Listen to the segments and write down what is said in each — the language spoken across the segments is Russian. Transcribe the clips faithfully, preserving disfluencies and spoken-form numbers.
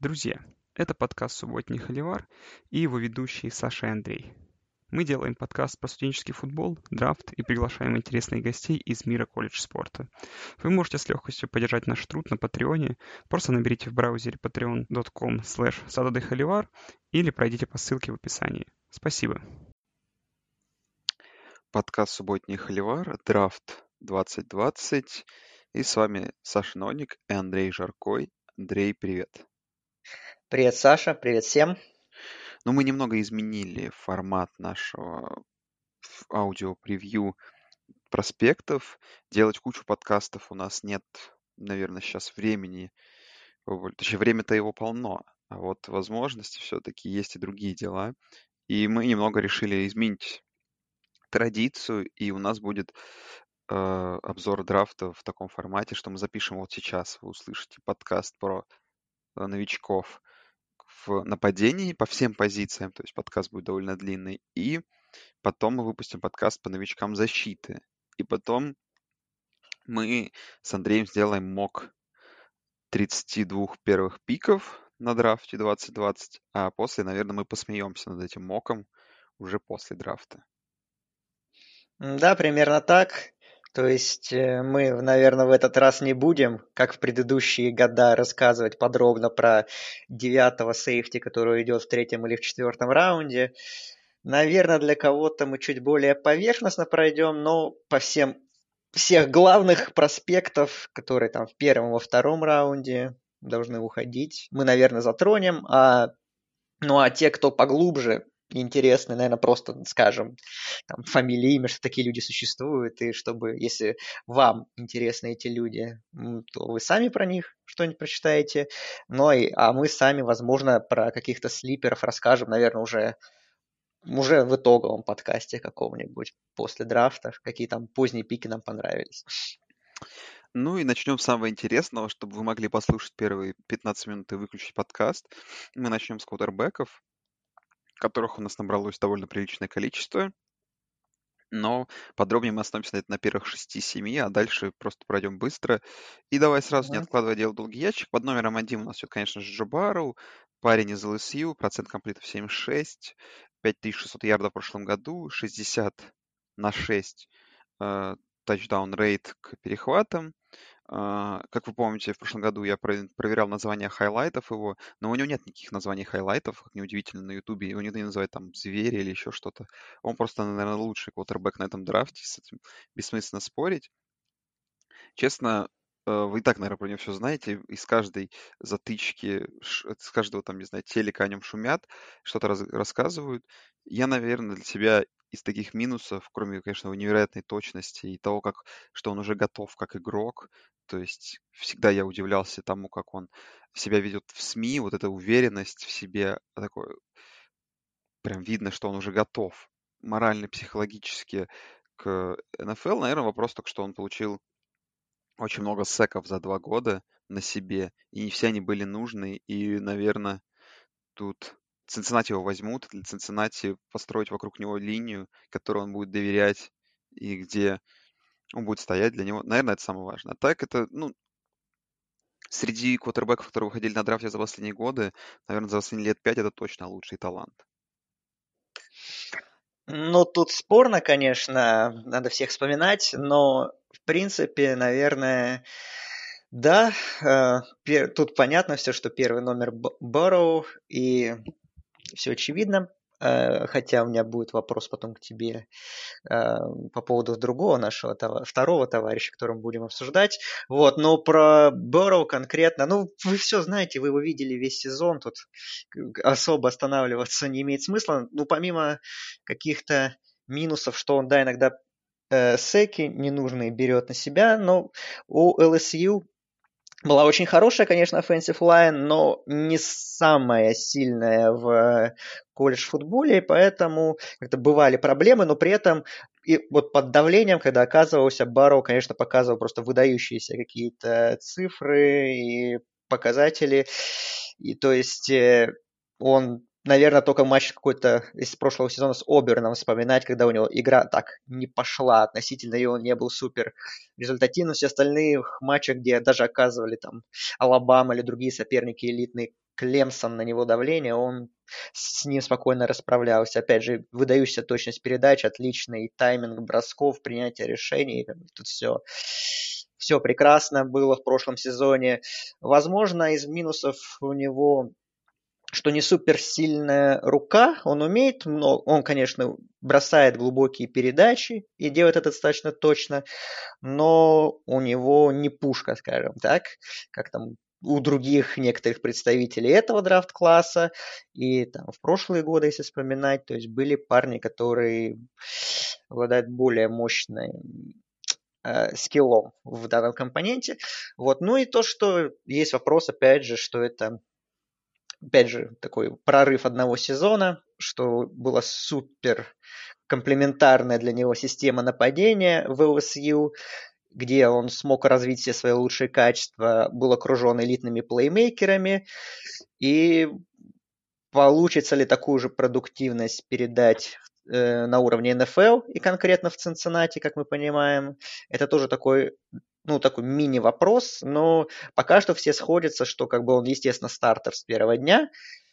Друзья, это подкаст «Субботний Холивар» и его ведущие Саша и Андрей. Мы делаем подкаст про студенческий футбол, драфт и приглашаем интересных гостей из мира колледж-спорта. Вы можете с легкостью поддержать наш труд на Патреоне. Просто наберите в браузере patreon точка com slash sadadayhoливар или пройдите по ссылке в описании. Спасибо. Подкаст «Субботний Холивар», драфт двадцать двадцать. И с вами Саша Ноник и Андрей Жаркой. Андрей, привет. Привет, Саша, привет всем. Ну, мы немного изменили формат нашего аудио-превью проспектов. Делать кучу подкастов у нас нет, наверное, сейчас времени. Точнее, время-то его полно. А вот возможности все-таки есть и другие дела. И мы немного решили изменить традицию, и у нас будет э, обзор драфта в таком формате, что мы запишем вот сейчас. Вы услышите подкаст про э, новичков в нападении по всем позициям, то есть подкаст будет довольно длинный, и потом мы выпустим подкаст по новичкам защиты. И потом мы с Андреем сделаем мок тридцати двух первых пиков на драфте двадцать двадцать, а после, наверное, мы посмеемся над этим моком уже после драфта. Да, примерно так. То есть э, мы, наверное, в этот раз не будем, как в предыдущие года, рассказывать подробно про девятого сейфти, который идет в третьем или в четвертом раунде. Наверное, для кого-то мы чуть более поверхностно пройдем, но по всем всех главных проспектов, которые там в первом и во втором раунде должны уходить, мы, наверное, затронем. А, ну а те, кто поглубже, интересны, наверное, просто скажем там, фамилии, имя, что такие люди существуют, и чтобы, если вам интересны эти люди, то вы сами про них что-нибудь прочитаете. Ну, и, а мы сами, возможно, про каких-то слиперов расскажем, наверное, уже, уже в итоговом подкасте каком-нибудь после драфта, какие там поздние пики нам понравились. Ну и начнем с самого интересного, чтобы вы могли послушать первые пятнадцать минут и выключить подкаст. Мы начнем с квотербеков, которых у нас набралось довольно приличное количество. Но подробнее мы остановимся на, это на первых шести-семи, а дальше просто пройдем быстро. И давай сразу, не Мгм. откладывая дело в долгий ящик. Под номером один у нас идет, конечно же, Джо Барроу, парень из эл эс ю, процент комплитов семьдесят шесть, пять тысяч шестьсот ярдов в прошлом году, шестьдесят на шесть э, тачдаун рейт к перехватам. А, Как вы помните, в прошлом году я про- проверял название хайлайтов его, но у него нет никаких названий хайлайтов, как неудивительно, на Ютубе. Его никто не называет там звери или еще что-то. Он просто, наверное, лучший квотербек на этом драфте, с этим бессмысленно спорить. Честно, э, вы и так, наверное, про него все знаете. Из каждой затычки, ш- с каждого там, не знаю, телека о нем шумят, что-то раз- рассказывают. Я, наверное, для себя из таких минусов, кроме, конечно, его невероятной точности и того, как, что он уже готов как игрок, то есть всегда я удивлялся тому, как он себя ведет в СМИ, вот эта уверенность в себе, такое, прям видно, что он уже готов морально, психологически к эн эф эл. Наверное, вопрос только, что он получил очень много секов за два года на себе, и не все они были нужны. И, наверное, тут Цинциннати его возьмут, для Цинциннати построить вокруг него линию, которой он будет доверять, и где он будет стоять для него. Наверное, это самое важное. А так это, ну, среди квотербеков, которые выходили на драфте за последние годы, наверное, за последние лет пять это точно лучший талант. Ну, тут спорно, конечно, надо всех вспоминать, но, в принципе, наверное, да, э, пе- тут понятно все, что первый номер Б- Burrow, и все очевидно. Э, Хотя у меня будет вопрос потом к тебе э, по поводу другого нашего това- второго товарища, которого мы будем обсуждать. Вот, но про Burrow конкретно, ну, вы все знаете, вы его видели весь сезон, тут к- особо останавливаться не имеет смысла. Ну, помимо каких-то минусов, что он, да, иногда э, секи ненужные берет на себя, но у эл эс ю была очень хорошая, конечно, offensive line, но не самая сильная в колледж-футболе, и поэтому как-то бывали проблемы, но при этом и вот под давлением, когда оказывался, Барроу, конечно, показывал просто выдающиеся какие-то цифры и показатели. И то есть э, он, наверное, только матч какой-то из прошлого сезона с Оберном вспоминать, когда у него игра так не пошла относительно, и он не был супер результативно. Все остальные матчи, где даже оказывали там Алабама или другие соперники элитные Клемсон на него давление, он с ним спокойно расправлялся. Опять же, выдающаяся точность передач, отличный тайминг бросков, принятие решений. Тут все, все прекрасно было в прошлом сезоне. Возможно, из минусов у него, что не суперсильная рука, он умеет много, он, конечно, бросает глубокие передачи и делает это достаточно точно, но у него не пушка, скажем так, как там у других некоторых представителей этого драфт-класса. И там в прошлые годы, если вспоминать, то есть были парни, которые обладают более мощным э, скиллом в данном компоненте. Вот. Ну и то, что есть вопрос, опять же, что это опять же, такой прорыв одного сезона, что была супер комплементарная для него система нападения в эл эс ю, где он смог развить все свои лучшие качества, был окружен элитными плеймейкерами, и получится ли такую же продуктивность передать э, на уровне эн эф эл и конкретно в Цинциннати, как мы понимаем, это тоже такой, ну, такой мини-вопрос, но пока что все сходятся, что как бы он, естественно, стартер с первого дня,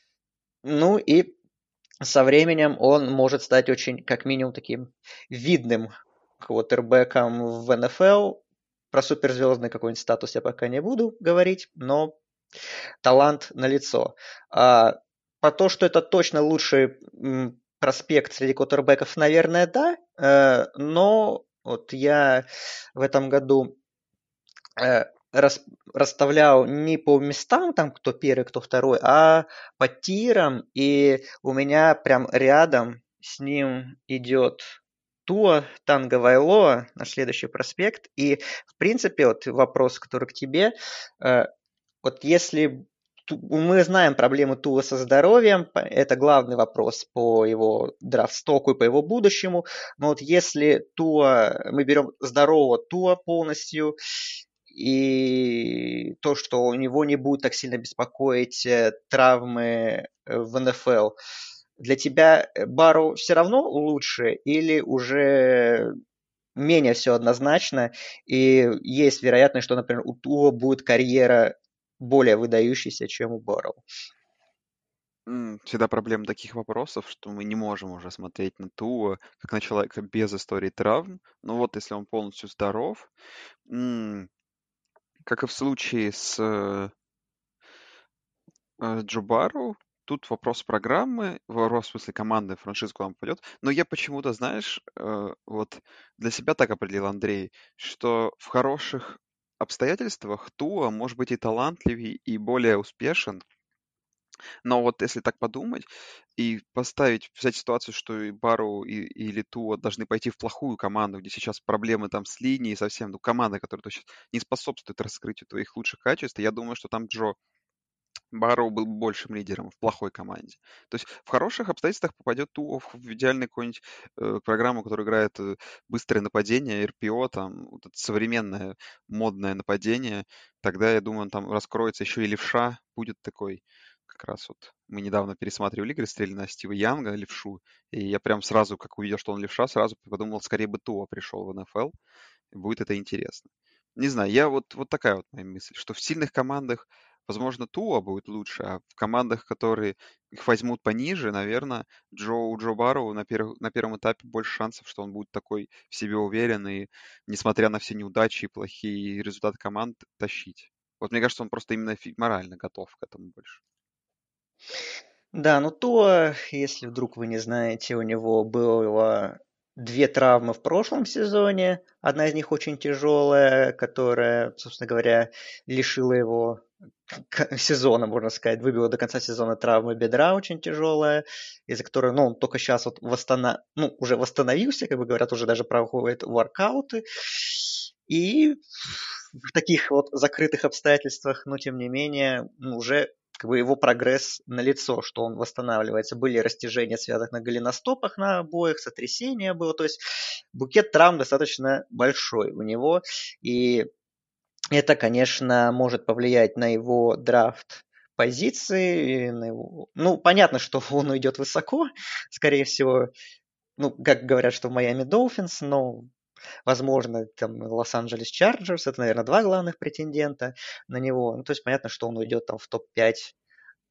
ну и со временем он может стать очень, как минимум, таким видным квотербеком в эн эф эл. Про суперзвездный какой-нибудь статус я пока не буду говорить, но талант налицо. А по то, что это точно лучший м, проспект среди квотербеков, наверное, да. Э, но вот я в этом году э, рас, расставлял не по местам, там кто первый, кто второй, а по тирам. И у меня прям рядом с ним идет Туа Танго Вайлоа на следующий проспект. И, в принципе, вот вопрос, который к тебе. Э, вот если мы знаем проблемы Туа со здоровьем, это главный вопрос по его драфт-стоку и по его будущему. Но вот если Туа, мы берем здорового Туа полностью, и то, что у него не будет так сильно беспокоить травмы в эн эф эл, для тебя Барроу все равно лучше или уже менее все однозначно, и есть вероятность, что, например, у Туа будет карьера более выдающаяся, чем у Барроу? М, Всегда проблема таких вопросов, что мы не можем уже смотреть на Туа как на человека без истории травм. Но вот если он полностью здоров, м, как и в случае с э, э, Джо Барроу, тут вопрос программы, вопрос в смысле команды, франшизы, куда он пойдет. Но я почему-то, знаешь, э, вот для себя так определил Андрей, что в хороших обстоятельствах Туа может быть и талантливее, и более успешен. Но вот если так подумать и поставить, взять ситуацию, что и Барроу, и, или Туа должны пойти в плохую команду, где сейчас проблемы там с линией совсем, ну, команда, которая то сейчас не способствует раскрытию твоих лучших качеств, я думаю, что там Джо Барроу был бы большим лидером в плохой команде. То есть в хороших обстоятельствах попадет Туа в в идеальную какую-нибудь э, программу, которая играет э, быстрое нападение, эр пи о, там, вот это современное модное нападение. Тогда, я думаю, он там раскроется еще и левша будет такой. Как раз вот мы недавно пересматривали игры, стреляли на Стива Янга, левшу, и я прям сразу, как увидел, что он левша, сразу подумал, скорее бы Туа пришел в эн эф эл, и будет это интересно. Не знаю, я вот, вот такая вот моя мысль, что в сильных командах возможно, Туа будет лучше, а в командах, которые их возьмут пониже, наверное, Джо, у Джо Барроу на, перв- на первом этапе больше шансов, что он будет такой в себе уверен и, несмотря на все неудачи и плохие результаты команд, тащить. Вот мне кажется, он просто именно фи- морально готов к этому больше. Да, ну то, если вдруг вы не знаете, у него было две травмы в прошлом сезоне. Одна из них очень тяжелая, которая, собственно говоря, лишила его к- сезона, можно сказать, выбила до конца сезона травмы бедра очень тяжелая, из-за которой, ну, он только сейчас вот восстанов... ну, уже восстановился, как бы говорят, уже даже проходит воркауты. И в таких вот закрытых обстоятельствах, но тем не менее, ну, уже как бы его прогресс налицо, что он восстанавливается. Были растяжения, связанных на голеностопах на обоих, сотрясение было. То есть букет травм достаточно большой у него. И это, конечно, может повлиять на его драфт позиции. На его... Ну, понятно, что он уйдет высоко, скорее всего. Ну, как говорят, что в Майами Долфинс, но возможно, там Лос-Анджелес Чарджерс, это, наверное, два главных претендента на него. Ну, то есть понятно, что он уйдет там в топ пять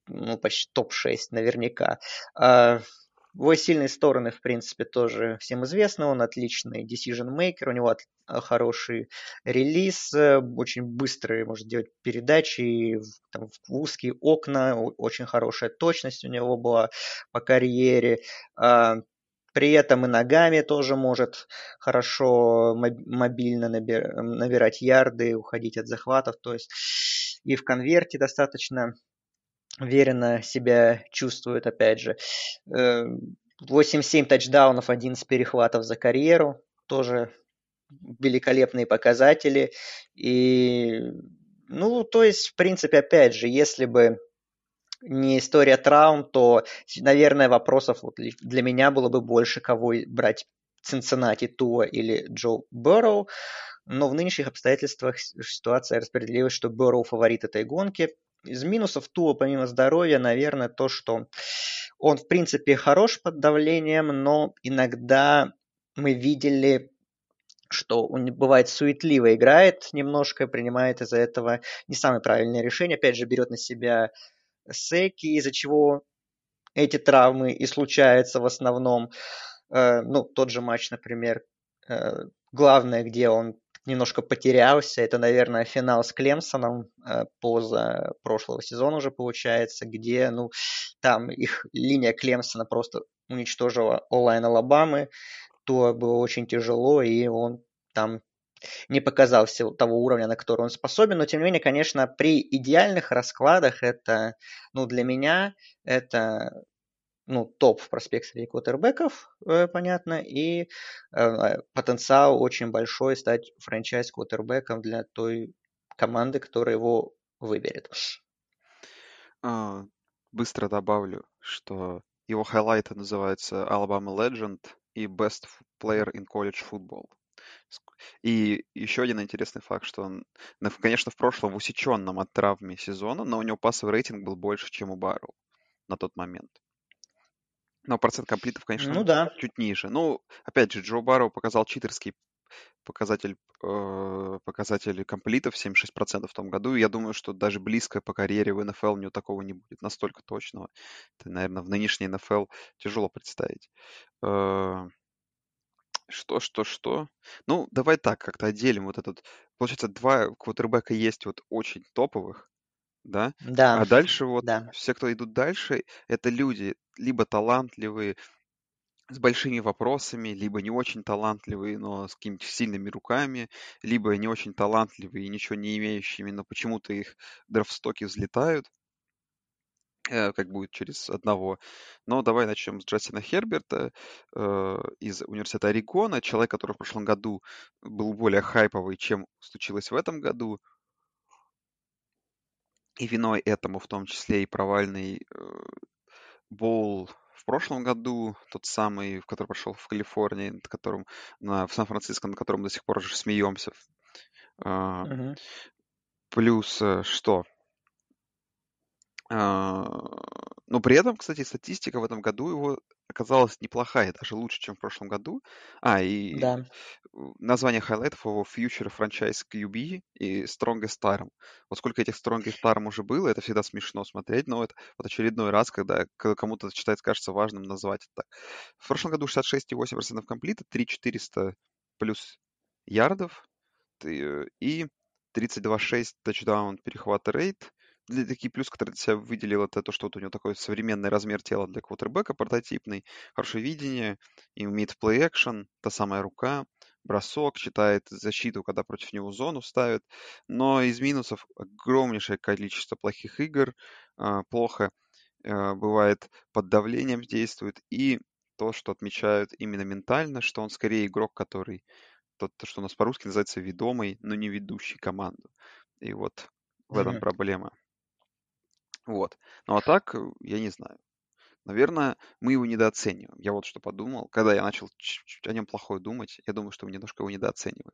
ну, почти топ шесть наверняка. А его сильные стороны, в принципе, тоже всем известны. Он отличный decision maker, у него от, хороший релиз, очень быстрый, может делать передачи в, там, в узкие окна, очень хорошая точность у него была по карьере. А, при этом и ногами тоже может хорошо мобильно набир, набирать ярды, уходить от захватов. То есть и в конверте достаточно уверенно себя чувствует, опять же. восемьдесят семь тачдаунов, одиннадцать перехватов за карьеру. Тоже великолепные показатели. И, ну, то есть, в принципе, опять же, если бы не история травм, то, наверное, вопросов вот для меня было бы больше, кого брать: Цинциннати, Туа или Джо Бёрроу. Но в нынешних обстоятельствах ситуация распределилась, что Бёрроу фаворит этой гонки. Из минусов Туа, помимо здоровья, наверное, то, что он, в принципе, хорош под давлением, но иногда мы видели, что он бывает суетливо играет немножко, принимает из-за этого не самые правильные решения. Опять же, берет на себя секи, из-за чего эти травмы и случаются в основном. Ну, тот же матч, например, главное, где он немножко потерялся, это, наверное, финал с Клемсоном поза прошлого сезона уже получается, где, ну, там их линия Клемсона просто уничтожила онлайн Алабамы, то было очень тяжело, и он там не показал всего того уровня, на который он способен, но тем не менее, конечно, при идеальных раскладах это, ну, для меня это, ну, топ в проспекте среди квотербеков, э, понятно, и э, потенциал очень большой стать франчайз-квотербеком для той команды, которая его выберет. А, быстро добавлю, что его хайлайты называются Alabama Legend и Best Player in College Football. И еще один интересный факт, что он, конечно, в прошлом усеченном от травмы сезона, но у него пассовый рейтинг был больше, чем у Барроу на тот момент. Но процент комплитов, конечно, Ну да. чуть ниже. Ну, опять же, Джо Барроу показал читерский показатель, э, показатель комплитов семьдесят шесть процентов в том году. И я думаю, что даже близко по карьере в эн эф эл у него такого не будет. Настолько точного. Это, наверное, в нынешней эн эф эл тяжело представить. Э, Что, что, что? Ну, давай так, как-то отделим вот этот. Получается, два квотербека есть вот очень топовых, да? Да, А дальше вот да. все, кто идут дальше, это люди либо талантливые, с большими вопросами, либо не очень талантливые, но с какими-то сильными руками, либо не очень талантливые и ничего не имеющими, но почему-то их драфтстоки взлетают, э, как будет через одного. Но давай начнем с Джастина Херберта э, из университета Орегона, человек, который в прошлом году был более хайповый, чем случилось в этом году. И виной этому в том числе и провальный э, боул в прошлом году, тот самый, в который прошел в Калифорнии, над которым, на, в Сан-Франциско, на котором до сих пор же смеемся. А, Угу. плюс э, что? А, но при этом, кстати, статистика в этом году его оказалась неплохая, даже лучше, чем в прошлом году. А, и Да. название хайлайтов его Future Franchise кью би и Strongest Arm. Вот сколько этих Strongest Arm уже было, это всегда смешно смотреть, но это вот очередной раз, когда к- кому-то считается, кажется важным назвать это так. В прошлом году шестьдесят шесть и восемь десятых процента комплита, три тысячи четыреста плюс ярдов ты- и тридцать два шесть тачдаун перехвата рейт. Для такие плюс, который для себя выделил, это то, что вот у него такой современный размер тела для квотербека, прототипный, хорошее видение, и умеет в плей-экшен, та самая рука, бросок, читает защиту, когда против него зону ставят. Но из минусов огромнейшее количество плохих игр, а, плохо а, бывает под давлением действует, и то, что отмечают именно ментально, что он скорее игрок, который то, то, что у нас по-русски называется ведомый, но не ведущий команду. И вот в этом Мгм. проблема. Вот. Ну а так, э, я не знаю. Наверное, мы его недооцениваем. Я вот что подумал, когда я начал чуть-чуть о нем плохое думать, я думаю, что мы немножко его недооцениваем.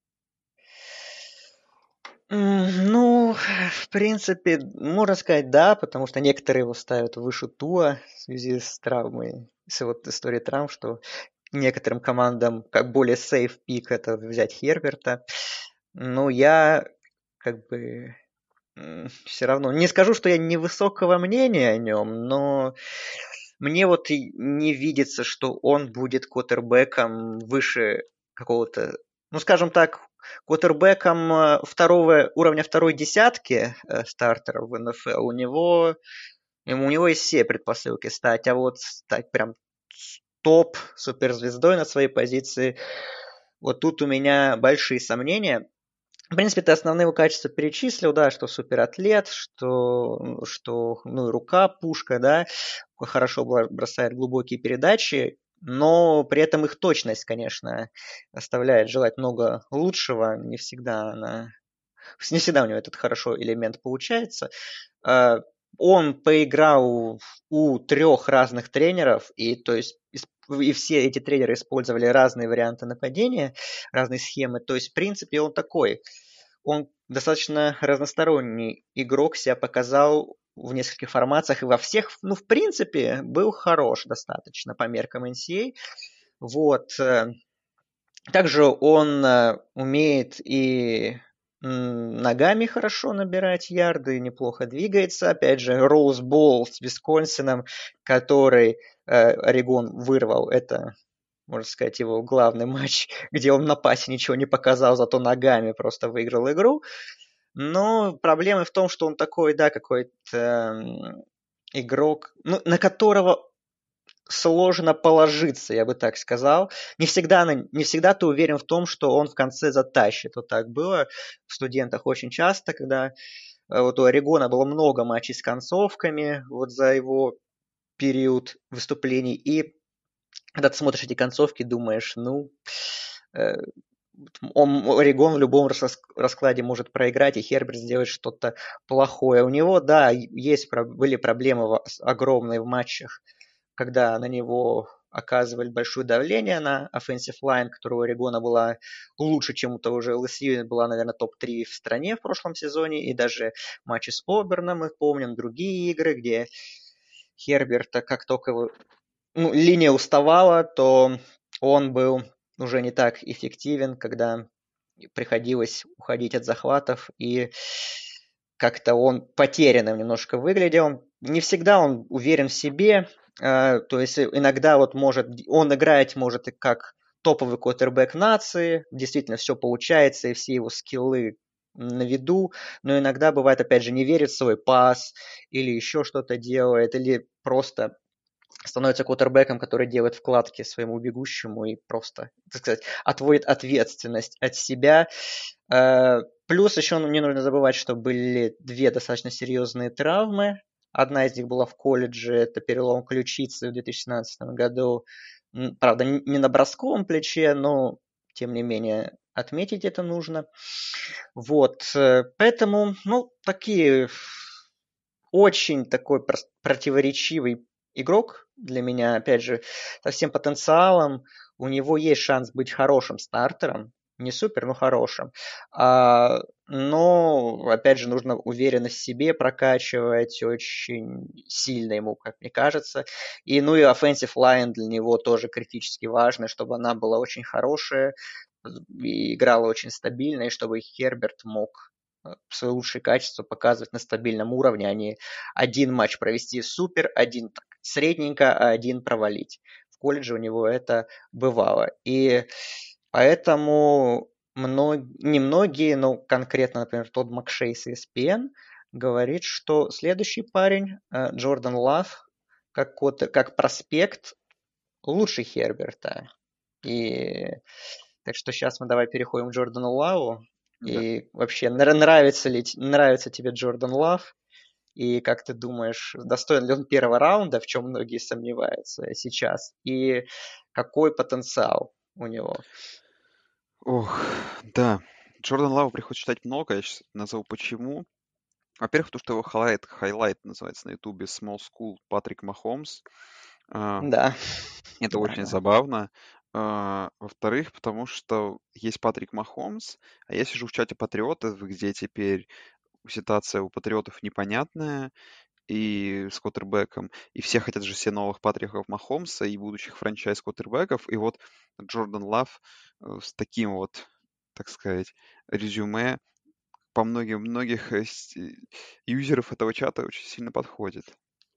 М, Ну, в принципе, можно сказать да, потому что некоторые его ставят выше Туа в связи с травмой, с вот историей травм, что некоторым командам как более сейф пик это взять Херберта. Ну, я как бы все равно. Не скажу, что я невысокого мнения о нем, но мне вот и не видится, что он будет квотербеком выше какого-то, ну, скажем так, квотербеком э, второго уровня второй десятки э, стартеров в эн эф эл. У него, ему- у него есть все предпосылки стать, а вот стать прям топ суперзвездой на своей позиции, вот тут у меня большие сомнения. В принципе, ты основные его качества перечислил, да, что суператлет, что, что ну, и рука пушка, да, хорошо бла- бросает глубокие передачи, но при этом их точность, конечно, оставляет желать много лучшего. Не всегда она, не всегда у него этот хорошо элемент получается. А, Он поиграл у трех разных тренеров, и то есть ис- и все эти тренеры использовали разные варианты нападения, разные схемы. То есть, в принципе, он такой. Он достаточно разносторонний игрок, себя показал в нескольких формациях, и во всех, ну, в принципе, был хорош достаточно по меркам эн си эй эй. Вот. э, Также он э, умеет и м, ногами хорошо набирать ярды, неплохо двигается. Опять же, Роуз Болл с Висконсином, который э, Орегон вырвал, это, можно сказать, его главный матч, где он на пасе ничего не показал, зато ногами просто выиграл игру. Но проблема в том, что он такой, да, какой-то м, игрок, ну, на которого сложно положиться, я бы так сказал. Не всегда, не всегда ты уверен в том, что он в конце затащит. Вот так было в студентах очень часто, когда э, вот у Орегона было много матчей с концовками вот за его период выступлений. И когда ты смотришь эти концовки, думаешь, ну, э, он, Орегон в любом раскладе может проиграть, и Херберт сделает что-то плохое. У него, да, есть, были проблемы огромные в матчах, когда на него оказывали большое давление на offensive line, которая у Орегона была лучше, чем у того же эл эс ю, была, наверное, топ три в стране в прошлом сезоне, и даже матчи с Оберном мы помним, другие игры, где Херберта, как только его, ну, линия уставала, то он был уже не так эффективен, когда приходилось уходить от захватов, и как-то он потерянным немножко выглядел. Не всегда он уверен в себе, э, то есть иногда вот может, он играть может и как топовый квотербек нации, действительно все получается, и все его скиллы на виду, но иногда бывает, опять же, не верит в свой пас, или еще что-то делает, или просто становится квотербеком, который делает вкладки своему бегущему и просто, так сказать, отводит ответственность от себя. Плюс еще не нужно забывать, что были две достаточно серьезные травмы. Одна из них была в колледже, это перелом ключицы в две тысячи семнадцатом году. Правда, не на бросковом плече, но тем не менее отметить это нужно. Вот, поэтому, ну, такие очень такой противоречивый игрок для меня, опять же, со всем потенциалом. У него есть шанс быть хорошим стартером, не супер, но хорошим. А, но, опять же, нужно уверенность в себе прокачивать очень сильно ему, как мне кажется. И, ну и offensive line для него тоже критически важно, чтобы она была очень хорошая и играла очень стабильно, и чтобы Херберт мог свои лучшие качества показывать на стабильном уровне, а не один матч провести супер, один так, средненько, а один провалить. В колледже у него это бывало. И поэтому мног... немногие, но конкретно, например, тот Макшей с и эс пи эн говорит, что следующий парень, Джордан Лав, как, как проспект лучше Херберта. И так что сейчас мы давай переходим к Джордану Лаву. Да. И вообще, нравится ли нравится тебе Джордан Лав? И как ты думаешь, достоин ли он первого раунда, в чем многие сомневаются сейчас? И какой потенциал у него? Ох, да. Джордан Лаву приходится читать много, я сейчас назову почему. Во-первых, то, что его хайлайт, хайлайт называется на ютубе Small School Патрик Махомс. А, Да. Это Да, очень да. забавно. А, Во-вторых, потому что есть Патрик Махомс, а я сижу в чате патриотов, где теперь ситуация у патриотов непонятная, и с квотербеком, и все хотят же все новых Патриков Махомса и будущих франчайз-квотербеков, и вот Джордан Лав э, с таким вот, так сказать, резюме по многим многих э, с- э, юзеров этого чата очень сильно подходит.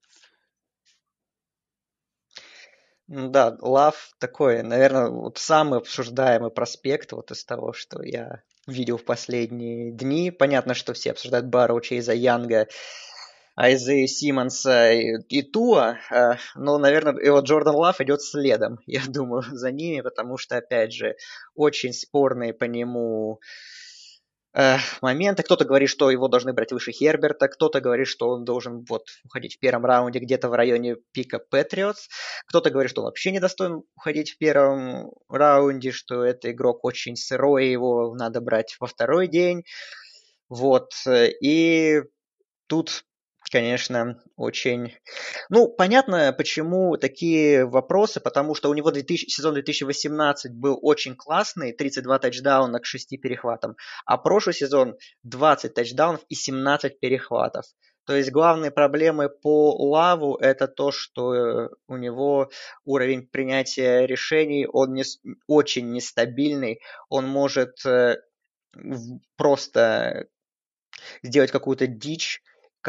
Ну да, Лав такой, наверное, вот самый обсуждаемый проспект вот из того, что я видел в последние дни. Понятно, что все обсуждают Барроу, Чейза, Янга, Айзея Симмонса и, и Туа, э, но, наверное, и вот Джордан Лав идет следом, я думаю, за ними, потому что, опять же, очень спорные по нему э, моменты. Кто-то говорит, что его должны брать выше Херберта, кто-то говорит, что он должен вот уходить в первом раунде где-то в районе пика Патриотс, кто-то говорит, что он вообще не достоин уходить в первом раунде, что это игрок очень сырой, его надо брать во второй день. Вот, э, и тут, конечно, очень... Ну, понятно, почему такие вопросы, потому что у него две тысячи, сезон две тысячи восемнадцать был очень классный, тридцать два тачдауна к шести перехватам, а прошлый сезон двадцать тачдаунов и семнадцать перехватов. То есть главные проблемы по Лаву это то, что у него уровень принятия решений, он не, очень нестабильный, он может э, просто сделать какую-то дичь,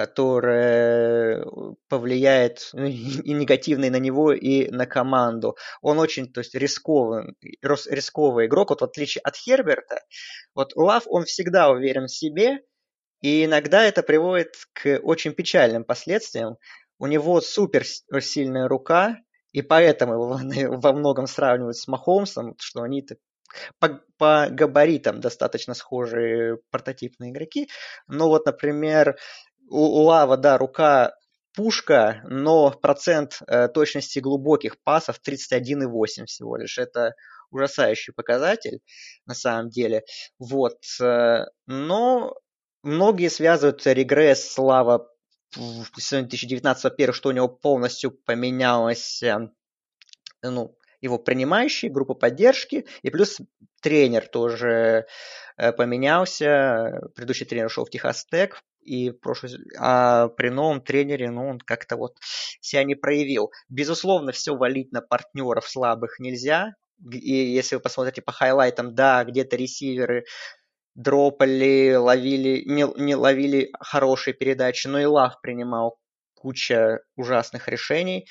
которая повлияет ну, и негативно и на него, и на команду. Он очень, то есть, рисковый, рисковый игрок. Вот в отличие от Херберта, вот Лав, он всегда уверен в себе, и иногда это приводит к очень печальным последствиям. У него супер сильная рука, и поэтому его во многом сравнивают с Махомсом, что они по, по габаритам достаточно схожие прототипные игроки. Но вот, например, у, у Лава, да, рука пушка, но процент э, точности глубоких пасов тридцать один и восемь всего лишь. Это ужасающий показатель на самом деле. Вот. Э, но многие связывают регресс Лава в сезоне две тысячи девятнадцатом, во-первых, что у него полностью поменялось э, ну, его принимающие, группа поддержки, и плюс тренер тоже э, поменялся. Предыдущий тренер ушел в Техас Тек, и прошлый, а при новом тренере, ну, он как-то вот себя не проявил. Безусловно, все валить на партнеров слабых нельзя. И если вы посмотрите по хайлайтам, да, где-то ресиверы дропали, ловили, не, не ловили хорошие передачи, но и Лав принимал куча ужасных решений,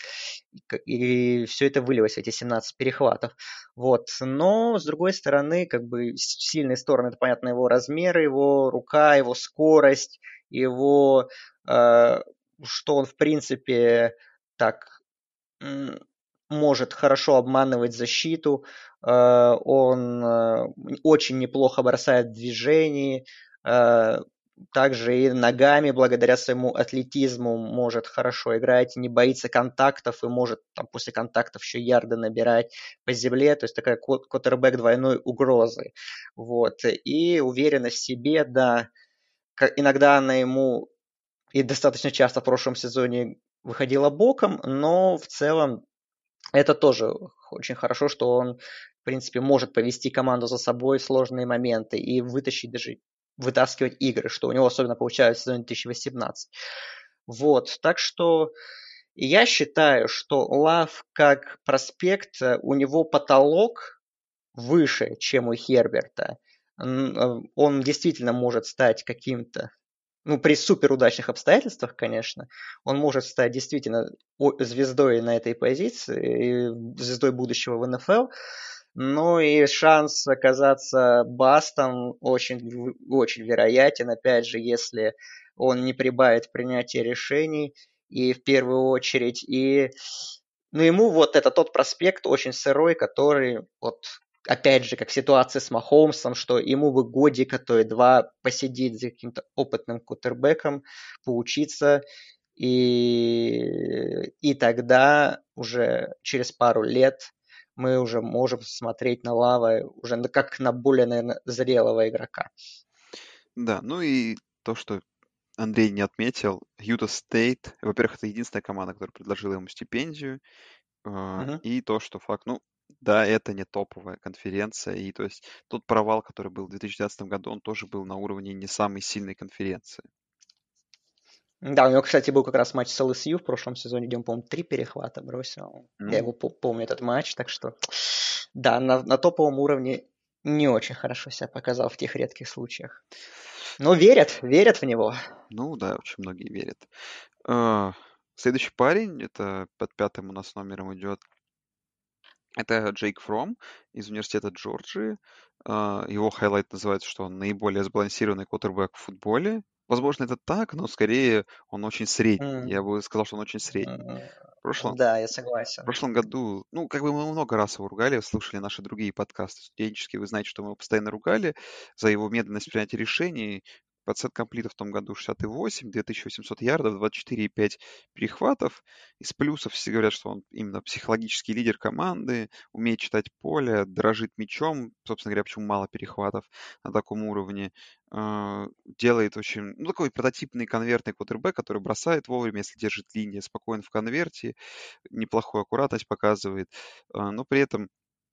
и все это вылилось в эти семнадцать перехватов. Вот. Но, с другой стороны, как бы сильные стороны, это, понятно, его размеры, его рука, его скорость, его, э, что он, в принципе, так может хорошо обманывать защиту, э, он э, очень неплохо бросает в движении, э, также и ногами, благодаря своему атлетизму, может хорошо играть, не боится контактов и может там, после контактов еще ярды набирать по земле, то есть такая квотербек двойной угрозы. Вот. И уверенность в себе, да, иногда она ему и достаточно часто в прошлом сезоне выходила боком, но в целом это тоже очень хорошо, что он, в принципе, может повести команду за собой в сложные моменты и вытащить даже, вытаскивать игры, что у него особенно получается в сезоне две тысячи восемнадцатом. Вот, так что я считаю, что Лав как проспект, у него потолок выше, чем у Херберта. Он действительно может стать каким-то, ну, при суперудачных обстоятельствах, конечно, он может стать действительно звездой на этой позиции, звездой будущего в эн эф эл, но и шанс оказаться бастом очень, очень вероятен, опять же, если он не прибавит принятие решений, и в первую очередь, и ну, ему вот это тот проспект очень сырой, который вот опять же, как ситуация с Махомсом, что ему бы годика, то и два посидеть за каким-то опытным кутербэком, поучиться, и, и тогда уже через пару лет мы уже можем смотреть на Лава уже как на более, наверное, зрелого игрока. Да, ну и то, что Андрей не отметил, Юта Стейт, во-первых, это единственная команда, которая предложила ему стипендию, а, Угу. и то, что факт, ну, да, это не топовая конференция, и то есть тот провал, который был в две тысячи двенадцатом году, он тоже был на уровне не самой сильной конференции. Да, у него, кстати, был как раз матч с эл эс ю в прошлом сезоне, где он, по-моему, три перехвата бросил. Ну, Я его помню, этот матч, так что да, на, на топовом уровне не очень хорошо себя показал в тех редких случаях. Ну, верят, верят в него. Ну да, очень многие верят. А, Следующий парень, это под пятым у нас номером идет, это Джейк Фром из университета Джорджии. А, Его хайлайт называется, что он наиболее сбалансированный квотербек в футболе. Возможно, это так, но скорее он очень средний. Я М, бы сказал, что он очень средний. м, В прошлом, Да, я в согласен. прошлом году, ну, как бы мы много раз его ругали, слушали наши другие подкасты студенческие, вы знаете, что мы его постоянно ругали за его медленность принятия решений. Процент комплита в том году шестьдесят восемь, две тысячи восемьсот ярдов, двадцать четыре и пять перехватов. Из плюсов все говорят, что он именно психологический лидер команды, умеет читать поле, дорожит мячом. Собственно говоря, почему мало перехватов на таком уровне. А, Делает очень, ну, такой прототипный конвертный квотербек, который бросает вовремя, если держит линии, спокоен в конверте, неплохую аккуратность показывает, а, но при этом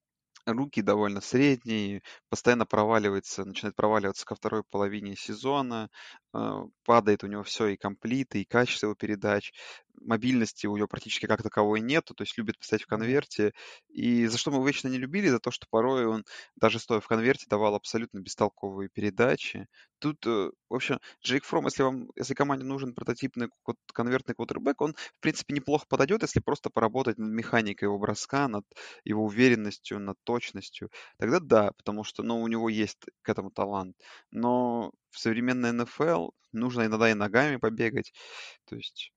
руки довольно средние, постоянно проваливается, начинает проваливаться ко второй половине сезона, а, падает у него все и комплиты, и качество его передач, мобильности у него практически как таковой нету, то есть любит поставить в Мгм. конверте. И за что мы его вечно не любили, за то, что порой он, даже стоя в конверте, давал абсолютно бестолковые передачи. Тут, э, в общем, Джейк Фром, если вам, если команде нужен прототипный квот- конвертный квотербек, он, в принципе, неплохо подойдет, если просто поработать над механикой его броска, над его уверенностью, над точностью, тогда да, потому что, ну, у него есть к этому талант. Но в современной эн эф эл нужно иногда и ногами побегать. То есть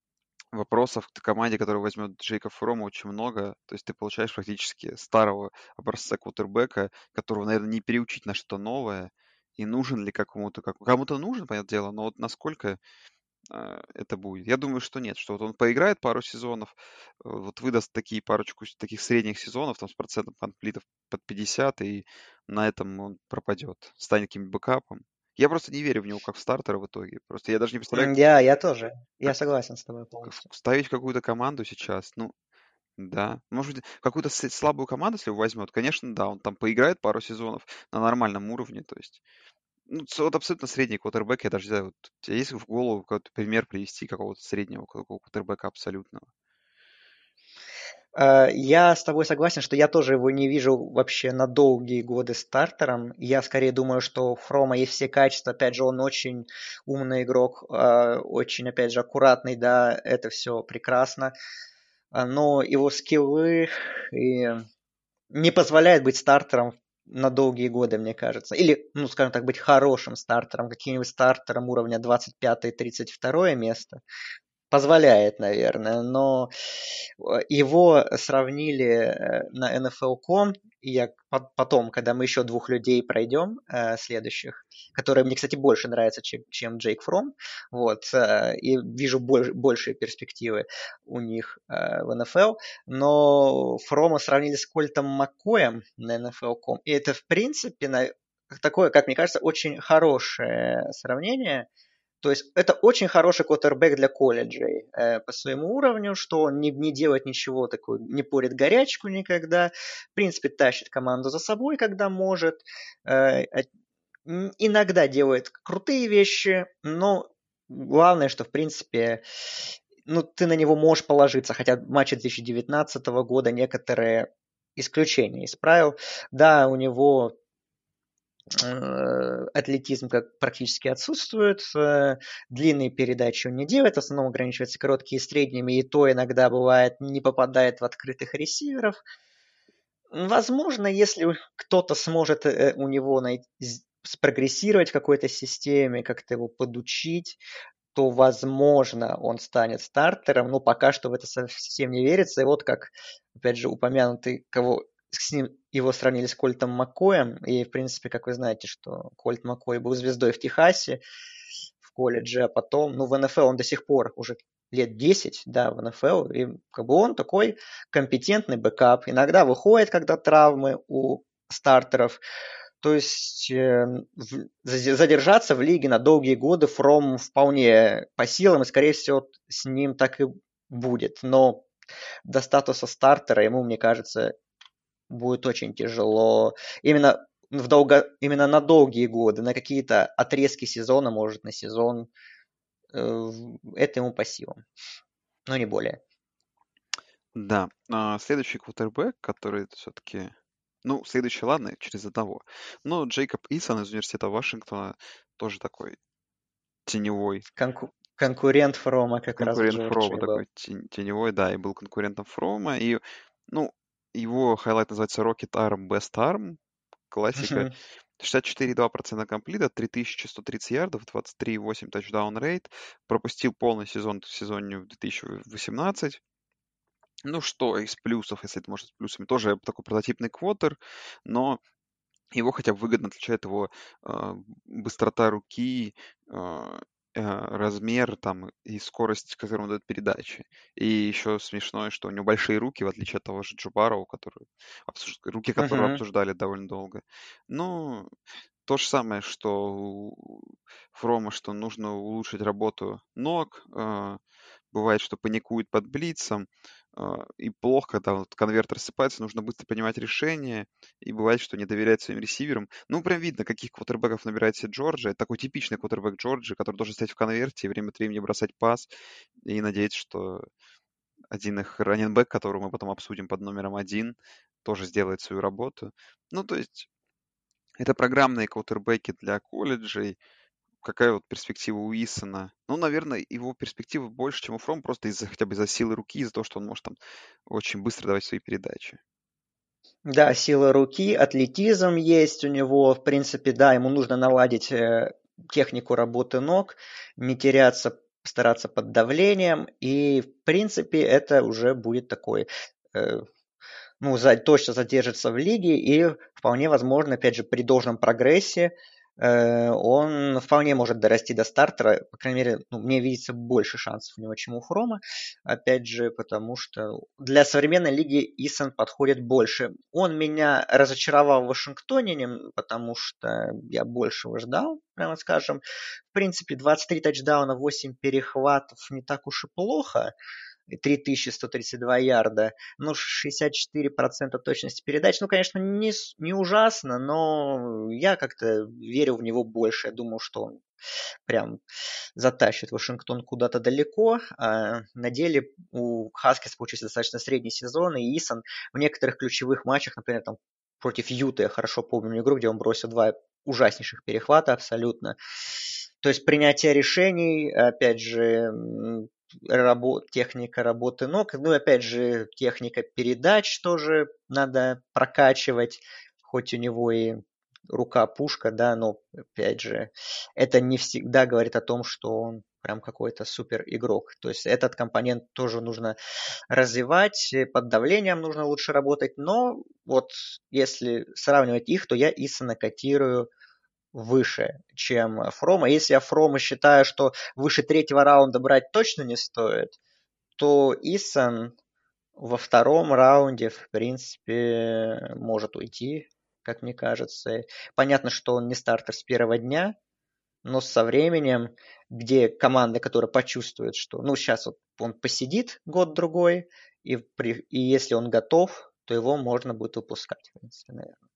вопросов к команде, которая возьмет Джейка Фрома, очень много. То есть ты получаешь практически старого образца квотербека, которого, наверное, не переучить на что-то новое. И нужен ли какому-то, как... кому-то нужен, понятное дело, но вот насколько а, это будет. Я думаю, что нет, что вот он поиграет пару сезонов, э, вот выдаст такие парочку с- таких средних сезонов, там с процентом комплитов под пятьдесят, и на этом он пропадет, станет каким-нибудь бэкапом. Я просто не верю в него как в стартера в итоге. Просто я даже не представляю, М, Я, я тоже. Я как, согласен с тобой как полностью. ставить какую-то команду сейчас. Ну, да. Может быть, какую-то с- слабую команду, если его возьмет, конечно, да, он там поиграет пару сезонов на нормальном уровне, то есть ну, ц- вот абсолютно средний квотербек, я даже не знаю, вот у тебя есть в голову какой-то пример привести какого-то среднего какого квотербека абсолютного? Э, Я с тобой согласен, что я тоже его не вижу вообще на долгие годы стартером. Я скорее думаю, что у Фрома есть все качества. Опять же, он очень умный игрок, э, очень, опять же, аккуратный, да, это все прекрасно. А, Но его скиллы и не позволяют быть стартером на долгие годы, мне кажется. Или, ну, скажем так, быть хорошим стартером, каким-нибудь стартером уровня двадцать пятое-тридцать второе место. Позволяет, наверное, но э, его сравнили э, на эн эф эл точка ком, и я по- потом, когда мы еще двух людей пройдем, э, следующих, которые мне, кстати, больше нравятся, чем, чем Джейк Фром, вот, э, и вижу больш, большие перспективы у них э, в эн эф эл, но Фрома сравнили с Кольтом Маккоем на эн эф эл точка ком, и это, в принципе, на- такое, как мне кажется, очень хорошее сравнение. То есть это очень хороший квотербек для колледжей э, по своему уровню, что он не, не делает ничего такого, не порит горячку никогда, в принципе тащит команду за собой, когда может, э, от- м, иногда делает крутые вещи, но главное, что в принципе ну, ты на него можешь положиться, хотя матчи две тысячи девятнадцатого года некоторые исключения из правил. Да, у него э, атлетизм как практически отсутствует, э, длинные передачи он не делает, в основном ограничивается короткими и средними, и то иногда бывает не попадает в открытых ресиверов. Возможно, если кто-то сможет э, у него най- с- спрогрессировать в какой-то системе, как-то его подучить, то, возможно, он станет стартером, но пока что в это совсем не верится. И вот как, опять же, упомянутый, кого с ним его сравнили с Кольтом Маккоем, и, в принципе, как вы знаете, что Кольт Маккой был звездой в Техасе, в колледже, а потом, ну, в эн эф эл он до сих пор уже лет десять, да, в эн эф эл, и как бы он такой компетентный бэкап. Иногда выходит, когда травмы у стартеров, то есть э, в- задержаться в лиге на долгие годы Фром вполне по силам, и, скорее всего, с ним так и будет. Но до статуса стартера ему, мне кажется, будет очень тяжело. Именно, в долго, именно на долгие годы, на какие-то отрезки сезона, может, на сезон, э, это ему по силам, но не более. Да. А, следующий квотербек, который все-таки Ну, следующий, ладно, через одного. Но Джейкоб Исон из университета Вашингтона тоже такой теневой Конку- конкурент Фрома как раз в конкурент Фрома, Джорджии был. такой тен- теневой, да, и был конкурентом Фрома. И, ну, его хайлайт называется Rocket Arm Best Arm, классика. шестьдесят четыре целых два десятых процента комплита, три тысячи сто тридцать ярдов, двадцать три целых восемь десятых тачдаун рейт. Пропустил полный сезон в сезоне в две тысячи восемнадцатом. Ну что, из плюсов, если это может с плюсами, тоже такой прототипный квотер, но его хотя бы выгодно отличает его а, быстрота руки, а, а, размер там и скорость, которую он дает передачи. И еще смешное, что у него большие руки, в отличие от того же Джо Барроу, который обсуж- руки которого Мгм. обсуждали довольно долго. Ну, то же самое, что у Фрома, что нужно улучшить работу ног. а, Бывает, что паникует под блицом, а, и плохо, когда вот конверт рассыпается, нужно быстро принимать решения, и бывает, что не доверяет своим ресиверам. Ну, прям видно, каких квотербеков набирает себе Джорджия. Это такой типичный квотербек Джорджии, который должен стоять в конверте и время от времени бросать пас и надеяться, что один их раненбэк, которого мы потом обсудим под номером один, тоже сделает свою работу. Ну, то есть это программные квотербеки для колледжей. Какая вот перспектива у Уисона? Ну, наверное, его перспектива больше, чем у Фром, просто из-за хотя бы из-за силы руки, из-за того, что он может там очень быстро давать свои передачи. Да, сила руки, атлетизм есть у него. В принципе, да, ему нужно наладить э, технику работы ног, не теряться, стараться под давлением. И, в принципе, это уже будет такой, э, ну, за, точно задержится в лиге. И вполне возможно, опять же, при должном прогрессе э, он вполне может дорасти до стартера. По крайней мере, ну, мне видится больше шансов у него, чем у Фрома. Опять же, потому что для современной лиги Исон подходит больше. Он меня разочаровал в Вашингтоне, нем- потому что я большего ждал, прямо скажем. В принципе, двадцать три тачдауна, восемь перехватов не так уж и плохо. три тысячи сто тридцать два ярда, ну, шестьдесят четыре процента точности передач. Ну, конечно, не, с- не ужасно, но я как-то верю в него больше. Я думаю, что он прям затащит Вашингтон куда-то далеко. А на деле у Хаскис получился достаточно средний сезон, и Исон в некоторых ключевых матчах, например, там против Юты, я хорошо помню игру, где он бросил два ужаснейших перехвата абсолютно. То есть принятие решений, опять же, рабо- техника работы ног, ну и опять же техника передач тоже надо прокачивать, хоть у него и рука-пушка, да, но опять же это не всегда говорит о том, что он прям какой-то супер игрок. То есть этот компонент тоже нужно развивать, под давлением нужно лучше работать, но вот если сравнивать их, то я Исона котирую выше, чем Фрома. Если я Фрома считаю, что выше третьего раунда брать точно не стоит, то Исон во втором раунде, в принципе, может уйти, как мне кажется. Понятно, что он не стартер с первого дня, но со временем, где команда, которая почувствует, что, ну, сейчас вот он посидит год-другой, и, при, и если он готов, то его можно будет выпускать, в принципе, наверное.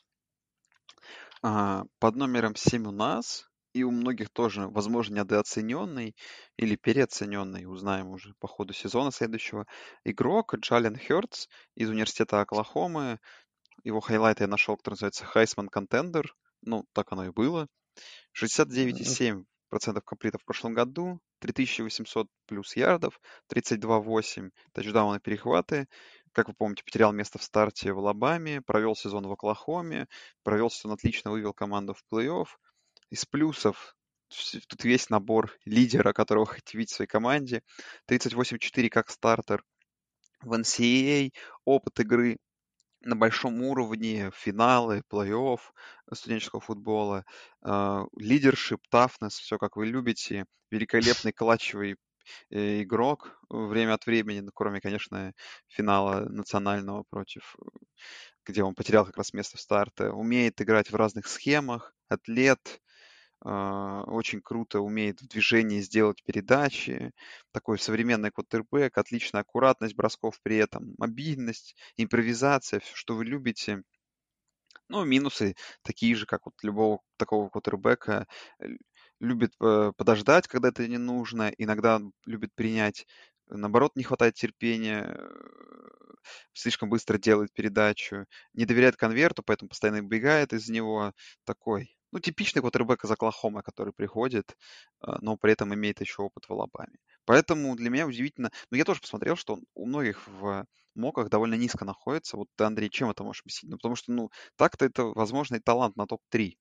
А, под номером семь у нас, и у многих тоже, возможно, недооцененный или переоцененный, узнаем уже по ходу сезона следующего, игрок Джален Хёртс из университета Оклахомы. Его хайлайт я нашел, который называется Heisman Contender. Ну, так оно и было. шестьдесят девять целых семь десятых процента комплита в прошлом году, три тысячи восемьсот плюс ярдов, тридцать два целых восемь десятых тачдауна перехваты. Как вы помните, потерял место в старте в Алабаме, провел сезон в Оклахоме, провел сезон отлично, вывел команду в плей-офф. Из плюсов вс- тут весь набор лидера, которого хотите видеть в своей команде. тридцать восемь целых четыре как стартер в эн си эй эй, опыт игры на большом уровне, финалы, плей-офф студенческого футбола, а, лидершип, тафнес, все как вы любите, великолепный клатчевый э, игрок время от времени, ну, кроме, конечно, финала национального против, э, где он потерял как раз место в старте, умеет играть в разных схемах, атлет, а, очень круто умеет в движении сделать передачи, такой современный квотербек, отличная аккуратность бросков при этом, мобильность, импровизация, все, что вы любите. Ну, минусы такие же, как вот любого такого квотербека. Л- Любит э, подождать, когда это не нужно, иногда любит принять наоборот, не хватает терпения, слишком быстро делает передачу, не доверяет конверту, поэтому постоянно убегает из него. Такой, ну, типичный квотербек из Оклахомы, который приходит, а, но при этом имеет еще опыт в Алабаме. Поэтому для меня удивительно. Но я тоже посмотрел, что он у многих в моках довольно низко находится. Вот ты, Андрей, чем это можешь объяснить? Ну, потому что, ну, так-то это возможный талант на топ три.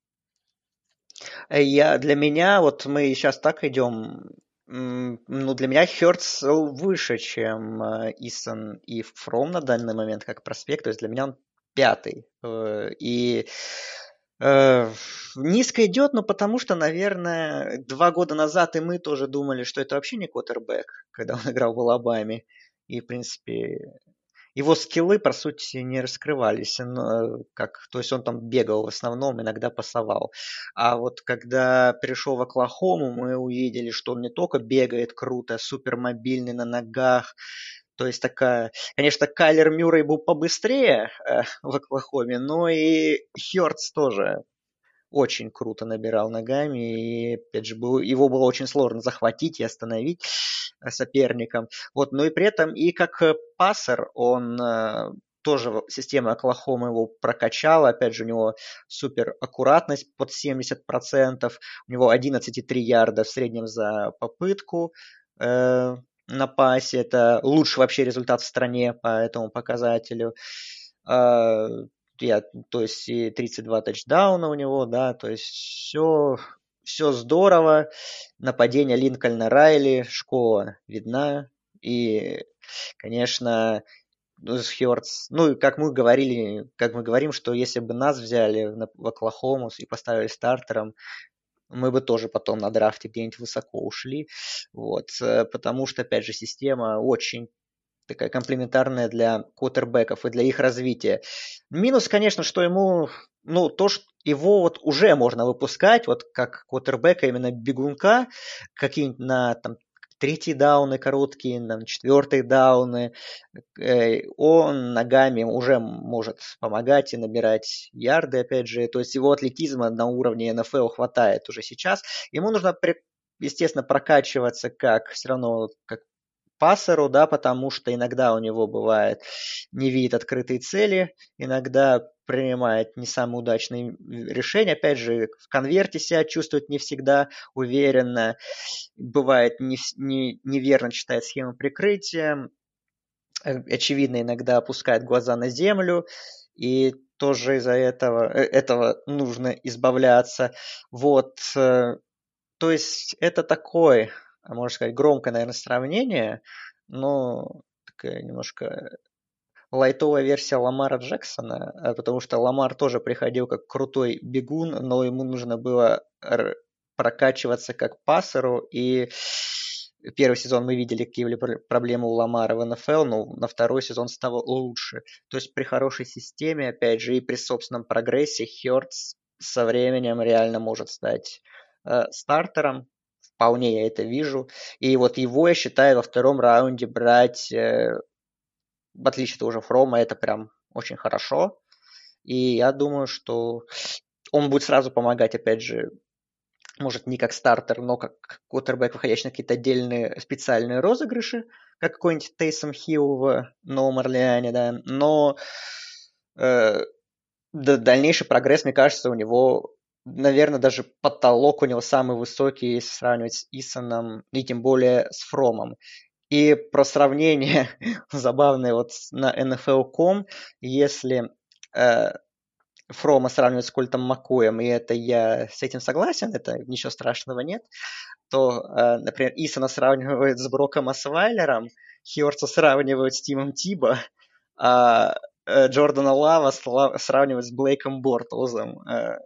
Э, Я, для меня, вот мы сейчас так идем, м, ну, для меня Хёртс выше, чем э, Исон и Фром на данный момент как проспект, то есть для меня он пятый. Э, И э, низко идет, но потому что, наверное, два года назад и мы тоже думали, что это вообще не квотербек, когда он играл в Алабаме. И, в принципе, его скиллы, по сути, не раскрывались. Но, как, то есть он там бегал в основном, иногда пасовал. А вот когда перешел в Оклахому, мы увидели, что он не только бегает круто, супермобильный на ногах. То есть такая... Конечно, Кайлер Мюррей был побыстрее э, в Оклахоме, но и Хёртс тоже очень круто набирал ногами, и, опять же, был, его было очень сложно захватить и остановить э, соперником. Вот, но и при этом и как э, пассер он э, тоже система Оклахомы его прокачала. Опять же, у него супер аккуратность под семьдесят процентов. У него одиннадцать целых три ярда в среднем за попытку э, на пасе. Это лучший вообще результат в стране по этому показателю. Э, я, то есть и тридцать два тачдауна у него, да, то есть все, все здорово. Нападение Линкольна Райли, школа видна. И, конечно, ну, с Хёртс, ну, и как мы говорили, как мы говорим, что если бы нас взяли на- в Оклахому и поставили стартером, мы бы тоже потом на драфте где-нибудь высоко ушли. Вот, э, потому что, опять же, система очень такая комплементарная для квотербеков и для их развития. Минус, конечно, что ему, ну, то, что его вот уже можно выпускать, вот как квотербека, именно бегунка, какие-нибудь на там третьи дауны короткие, на четвертые дауны, э, он ногами уже может помогать и набирать ярды, опять же, то есть его атлетизма на уровне эн эф эл хватает уже сейчас. Ему нужно, естественно, прокачиваться как все равно как пассеру, да, потому что иногда у него бывает не видит открытые цели, иногда принимает не самые удачные решения. Опять же, в конверте себя чувствует не всегда уверенно, бывает не, не, неверно читает схему прикрытия, очевидно, иногда опускает глаза на землю, и тоже из-за этого, этого нужно избавляться. Вот, то есть это такое, можно сказать, громкое, наверное, сравнение, но такая немножко лайтовая версия Ламара Джексона, потому что Ламар тоже приходил как крутой бегун, но ему нужно было прокачиваться как пассеру, и первый сезон мы видели, какие были проблемы у Ламара в эн эф эл, но на второй сезон стало лучше. То есть при хорошей системе, опять же, и при собственном прогрессе Хёртс со временем реально может стать э, стартером. Вполне я это вижу. И вот его, я считаю, во втором раунде брать, э, в отличие от того же Фрома, это прям очень хорошо. И я думаю, что он будет сразу помогать, опять же, может, не как стартер, но как квотербек, выходящий на какие-то отдельные специальные розыгрыши, как какой-нибудь Тейсом Хилл в Новом Орлеане, да. Но э, дальнейший прогресс, мне кажется, у него, наверное, даже потолок у него самый высокий, если сравнивать с Исоном, и тем более с Фромом. И про сравнение забавное вот на эн эф эл точка ком, если э, Фрома сравнивать с Кольтом Маккоем, и это я с этим согласен, это ничего страшного нет, то, э, например, Исона сравнивают с Броком Освайлером, Хьюарта сравнивают с Тимом Тибо, а э, Джордана Лава сравнивают с Блейком Бортлзом. Э,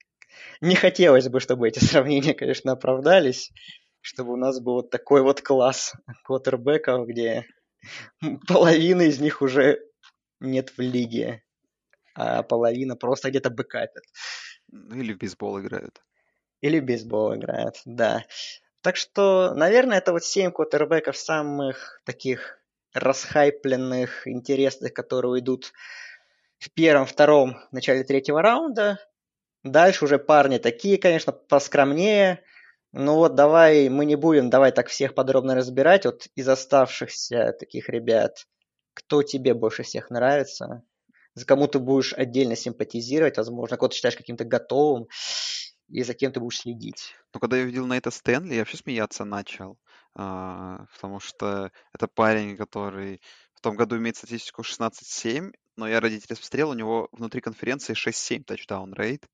не хотелось бы, чтобы эти сравнения, конечно, оправдались, чтобы у нас был вот такой вот класс квотербеков, где половина из них уже нет в лиге, а половина просто где-то бэкапит. Ну, или в бейсбол играют. Или в бейсбол играют, да. Так что, наверное, это вот семь квотербеков самых таких расхайпленных, интересных, которые уйдут в первом, втором, начале третьего раунда. Дальше уже парни такие, конечно, поскромнее. Ну вот давай, мы не будем, давай так всех подробно разбирать. Вот из оставшихся таких ребят, кто тебе больше всех нравится? За кому ты будешь отдельно симпатизировать, возможно, кого ты считаешь каким-то готовым, и за кем ты будешь следить? Но когда я увидел Нейта Стэнли, я вообще смеяться начал, а, потому что это парень, который в том году имеет статистику шестнадцать семь, но я ради интереса посмотрел, у него внутри конференции шесть семь тачдаун рейт.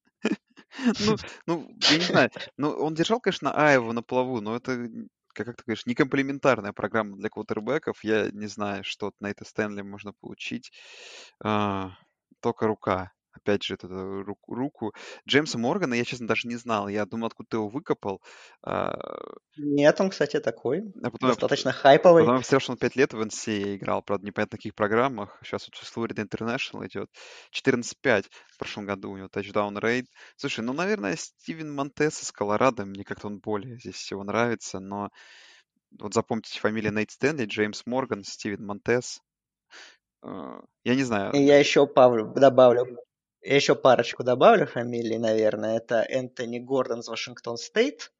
Ну, ну, я не знаю, ну, он держал, конечно, Айву на плаву, но это, н- как как ты говоришь, не комплементарная программа для квотербеков. Я не знаю, что от Нейта Стэнли можно получить. А, Только рука. Опять же, эту руку, руку. Джеймса Моргана я, честно, даже не знал. Я думал, откуда ты его выкопал. А Нет, он, кстати, такой, а потом я достаточно хайповый. Потом я посмотрел, что он пять лет в эн си эй эй играл, правда, непонятно в каких программах. Сейчас вот с Florida International идет. четырнадцать пять в прошлом году у него тачдаун рейт. Слушай, ну, наверное, Стивен Монтес из Колорадо, мне как-то он более здесь всего нравится, но вот запомните фамилии Нейт Стэнли, Джеймс Морган, Стивен Монтес. Э, Я не знаю. И я еще Павлю добавлю, я еще парочку добавлю фамилий, наверное. Это Энтони Гордон из Вашингтон Стейт.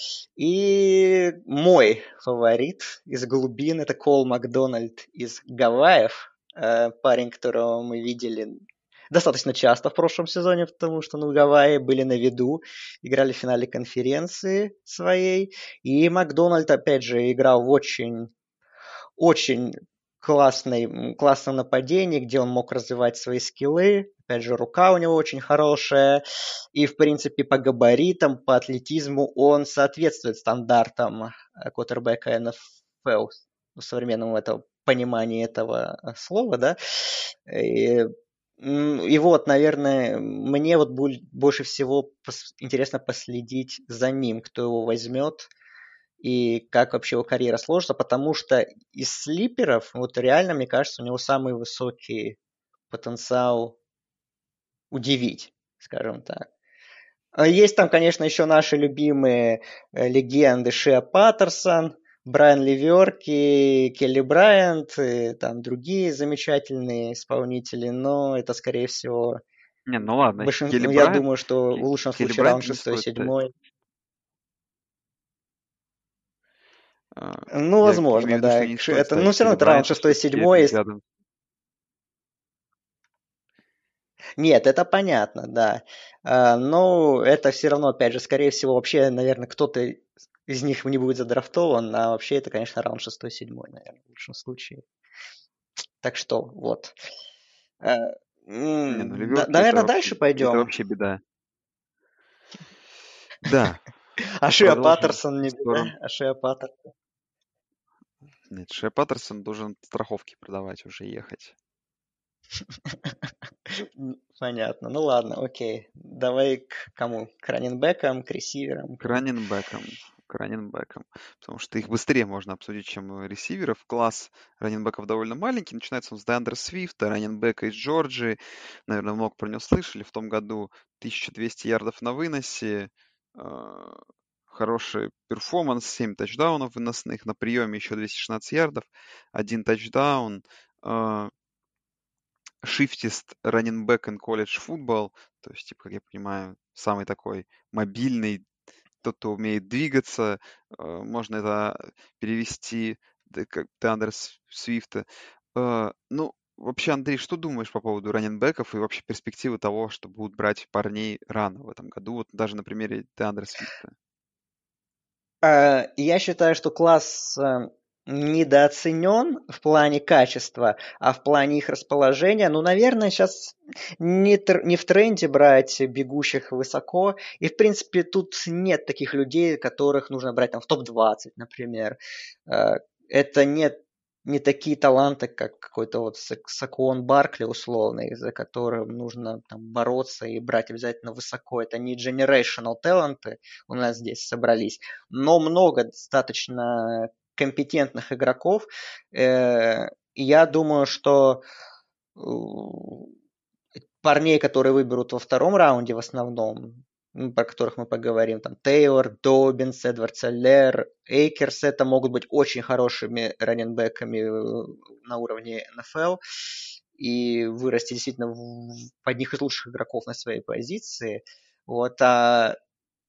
И мой фаворит из глубин — это Кол Макдональд из Гавайев. Э, Парень, которого мы видели достаточно часто в прошлом сезоне, потому что ну, Гавайи были на виду, играли в финале конференции своей. И Макдональд, опять же, играл в очень очень классный, классном нападении, где он мог развивать свои скиллы. Опять же, рука у него очень хорошая. И, в принципе, по габаритам, по атлетизму он соответствует стандартам квотербека эн эф эл, в современном этого понимании этого слова, да. И, и вот, наверное, мне вот будет больше всего интересно последить за ним, кто его возьмет и как вообще его карьера сложится, потому что из слиперов, вот реально, мне кажется, у него самый высокий потенциал удивить, скажем так. А есть там, конечно, еще наши любимые э, легенды Шиа Паттерсон, Брайан Ливерки, Келли Брайант, и там другие замечательные исполнители, но это, скорее всего, Не, ну ладно, большин... Келли ну, я Брайант, думаю, что в Ке- лучшем Келли случае Брайант раунд не стоит ставить. шестой-седьмой. А, Ну, Я возможно, имею в виду, что да. не Ш- стоит Это, ну, ставить все Келли равно это раунд Брайанта все-таки шестой-седьмой. рядом. Нет, это понятно, да. А, Но это все равно, опять же, скорее всего, вообще, наверное, кто-то из них не будет задрафтован, а вообще это, конечно, раунд шестой-седьмой, наверное, в лучшем случае. Так что, вот. Э, Не, ну м, да- Ливерки это Наверное, дальше вообще, это пойдем. вообще беда. Да, А Шиа продолжим Паттерсон не в сторону. беда, а Шиа Паттерсон. Нет, Шея Паттерсон должен страховки продавать уже и ехать. М, Понятно. Ну ладно, окей. Давай к кому? К раненбекам, к ресиверам, К кому? раненбекам. К раненбекам. Потому что их быстрее можно обсудить, чем э, ресиверов. Класс раненбеков довольно маленький. Начинается он с Деандра Свифта, раненбека из Джорджии. Наверное, много про него слышали. В том году тысяча двести ярдов на выносе. э, Хороший перформанс, семь тачдаунов выносных. На приеме еще двести шестнадцать ярдов. Один тачдаун. Э, Шифтист раннинбэк in college football, то есть, типа, как я понимаю, самый такой мобильный, тот, кто умеет двигаться, э, можно это перевести д- как Деандре С- Свифта. Э, Ну, вообще, Андрей, что думаешь по поводу раннинбеков и вообще перспективы того, что будут брать парней рано в этом году, вот даже на примере Деандре Свифта? Э, Я считаю, что класс э, недооценен в плане качества, а в плане их расположения, ну, наверное, сейчас не, тр- не в тренде брать бегущих высоко. И, в принципе, тут нет таких людей, которых нужно брать там в топ двадцать, например. Э, Это не, не такие таланты, как какой-то вот Сак- Сакуон Баркли условный, за которым нужно там бороться и брать обязательно высоко. Это не generational таланты у нас здесь собрались, но много достаточно компетентных игроков. Э, и я думаю, что э, парней, которые выберут во втором раунде в основном, ну, про которых мы поговорим, там Тейлор, Добинс, Эдвард Саллер, Эйкерс, это могут быть очень хорошими раненбеками э, на уровне эн эф эл и вырасти действительно в, в одних из лучших игроков на своей позиции. Вот, а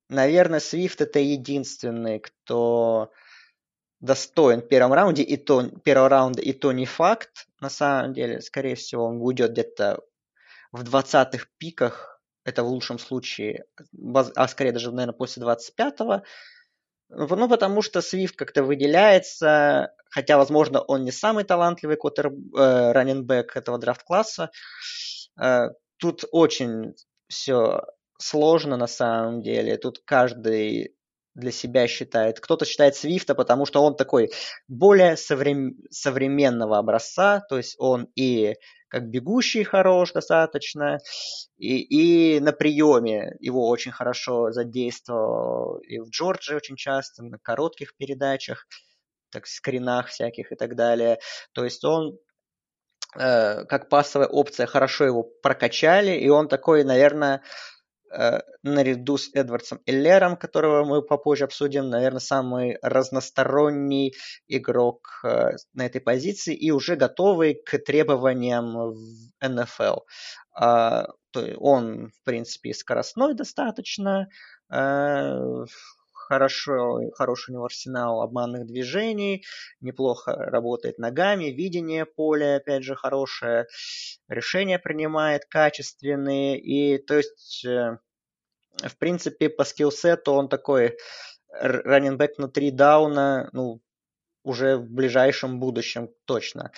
наверное, Свифт это единственный, кто достоин в первом раунде, и то первого раунда, и то не факт. На самом деле, скорее всего, он уйдет где-то в двадцатых пиках, это в лучшем случае, а скорее даже, наверное, после двадцать пятого. Ну, потому что Свифт как-то выделяется, хотя, возможно, он не самый талантливый квотер, э, раннинбэк этого драфт-класса. Э, тут очень все сложно на самом деле. Тут каждый для себя считает. Кто-то считает Свифта, потому что он такой более соврем... современного образца, то есть он и как бегущий хорош достаточно, и, и на приеме его очень хорошо задействовал и в Джорджии очень часто, на коротких передачах, так скринах всяких и так далее. То есть он э, как пассовая опция хорошо его прокачали, и он такой, наверное, э, наряду с Эдвардсом Эллером, которого мы попозже обсудим, наверное, самый разносторонний игрок э, на этой позиции и уже готовый к требованиям в эн эф эл. Э, он, в принципе, скоростной достаточно, э, хорошо, хороший у него арсенал обманных движений, неплохо работает ногами, видение поля, опять же, хорошее, решения принимает качественные, и то есть, в принципе, по скиллсету он такой раннинбэк внутри дауна, ну, уже в ближайшем будущем точно.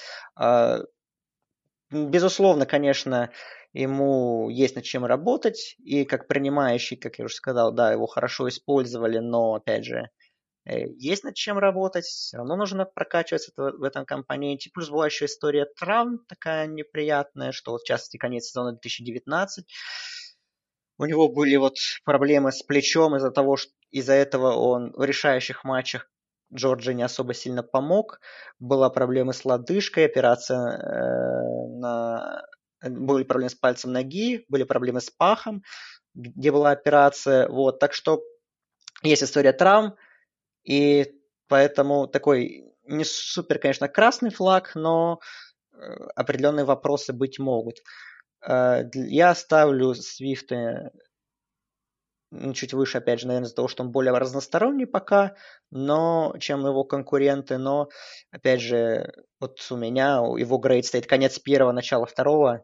Безусловно, конечно, ему есть над чем работать, и как принимающий, как я уже сказал, да, его хорошо использовали, но, опять же, есть над чем работать, все равно нужно прокачиваться в этом компоненте. Плюс была еще история травм такая неприятная, что вот в частности конец сезона две тысячи девятнадцать. У него были вот проблемы с плечом из-за того, что из-за этого он в решающих матчах Джорджи не особо сильно помог. Была проблема с лодыжкой, операция э, на... Были проблемы с пальцем ноги, были проблемы с пахом, где была операция. Вот. Так что есть история травм, и поэтому такой не супер, конечно, красный флаг, но определенные вопросы быть могут. Я ставлю Свифта чуть выше, опять же, наверное, из-за того, что он более разносторонний пока, но чем его конкуренты, но, опять же, вот у меня его грейд стоит конец первого, начало второго,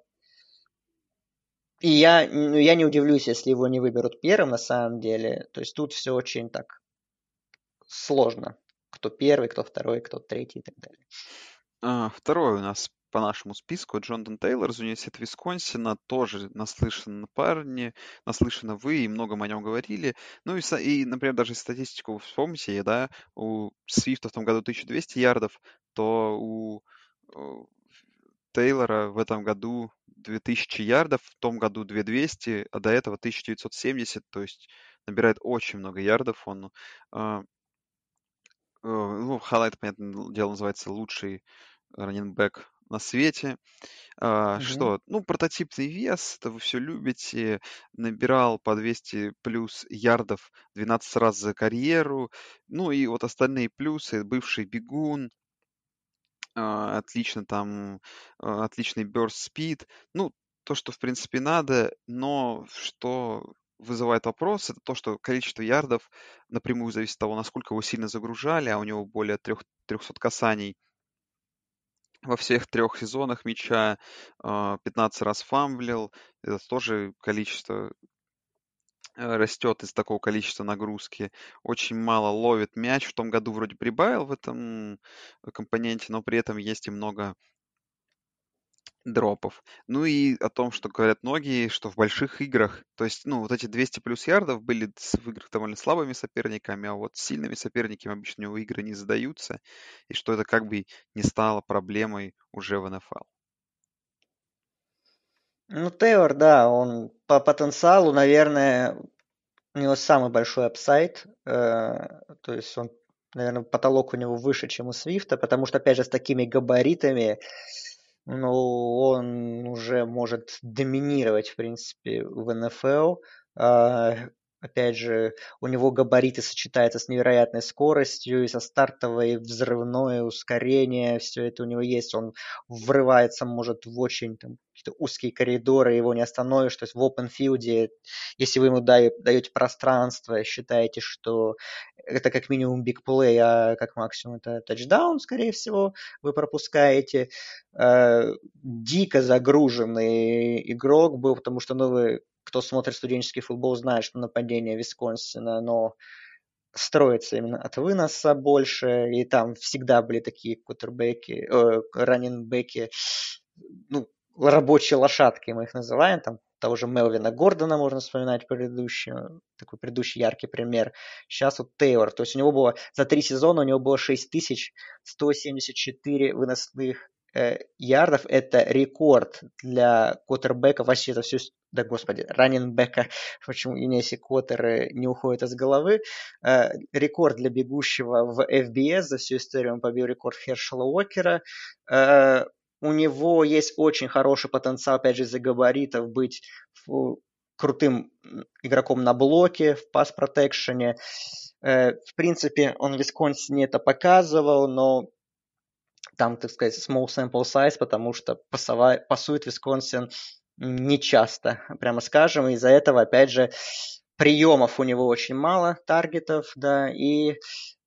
и я, ну, я не удивлюсь, если его не выберут первым на самом деле, то есть тут все очень так сложно, кто первый, кто второй, кто третий и так далее. А, второй у нас по нашему списку Джонатан Тейлор из университета Висконсина, тоже наслышан парни, наслышаны вы и многом о нем говорили. Ну и, и, например, даже статистику вспомните, да, у Свифта в том году тысяча двести ярдов, то у, у Тейлора в этом году две тысячи ярдов, в том году две тысячи двести, а до этого тысяча девятьсот семьдесят, то есть набирает очень много ярдов. Он, э, ну, Highlight, понятное дело, называется лучший раннинбэк на свете. А, Мгм. Что? Ну, прототипный вес, это вы все любите. Набирал по двести плюс ярдов двенадцать раз за карьеру. Ну и вот остальные плюсы. Бывший бегун, а, отлично там, а, отличный burst speed. Ну, то, что в принципе надо, но что вызывает вопрос, это то, что количество ярдов напрямую зависит от того, насколько его сильно загружали, а у него более трех, трехсот касаний во всех трех сезонах мяча, а, пятнадцать раз фамблил. Это тоже количество э, растет из такого количества нагрузки. Очень мало ловит мяч. В том году вроде прибавил в этом э, компоненте, но при этом есть и много дропов. Ну и о том, что говорят многие, что в больших играх, то есть, ну, вот эти двести плюс ярдов были с- в играх довольно слабыми соперниками, а вот с сильными соперниками обычно у него игры не задаются, и что это как бы не стало проблемой уже в эн эф эл. Ну, Тейлор, да, он по потенциалу, наверное, у него самый большой апсайд, э, то есть он, наверное, потолок у него выше, чем у Свифта, потому что, опять же, с такими габаритами, ну, он уже может доминировать, в принципе, в эн эф эл. А, Опять же, у него габариты сочетаются с невероятной скоростью, и со стартовой, взрывное ускорение, все это у него есть. Он врывается, может, в очень там, какие-то узкие коридоры, его не остановишь. То есть в open field, если вы ему даете пространство, считаете, что это как минимум big play, а как максимум это тачдаун, скорее всего, вы пропускаете. Дико загруженный игрок был, потому что, ну, вы кто смотрит студенческий футбол, знает, что нападение Висконсина, оно строится именно от выноса больше, и там всегда были такие кутербеки, э, раннинбеки, ну, рабочие лошадки мы их называем, там того же Мелвина Гордона можно вспоминать предыдущий, такой предыдущий яркий пример. Сейчас вот Тейлор, то есть у него было за три сезона у него было шесть тысяч сто семьдесят четыре выносных э, ярдов. Это рекорд для квотербека, вообще это все, да господи, раннинбека, почему если квотеры не уходят из головы. Э, рекорд для бегущего в эф би эс, за всю историю он побил рекорд Хершела Уокера. Э, у него есть очень хороший потенциал, опять же, из-за габаритов быть крутым игроком на блоке, в пас-протекшене. В принципе, он в Висконсине это показывал, но там, так сказать, small sample size, потому что пасова, пасует Висконсин не часто, прямо скажем. Из-за этого, опять же, приемов у него очень мало, таргетов, да, и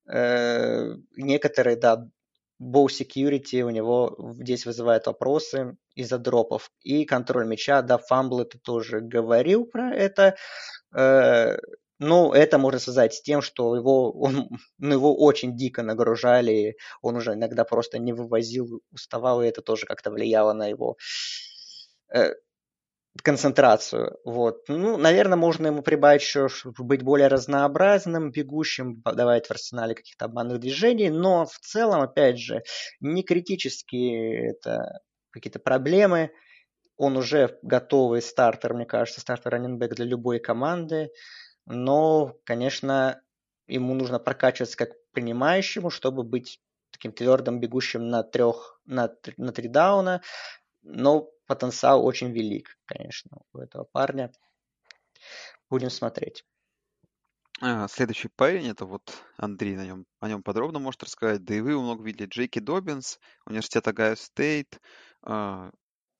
э, некоторые, да, ball security у него здесь вызывает вопросы из-за дропов. И контроль мяча, да, фамблы, ты тоже говорил про это. Э, ну, это можно связать с тем, что его, он, ну, его очень дико нагружали, он уже иногда просто не вывозил, уставал, и это тоже как-то влияло на его э, концентрацию. Вот. Ну, наверное, можно ему прибавить еще, чтобы быть более разнообразным, бегущим, давать в арсенале каких-то обманных движений, но в целом, опять же, не критически это какие-то проблемы. Он уже готовый стартер, мне кажется, стартер раннинбэк для любой команды, но, конечно, ему нужно прокачиваться как принимающему, чтобы быть таким твердым бегущим на трех, на, на три дауна, но потенциал очень велик, конечно, у этого парня. Будем смотреть. А, Следующий парень, это вот Андрей на нем, о нем подробно может рассказать. Да и вы много видели. Джейки Доббинс, университет Огайо Стейт. А,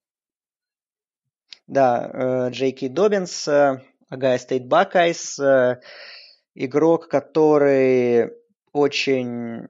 Да, Джейки Доббинс, Огайо Стейт Бакайс, игрок, который очень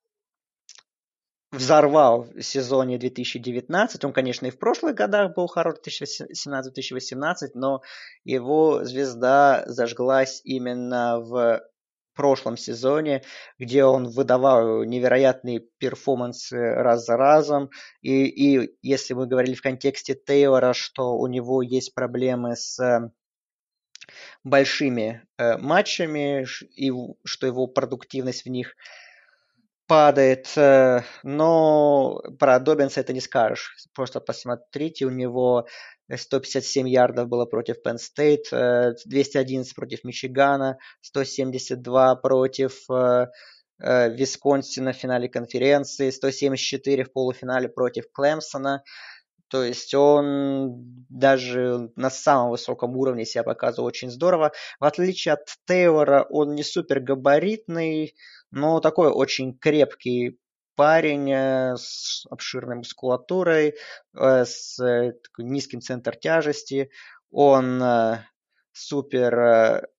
взорвал в сезоне две тысячи девятнадцать. Он, конечно, и в прошлых годах был хорош, две тысячи семнадцать - две тысячи восемнадцать, но его звезда зажглась именно в прошлом сезоне, где он выдавал невероятные перформансы раз за разом. И, и если мы говорили в контексте Тейлора, что у него есть проблемы с большими э, матчами, и что его продуктивность в них падает, но про Доббинса это не скажешь. Просто посмотрите, у него сто пятьдесят семь ярдов было против Penn State, двести одиннадцать против Мичигана, сто семьдесят два против Висконсина в финале конференции, сто семьдесят четыре в полуфинале против Клемсона. То есть он даже на самом высоком уровне себя показывал очень здорово. В отличие от Тейлора, он не супер габаритный, но такой очень крепкий парень с обширной мускулатурой, с такой низким центром тяжести. Он супер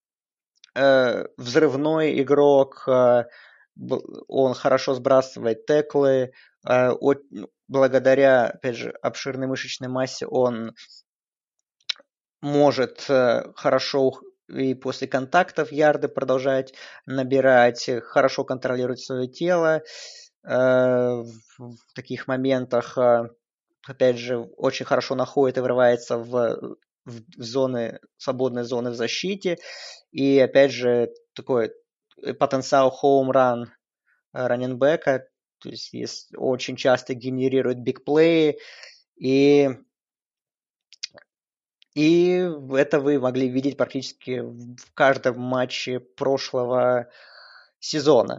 взрывной игрок, он хорошо сбрасывает теклы, благодаря, опять же, обширной мышечной массе он может хорошо и после контактов ярды продолжать набирать, хорошо контролировать свое тело в таких моментах. Опять же, очень хорошо находит и врывается в, в зоны, свободные зоны в защите. И, опять же, такой потенциал хоум-ран раннинбека, то есть, есть очень часто генерирует бигплеи, и, и это вы могли видеть практически в каждом матче прошлого сезона.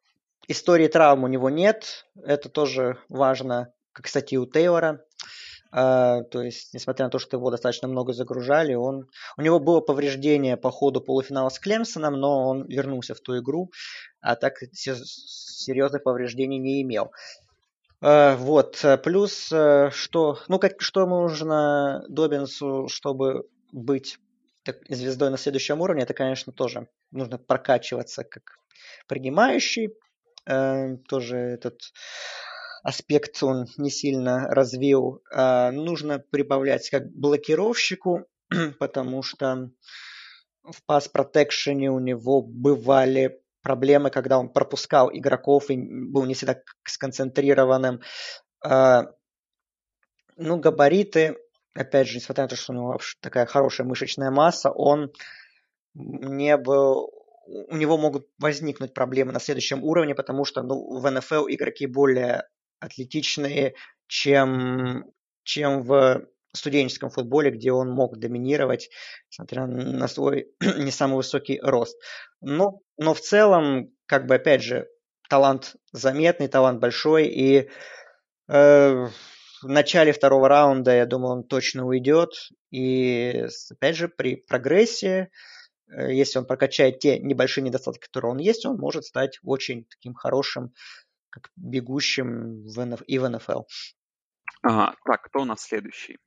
Истории травм у него нет, это тоже важно, как, кстати, у Тейлора. А, то есть, несмотря на то, что его достаточно много загружали, он... у него было повреждение по ходу полуфинала с Клемсоном, но он вернулся в ту игру, а так се- серьезных повреждений не имел. А, вот, а, плюс, а, что, ну, как, что нужно Добинсу, чтобы быть так, звездой на следующем уровне, это, конечно, тоже нужно прокачиваться как принимающий. Э, тоже этот аспект он не сильно развил. А, нужно прибавлять как блокировщику, потому что в пас протекшене у него бывали проблемы, когда он пропускал игроков и был не всегда сконцентрированным. А, ну, габариты, опять же, несмотря на то, что у него такая хорошая мышечная масса, он не был... у него могут возникнуть проблемы на следующем уровне, потому что ну, в эн эф эл игроки более атлетичные, чем, чем в студенческом футболе, где он мог доминировать, несмотря на свой не самый высокий рост. Но, но в целом, как бы опять же, талант заметный, талант большой, и э, в начале второго раунда, я думаю, он точно уйдет. И опять же, при прогрессе, э, если он прокачает те небольшие недостатки, которые он есть, он может стать очень таким хорошим, как бегущим в эн эф и в эн эф эл. Ага, так, кто у нас следующий?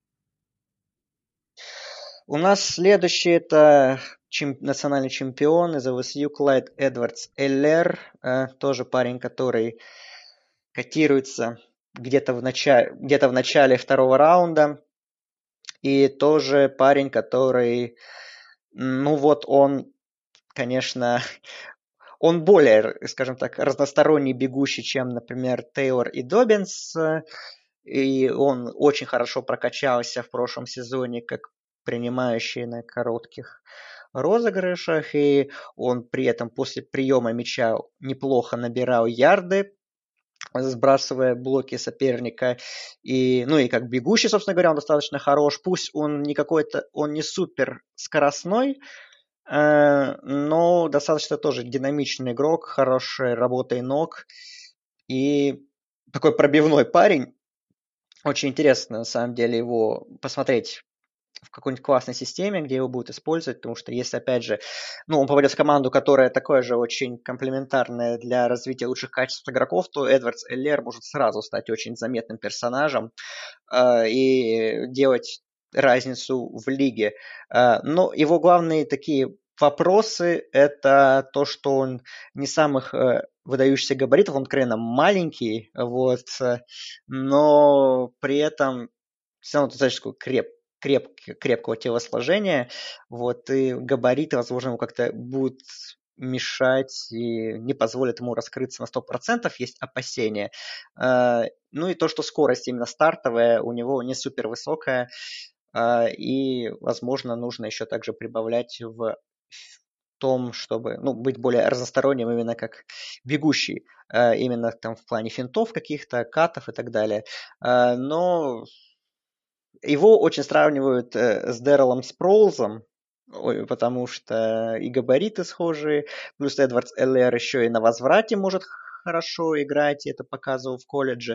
У нас следующий это чем, национальный чемпион из эл эс ю Клайд Эдвардс-Эллер, э, тоже парень, который котируется где-то в, начале, где-то в начале второго раунда. И тоже парень, который, ну вот он, конечно, он более, скажем так, разносторонний бегущий, чем, например, Тейлор и Добинс. И он очень хорошо прокачался в прошлом сезоне как принимающий на коротких розыгрышах. И он при этом после приема мяча неплохо набирал ярды, сбрасывая блоки соперника. И, ну и как бегущий, собственно говоря, он достаточно хорош. Пусть он не какой-то, он не супер скоростной, э, но достаточно тоже динамичный игрок, хорошей работой ног и такой пробивной парень. Очень интересно, на самом деле, его посмотреть в какой-нибудь классной системе, где его будут использовать, потому что если, опять же, ну, он попадет в команду, которая такое же очень комплементарная для развития лучших качеств игроков, то Эдвардс Эллер может сразу стать очень заметным персонажем э, и делать разницу в лиге. Э, но его главные такие вопросы – это то, что он не самых э, выдающихся габаритов, он, откровенно, маленький, вот, но при этом все равно достаточно креп, креп, крепкого телосложения, вот, и габариты, возможно, ему как-то будут мешать и не позволят ему раскрыться на сто процентов, есть опасения. Ну и то, что скорость именно стартовая у него не супер высокая, и, возможно, нужно еще также прибавлять в том, чтобы ну, быть более разносторонним именно как бегущий, именно там в плане финтов каких-то, катов и так далее. Но его очень сравнивают с Дэрелом Спроулзом, потому что и габариты схожие, плюс Эдвардс Эллер еще и на возврате может хорошо играть, это показывал в колледже.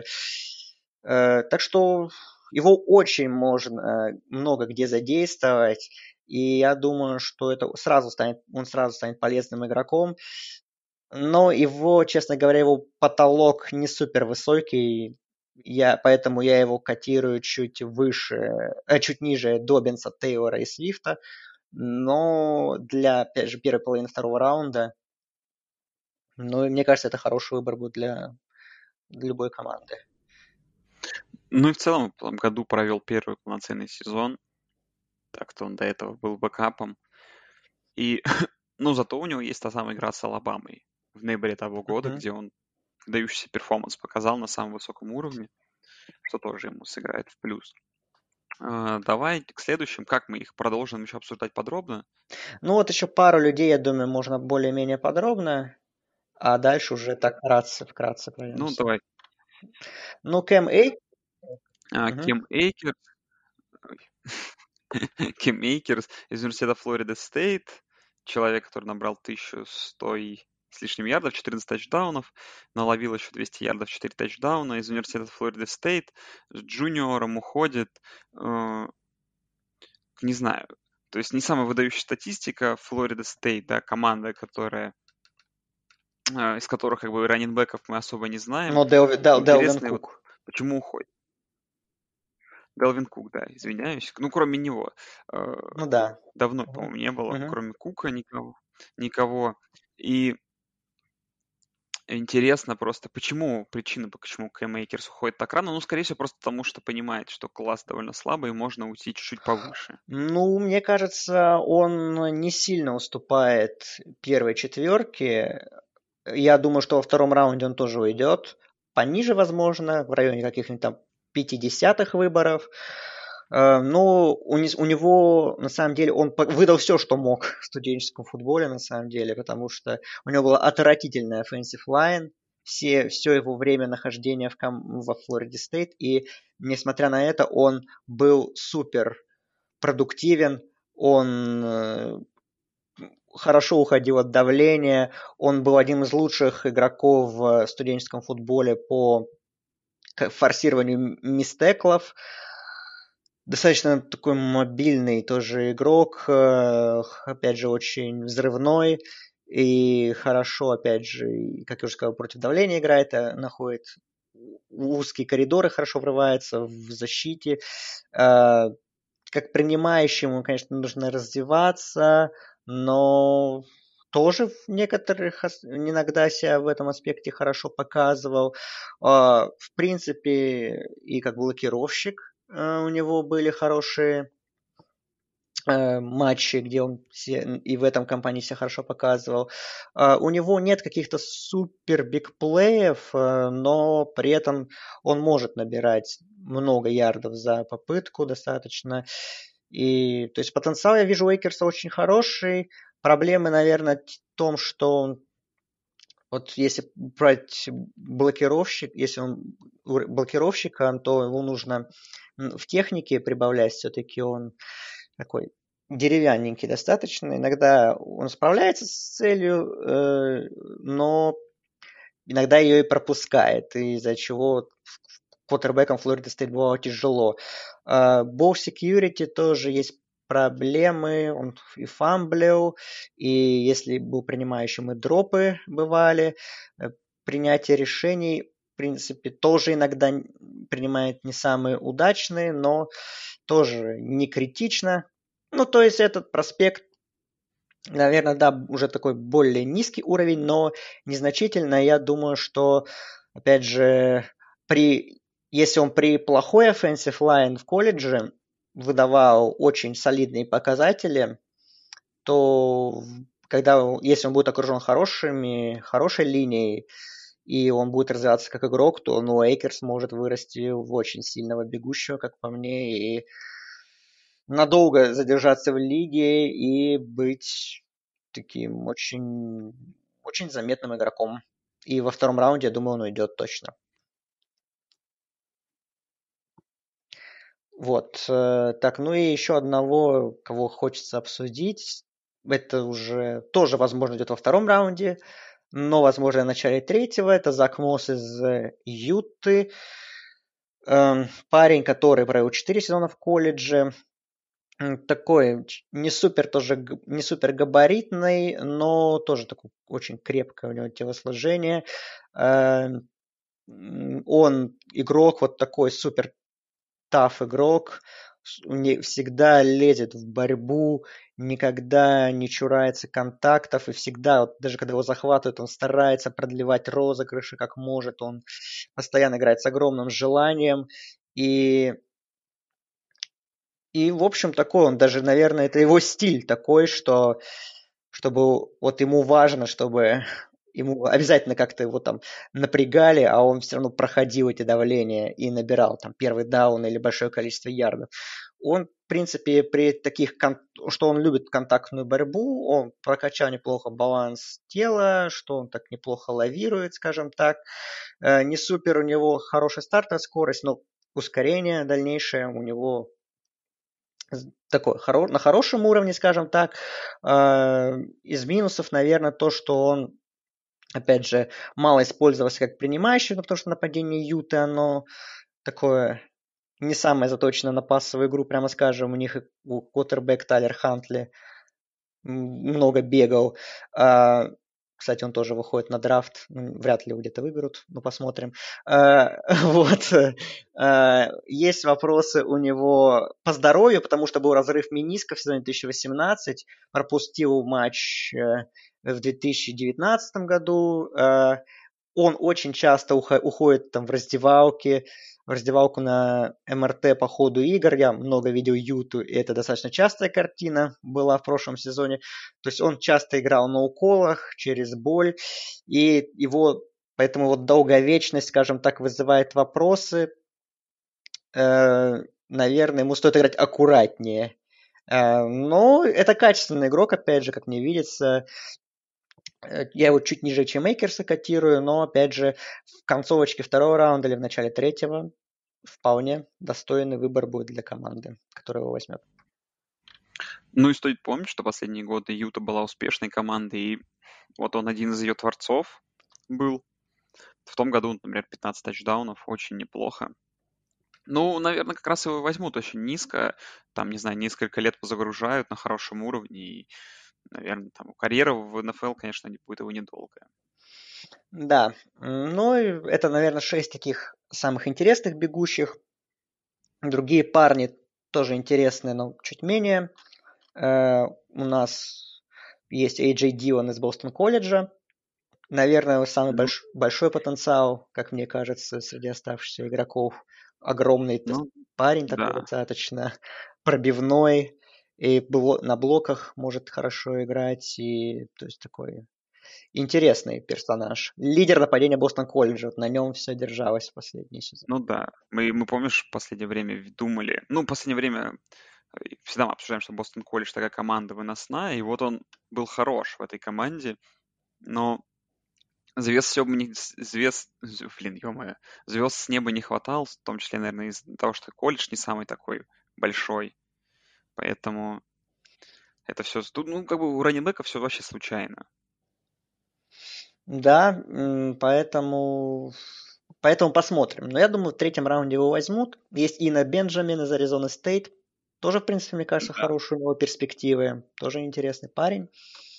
Так что его очень можно много где задействовать, и я думаю, что это сразу станет, он сразу станет полезным игроком. Но его, честно говоря, его потолок не супер высокий, я, поэтому я его котирую чуть выше, э, чуть ниже Добинса, Тейлора и Свифта. Но для, опять же, первой половины второго раунда, ну, мне кажется, это хороший выбор будет для, для любой команды. Ну и в целом в этом году провел первый полноценный сезон. Так-то он до этого был бэкапом. И, ну, зато у него есть та самая игра с Алабамой в ноябре того года, Uh-huh. где он выдающийся перформанс показал на самом высоком уровне, что тоже ему сыграет в плюс. А, давай к следующим. Как мы их продолжим еще обсуждать подробно? Ну вот еще пару людей, я думаю, можно более-менее подробно, а дальше уже так вкратце, вкратце Ну, пройдемся. давай. Ну, Кэм Эй... А, Мгм. Кем Эйкерс. Ой. Кем Эйкерс из университета Флорида Стейт. Человек, который набрал тысячу сто с лишним ярдов, четырнадцать тачдаунов, наловил еще двести ярдов, четыре тачдауна. Из университета Флорида Стейт с джуниором уходит. Э, не знаю, то есть не самая выдающая статистика. Флорида Стейт, да, команда, которая, э, из которых как бы раннинбеков мы особо не знаем. Ну, Дел, Дел, Делвин Интересно, вот Кук. почему уходит. Делвин Кук, да, извиняюсь. Ну, кроме него. Э, Ну да. давно, Мгм. по-моему, не было, Мгм. кроме Кука никого. никого. И интересно просто, почему, причина, почему Кэм Эйкерс уходит так рано. Ну, скорее всего, просто потому, что понимает, что класс довольно слабый, и можно уйти чуть-чуть повыше. Ну, мне кажется, он не сильно уступает первой четверке. Я думаю, что во втором раунде он тоже уйдет. Пониже, возможно, в районе каких-нибудь там пятидесятых выборов. Э, Но у не- у него, на самом деле, он по- выдал все, что мог в студенческом футболе, на самом деле, потому что у него была отвратительная offensive line все, все его время нахождения в ком- во Флориде Стейт, и несмотря на это, он был супер продуктивен, он э, хорошо уходил от давления, он был одним из лучших игроков в студенческом футболе по к- форсированию мистеклов. Достаточно такой мобильный тоже игрок, э, опять же, очень взрывной и хорошо, опять же, и, как я уже сказал, против давления играет, э, находит узкие коридоры, хорошо врывается в защите. Э, Как принимающему, конечно, нужно развиваться, но тоже в некоторых, ас- иногда себя в этом аспекте хорошо показывал. А, В принципе, и как блокировщик э, у него были хорошие э, матчи, где он все, и в этом компании себя хорошо показывал. А, У него нет каких-то супер бигплеев, э, но при этом он может набирать много ярдов за попытку достаточно. И, то есть потенциал я вижу у Эйкерса очень хороший. Проблемы, наверное, в том, что он вот если брать блокировщик, если он ур- блокировщика, то его нужно м, в технике прибавлять. Все-таки он такой деревянненький достаточно. Иногда он справляется с целью, э, но иногда ее и пропускает, из-за чего квотербекам Флорида Стейт было тяжело. Ball security тоже есть проблемы, он и фамблил, и если был принимающим, и дропы бывали. Э, Принятие решений, в принципе, тоже иногда принимает не самые удачные, но тоже не критично. Ну, то есть этот проспект, наверное, да, уже такой более низкий уровень, но незначительно. Я думаю, что, опять же, при, если он при плохой offensive line в колледже выдавал очень солидные показатели, то когда, если он будет окружен хорошими, хорошей линией, и он будет развиваться как игрок, то ну, Эйкерс может вырасти в очень сильного бегущего, как по мне, и надолго задержаться в лиге и быть таким очень, очень заметным игроком. И во втором раунде, я думаю, он уйдет точно. Вот. э, Так, ну и еще одного, кого хочется обсудить. Это уже тоже, возможно, идет во втором раунде, но, возможно, в начале третьего. Это Зак Мосс из э, Юты. Эм, Парень, который провел четыре сезона в колледже. М, Такой ч- не супер тоже г- не супер габаритный, но тоже такой очень крепкое у него телосложение. Э, м, Он игрок вот такой супер таф игрок, с- не- всегда лезет в борьбу, никогда не чурается контактов и всегда, вот даже когда его захватывают, он старается продлевать розыгрыши как может, он постоянно играет с огромным желанием и и, в общем, такой он даже, наверное, это его стиль такой, что чтобы вот ему важно, чтобы ему обязательно как-то его там напрягали, а он все равно проходил эти давления и набирал там первый даун или большое количество ярдов. Он, в принципе, при таких, кон- что он любит контактную борьбу, он прокачал неплохо баланс тела, что он так неплохо лавирует, скажем так. Э, Не супер у него хорошая стартовая скорость, но ускорение дальнейшее у него такой хоро- на хорошем уровне, скажем так. А, Из минусов, наверное, то, что он опять же, мало использовался как принимающий, ну, потому что нападение Юты, оно такое не самое заточено на пассовую игру, прямо скажем. У них у квотербек Тайлер Хантли много бегал. А, кстати, он тоже выходит на драфт. Ну, вряд ли его где-то выберут, но посмотрим. А, вот. А, есть вопросы у него по здоровью, потому что был разрыв мениска в сезоне две тысячи восемнадцатом. Пропустил матч в две тысячи девятнадцатом году. А, он очень часто уходит там в раздевалке, в раздевалку на эм эр тэ по ходу игр. Я много видел Юту, и это достаточно частая картина была в прошлом сезоне. То есть он часто играл на уколах, через боль, и его, поэтому вот долговечность, скажем так, вызывает вопросы. Э, наверное, ему стоит играть аккуратнее. Э, но это качественный игрок, опять же, как мне видится. Я его чуть ниже, чем Мейкерса котирую, но, опять же, в концовочке второго раунда или в начале третьего вполне достойный выбор будет для команды, которая его возьмет. Ну и стоит помнить, что последние годы Юта была успешной командой, и вот он один из ее творцов был. В том году, например, пятнадцать тачдаунов, очень неплохо. Ну, наверное, как раз его возьмут очень низко, там, не знаю, несколько лет позагружают на хорошем уровне, и, наверное, там карьера в эн эф эл, конечно, не будет его недолгая. Да, ну и это, наверное, шесть таких самых интересных бегущих. Другие парни тоже интересные, но чуть менее. Э, у нас есть эй джей Дилан из Бостон колледжа. Наверное, самый Ну, больш- большой потенциал, как мне кажется, среди оставшихся игроков. Огромный т- ну, парень такой да. достаточно пробивной. И бло- на блоках может хорошо играть. И то есть такой интересный персонаж. Лидер нападения Бостон колледжа. Вот на нем все держалось в последний сезон. Ну да. Мы, мы помнишь, в последнее время думали... Ну, в последнее время э, всегда мы обсуждаем, что Бостон колледж такая команда выносная, и вот он был хорош в этой команде, но звезд все бы не... Звезд... Блин, ё-моё. Звезд с неба не хватало, в том числе, наверное, из-за того, что колледж не самый такой большой. Поэтому это все... Тут, ну, как бы у раннинбека все вообще случайно. Да, м, поэтому, поэтому посмотрим. Но я думаю, в третьем раунде его возьмут. Есть Ина Бенджамин из Аризоны Стейт. Тоже, в принципе, мне кажется, Да. хорошие у него перспективы. Тоже интересный парень.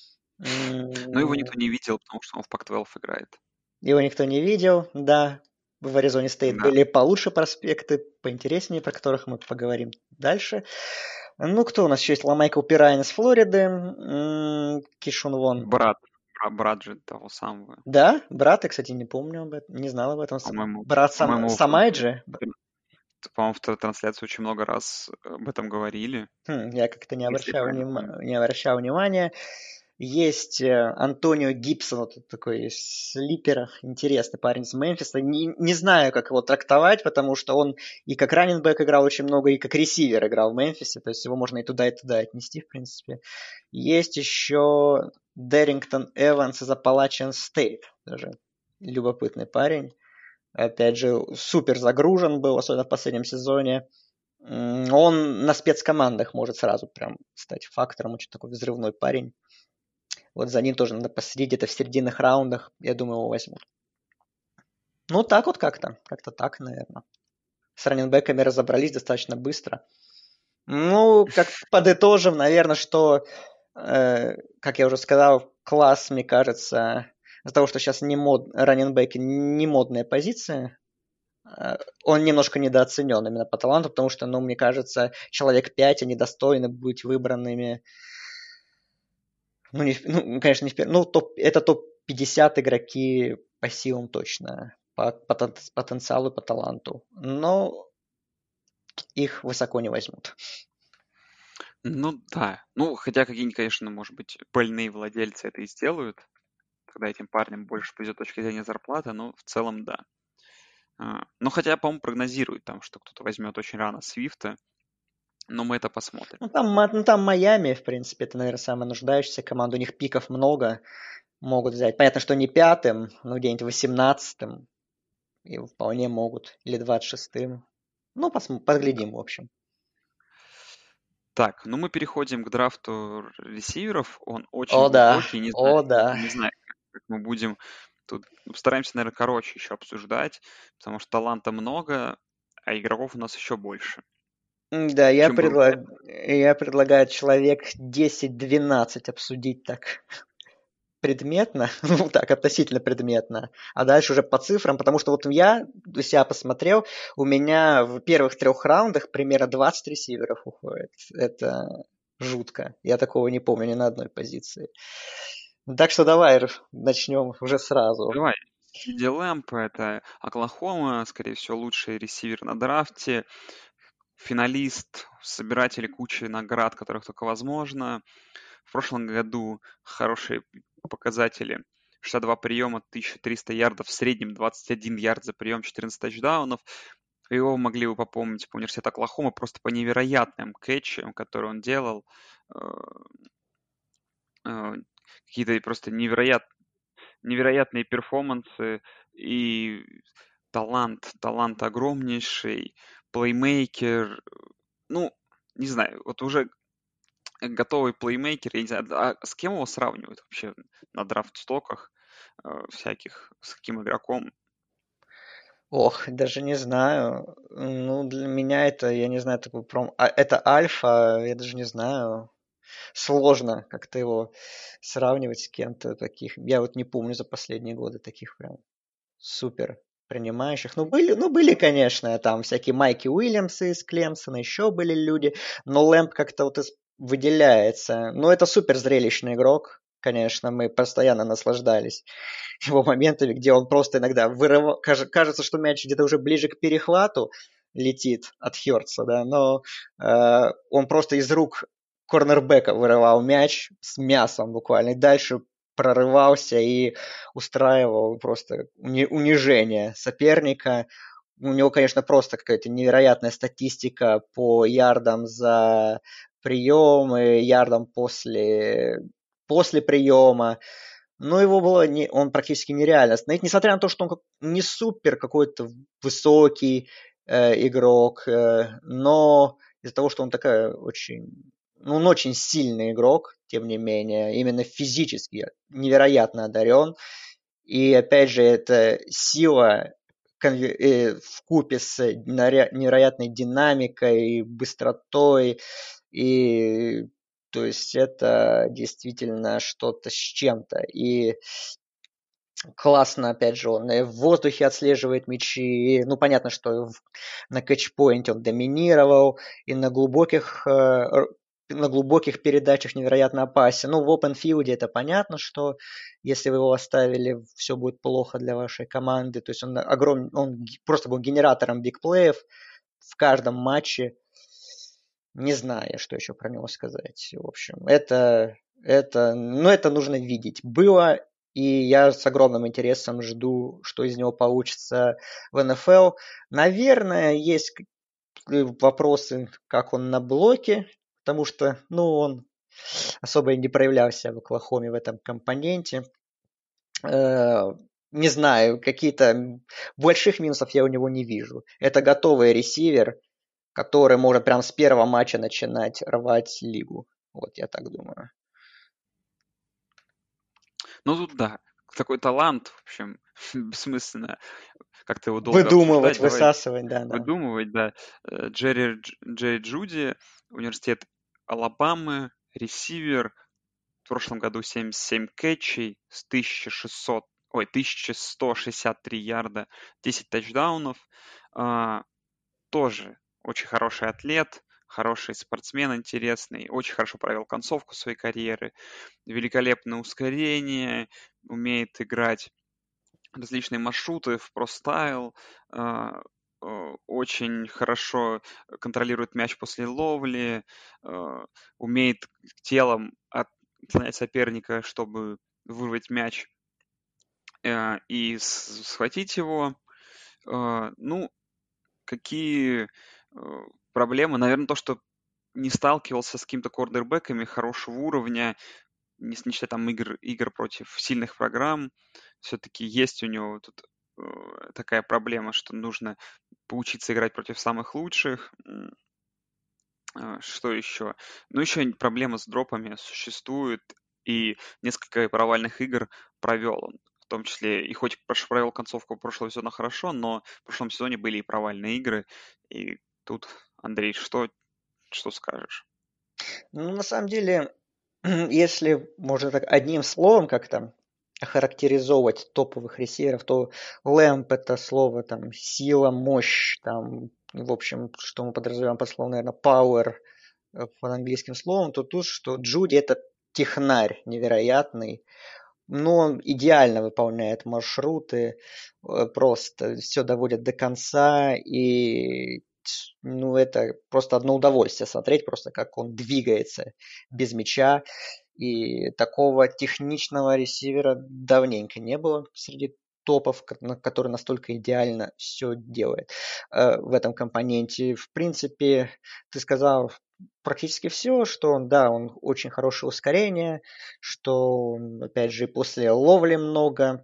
Но его М, никто не видел, потому что он в пак двенадцать играет. Его никто не видел, да. В Аризоне Стейт Да. были получше проспекты, поинтереснее, про которых мы поговорим дальше. Ну, кто у нас еще есть? Ламайкл Пирайн из Флориды. М, Кишун Вон. Брат. бра- Брат же того самого. Да, брат, я, кстати, не помню об этом, не знал об этом. С- По-моему, Брат Сам, по-моему, в, Самайджи? по-моему, в тр- трансляции очень много раз об этом говорили. Хм, я как-то не Если я обращал, правильно внима- помню. не обращал внимания. Есть э, Антонио Гибсон, вот этот такой из слиперах, интересный парень из Мемфиса. Не, не знаю, как его трактовать, потому что он и как раннинбэк играл очень много, и как ресивер играл в Мемфисе, то есть его можно и туда, и туда отнести, в принципе. Есть еще Деррингтон Эванс из Appalachian State, тоже любопытный парень. Опять же, супер загружен был, особенно в последнем сезоне. М, Он на спецкомандах может сразу прям стать фактором, очень такой взрывной парень. Вот за ним тоже надо посидеть где-то в серединных раундах. Я думаю, его возьмут. Ну, так вот как-то. Как-то так, наверное. С раннинбеками разобрались достаточно быстро. Ну, как подытожим, наверное, что, э, как я уже сказал, класс, мне кажется, из-за того, что сейчас не мод... раннинбеки не модная позиция, э, он немножко недооценен именно по таланту, потому что, ну, мне кажется, человек пять, они достойны быть выбранными. Ну, не, в- ну, конечно, не в первом. Ну, топ, это топ пятьдесят игроки по силам точно, по потен- потенциалу, по таланту. Но их высоко не возьмут. Ну да. Ну, хотя какие-нибудь, конечно, может быть, больные владельцы это и сделают, когда этим парням больше повезет с точки зрения зарплаты, но в целом да. А, Ну, хотя, по-моему, прогнозируют там, что кто-то возьмет очень рано Свифта, но мы это посмотрим. Ну, там, Ма- ну, там Майами, в принципе, это, наверное, самая нуждающаяся команда. У них пиков много, могут взять. Понятно, что не пятым, но где-нибудь восемнадцатым. И вполне могут. Или двадцать шестым. Ну, посм- Да. подглядим, в общем. Так, ну мы переходим к драфту ресиверов. Он очень О, да. глубокий, не знаю, О, да. не знаю, как мы будем тут постараемся, наверное, короче еще обсуждать, потому что таланта много, а игроков у нас еще больше, Да, я, чем было. предлаг... я предлагаю человек десять-двенадцать обсудить так предметно, ну так, относительно предметно, а дальше уже по цифрам, потому что вот я у себя посмотрел, у меня в первых трех раундах примерно двадцать ресиверов уходит. Это жутко. Я такого не помню ни на одной позиции. Так что давай начнем уже сразу. Давай. Сиди Лэмп — это Оклахома, скорее всего, лучший ресивер на драфте, финалист, собиратель кучи наград, которых только возможно. В прошлом году хорошие показатели. шестьдесят два приема, тысяча триста ярдов, в среднем двадцать один ярд за прием, четырнадцать тачдаунов. Его могли бы попомнить по университету Оклахомы просто по невероятным кэтчам, которые он делал. Э, э, Какие-то просто невероят, невероятные перформансы и талант, талант огромнейший, плеймейкер. Ну, не знаю, вот уже готовый плеймейкер, я не знаю, а с кем его сравнивают вообще на драфт-стоках э, всяких, с каким игроком? Ох, даже не знаю. Ну, для меня это, я не знаю, такой пром... а, это альфа, я даже не знаю. Сложно как-то его сравнивать с кем-то таких. Я вот не помню за последние годы таких прям супер принимающих. Ну, были, ну, были, конечно, там всякие Майки Уильямсы из Клемсона, еще были люди, но Лэмп как-то вот из- выделяется. Ну, это супер зрелищный игрок, конечно, мы постоянно наслаждались его моментами, где он просто иногда вырывал, кажется, что мяч где-то уже ближе к перехвату летит от Хёртса, да, но э, он просто из рук корнербека вырывал мяч с мясом буквально, и дальше прорывался и устраивал просто унижение соперника. У него, конечно, просто какая-то невероятная статистика по ярдам за прием и ярдам после, после приема. Но его было не, он практически нереально остановить, несмотря на то, что он не супер какой-то высокий э, игрок, э, но из-за того, что он такая очень, ну, он очень сильный игрок, тем не менее, именно физически невероятно одарен. И опять же, эта сила в купе с невероятной динамикой, быстротой, и то есть это действительно что-то с чем-то. И классно, опять же, он и в воздухе отслеживает мячи. Ну, понятно, что в, на кэтчпоинте он доминировал, и на глубоких, э, на глубоких передачах невероятно опасен. Ну, в open field это понятно, что если вы его оставили, все будет плохо для вашей команды. То есть он, огром... он просто был генератором бигплеев в каждом матче. Не знаю, что еще про него сказать. В общем, это, это, ну, это нужно видеть. Было, и я с огромным интересом жду, что из него получится в эн эф эл. Наверное, есть вопросы, как он на блоке, потому что, ну, он особо и не проявлялся в Оклахоме в этом компоненте. Не знаю, какие-то больших минусов я у него не вижу. Это готовый ресивер, который может прям с первого матча начинать рвать лигу. Вот я так думаю. Ну тут да, такой талант, в общем, бессмысленно как-то его долго Выдумывать, обсуждать. Давай высасывать, да, да. выдумывать, да. Э, Джерри, Дж- Джерри Джуди, университет Алабамы, ресивер, в прошлом году семьдесят семь кэтчей с тысяча шестьсот, ой, тысяча сто шестьдесят три ярда, десять тачдаунов. А, тоже очень хороший атлет, хороший спортсмен интересный, очень хорошо провел концовку своей карьеры, великолепное ускорение, умеет играть различные маршруты в простайл, а, э, очень хорошо контролирует мяч после ловли, а, умеет телом отклонять соперника, чтобы вырвать мяч э, и с- схватить его. А, Ну, какие э, проблемы? Наверное, то, что не сталкивался с какими-то корнербэками хорошего уровня, не, с- не считая там игр, игр против сильных программ, все-таки есть у него тут э, такая проблема, что нужно поучиться играть против самых лучших. М, а, Что еще? Ну, еще проблема с дропами существует, и несколько провальных игр провел он. В том числе, и хоть прош- провел концовку прошлого сезона хорошо, но в прошлом сезоне были и провальные игры. И тут, Андрей, что, что скажешь? Ну, на самом деле, если можно так одним словом как-то охарактеризовывать топовых ресиверов, то лэмп это слово там сила, мощь, там, в общем, что мы подразумеваем под словом, наверное, power э, под английским словом, то тут, что Джуди это технарь невероятный, но он идеально выполняет маршруты, э, просто все доводит до конца, и ну, это просто одно удовольствие смотреть, просто как он двигается без мяча. И такого техничного ресивера давненько не было среди топов, который настолько идеально все делает э, в этом компоненте. В принципе, ты сказал практически все, что он, да, он очень хорошее ускорение, что, он, опять же, после ловли много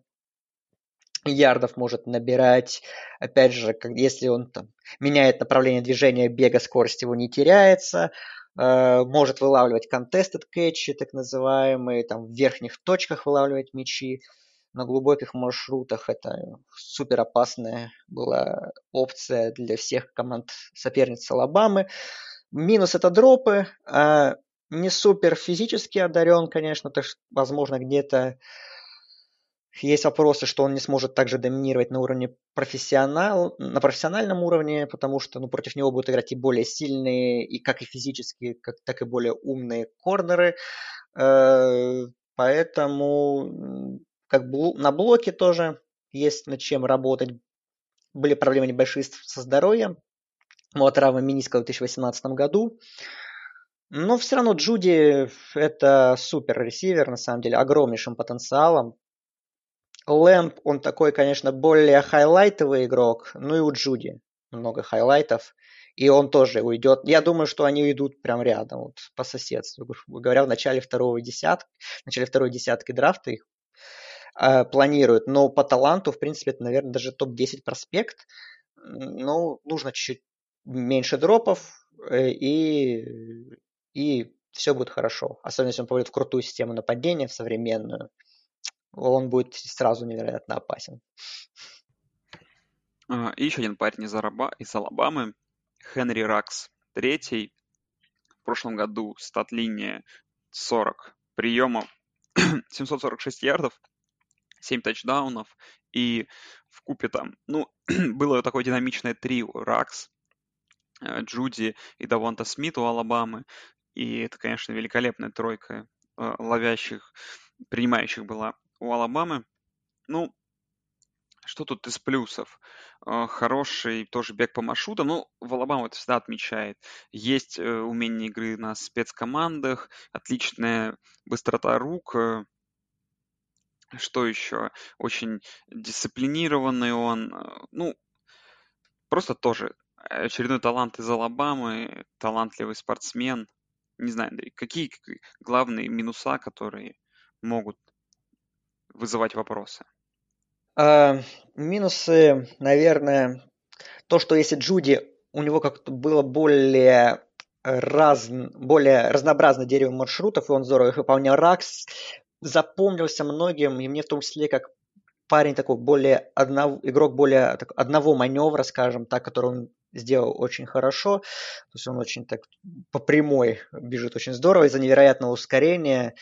ярдов может набирать. Опять же, как, если он там меняет направление движения, бега, скорость его не теряется. Э, может вылавливать contested catch, так называемые, там в верхних точках вылавливать мячи. На глубоких маршрутах это супер опасная была опция для всех команд соперниц Алабамы. Минус это дропы. А не супер физически одарен, конечно, то есть, возможно, где-то есть вопросы, что он не сможет также доминировать на уровне профессионал, на профессиональном уровне, потому что ну, против него будут играть и более сильные, и как и физически, как, так и более умные корнеры. Э, Поэтому как блу, на блоке тоже есть над чем работать. Были проблемы небольшие со здоровьем. Ну, от травмы мениска в две тысячи восемнадцатом году. Но все равно Джуди это супер ресивер, на самом деле, огромнейшим потенциалом. Лэмп, он такой, конечно, более хайлайтовый игрок, ну и у Джуди много хайлайтов, и он тоже уйдет. Я думаю, что они уйдут прям рядом, вот по соседству. Грубо говоря, в начале второго десятки, в начале второй десятки драфта их э, планируют, но по таланту, в принципе, это, наверное, даже топ десять проспект. Ну, нужно чуть-чуть меньше дропов, э, и, и все будет хорошо. Особенно, если он попадет в крутую систему нападения, в современную. Он будет сразу невероятно опасен. А, И еще один парень из, Араба, из Алабамы, Хенри Ракс, третий. В прошлом году стат-линия сорок приемов, семьсот сорок шесть ярдов, семь тачдаунов. И в купе там, ну, было такое динамичное трио. Ракс, э, Джуди и Давонта Смит у Алабамы. И это, конечно, великолепная тройка э, ловящих, принимающих была у Алабамы. Ну, что тут из плюсов? Э, Хороший тоже бег по маршрутам. Ну, в Алабаму это всегда отмечает. Есть э, умение игры на спецкомандах, отличная быстрота рук. э, Что еще? Очень дисциплинированный он. э, Ну, просто тоже очередной талант из Алабамы, талантливый спортсмен. Не знаю, Андрей, какие к- главные минуса, которые могут вызывать вопросы? А, минусы, наверное, то, что если Джуди, у него как-то было более раз, более разнообразное дерево маршрутов, и он здорово их выполнял. Ракс запомнился многим, и мне в том числе как парень такой более одного, игрок более так, одного маневра, скажем так, который он сделал очень хорошо. То есть он очень так по прямой бежит очень здорово из-за невероятного ускорения.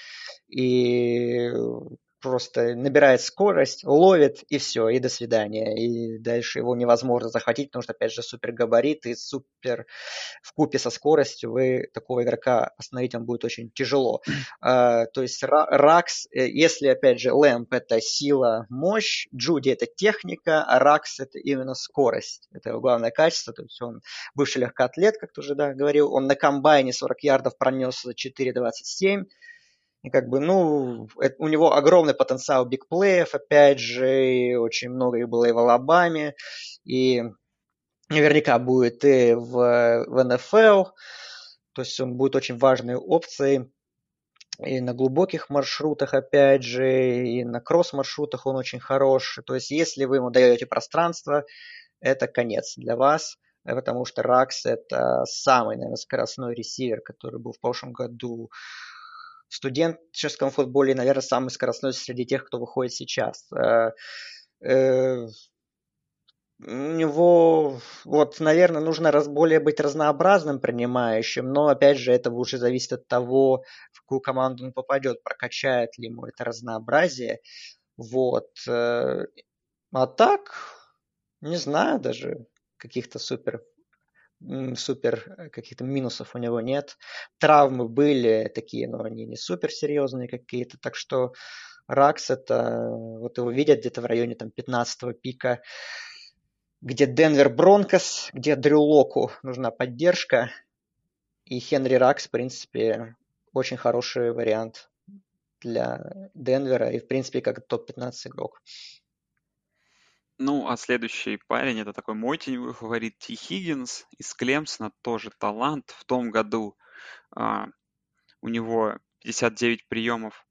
И просто набирает скорость, ловит, и все, и до свидания. И дальше его невозможно захватить, потому что, опять же, супер габарит и супер в купе со скоростью вы такого игрока остановить вам будет очень тяжело. А, то есть Ракс, если, опять же, Лэмп это сила, мощь, Джуди это техника, а Ракс это именно скорость. Это его главное качество. То есть он бывший легкоатлет, как ты уже да, говорил, он на комбайне сорок ярдов пронес за четыре двадцать семь. И как бы, ну, это, у него огромный потенциал бигплеев, опять же, очень много их было и в Алабаме, и наверняка будет и в, в эн эф эл, то есть он будет очень важной опцией и на глубоких маршрутах, опять же, и на кросс-маршрутах он очень хорош. То есть если вы ему даете пространство, это конец для вас, потому что Ракс это самый, наверное, скоростной ресивер, который был в прошлом году в студенческом футболе, наверное, самый скоростной среди тех, кто выходит сейчас. Э, э, У него, вот, наверное, нужно раз, более быть разнообразным принимающим, но, опять же, это уже зависит от того, в какую команду он попадет, прокачает ли ему это разнообразие. Вот. э, А так, не знаю даже каких-то супер, м, супер э, каких-то минусов у него нет. Травмы были такие, но они не супер серьезные какие-то. Так что Ракс это, вот его видят где-то в районе там пятнадцатого пика, где Денвер Бронкос, где Дрю Локу нужна поддержка. И Хенри Ракс, в принципе, очень хороший вариант для Денвера и, в принципе, как топ пятнадцать игрок. Ну, а следующий парень, это такой мой теневой фаворит Ти Хиггинс из Клемсона, тоже талант. В том году а, у него пятьдесят девять приемов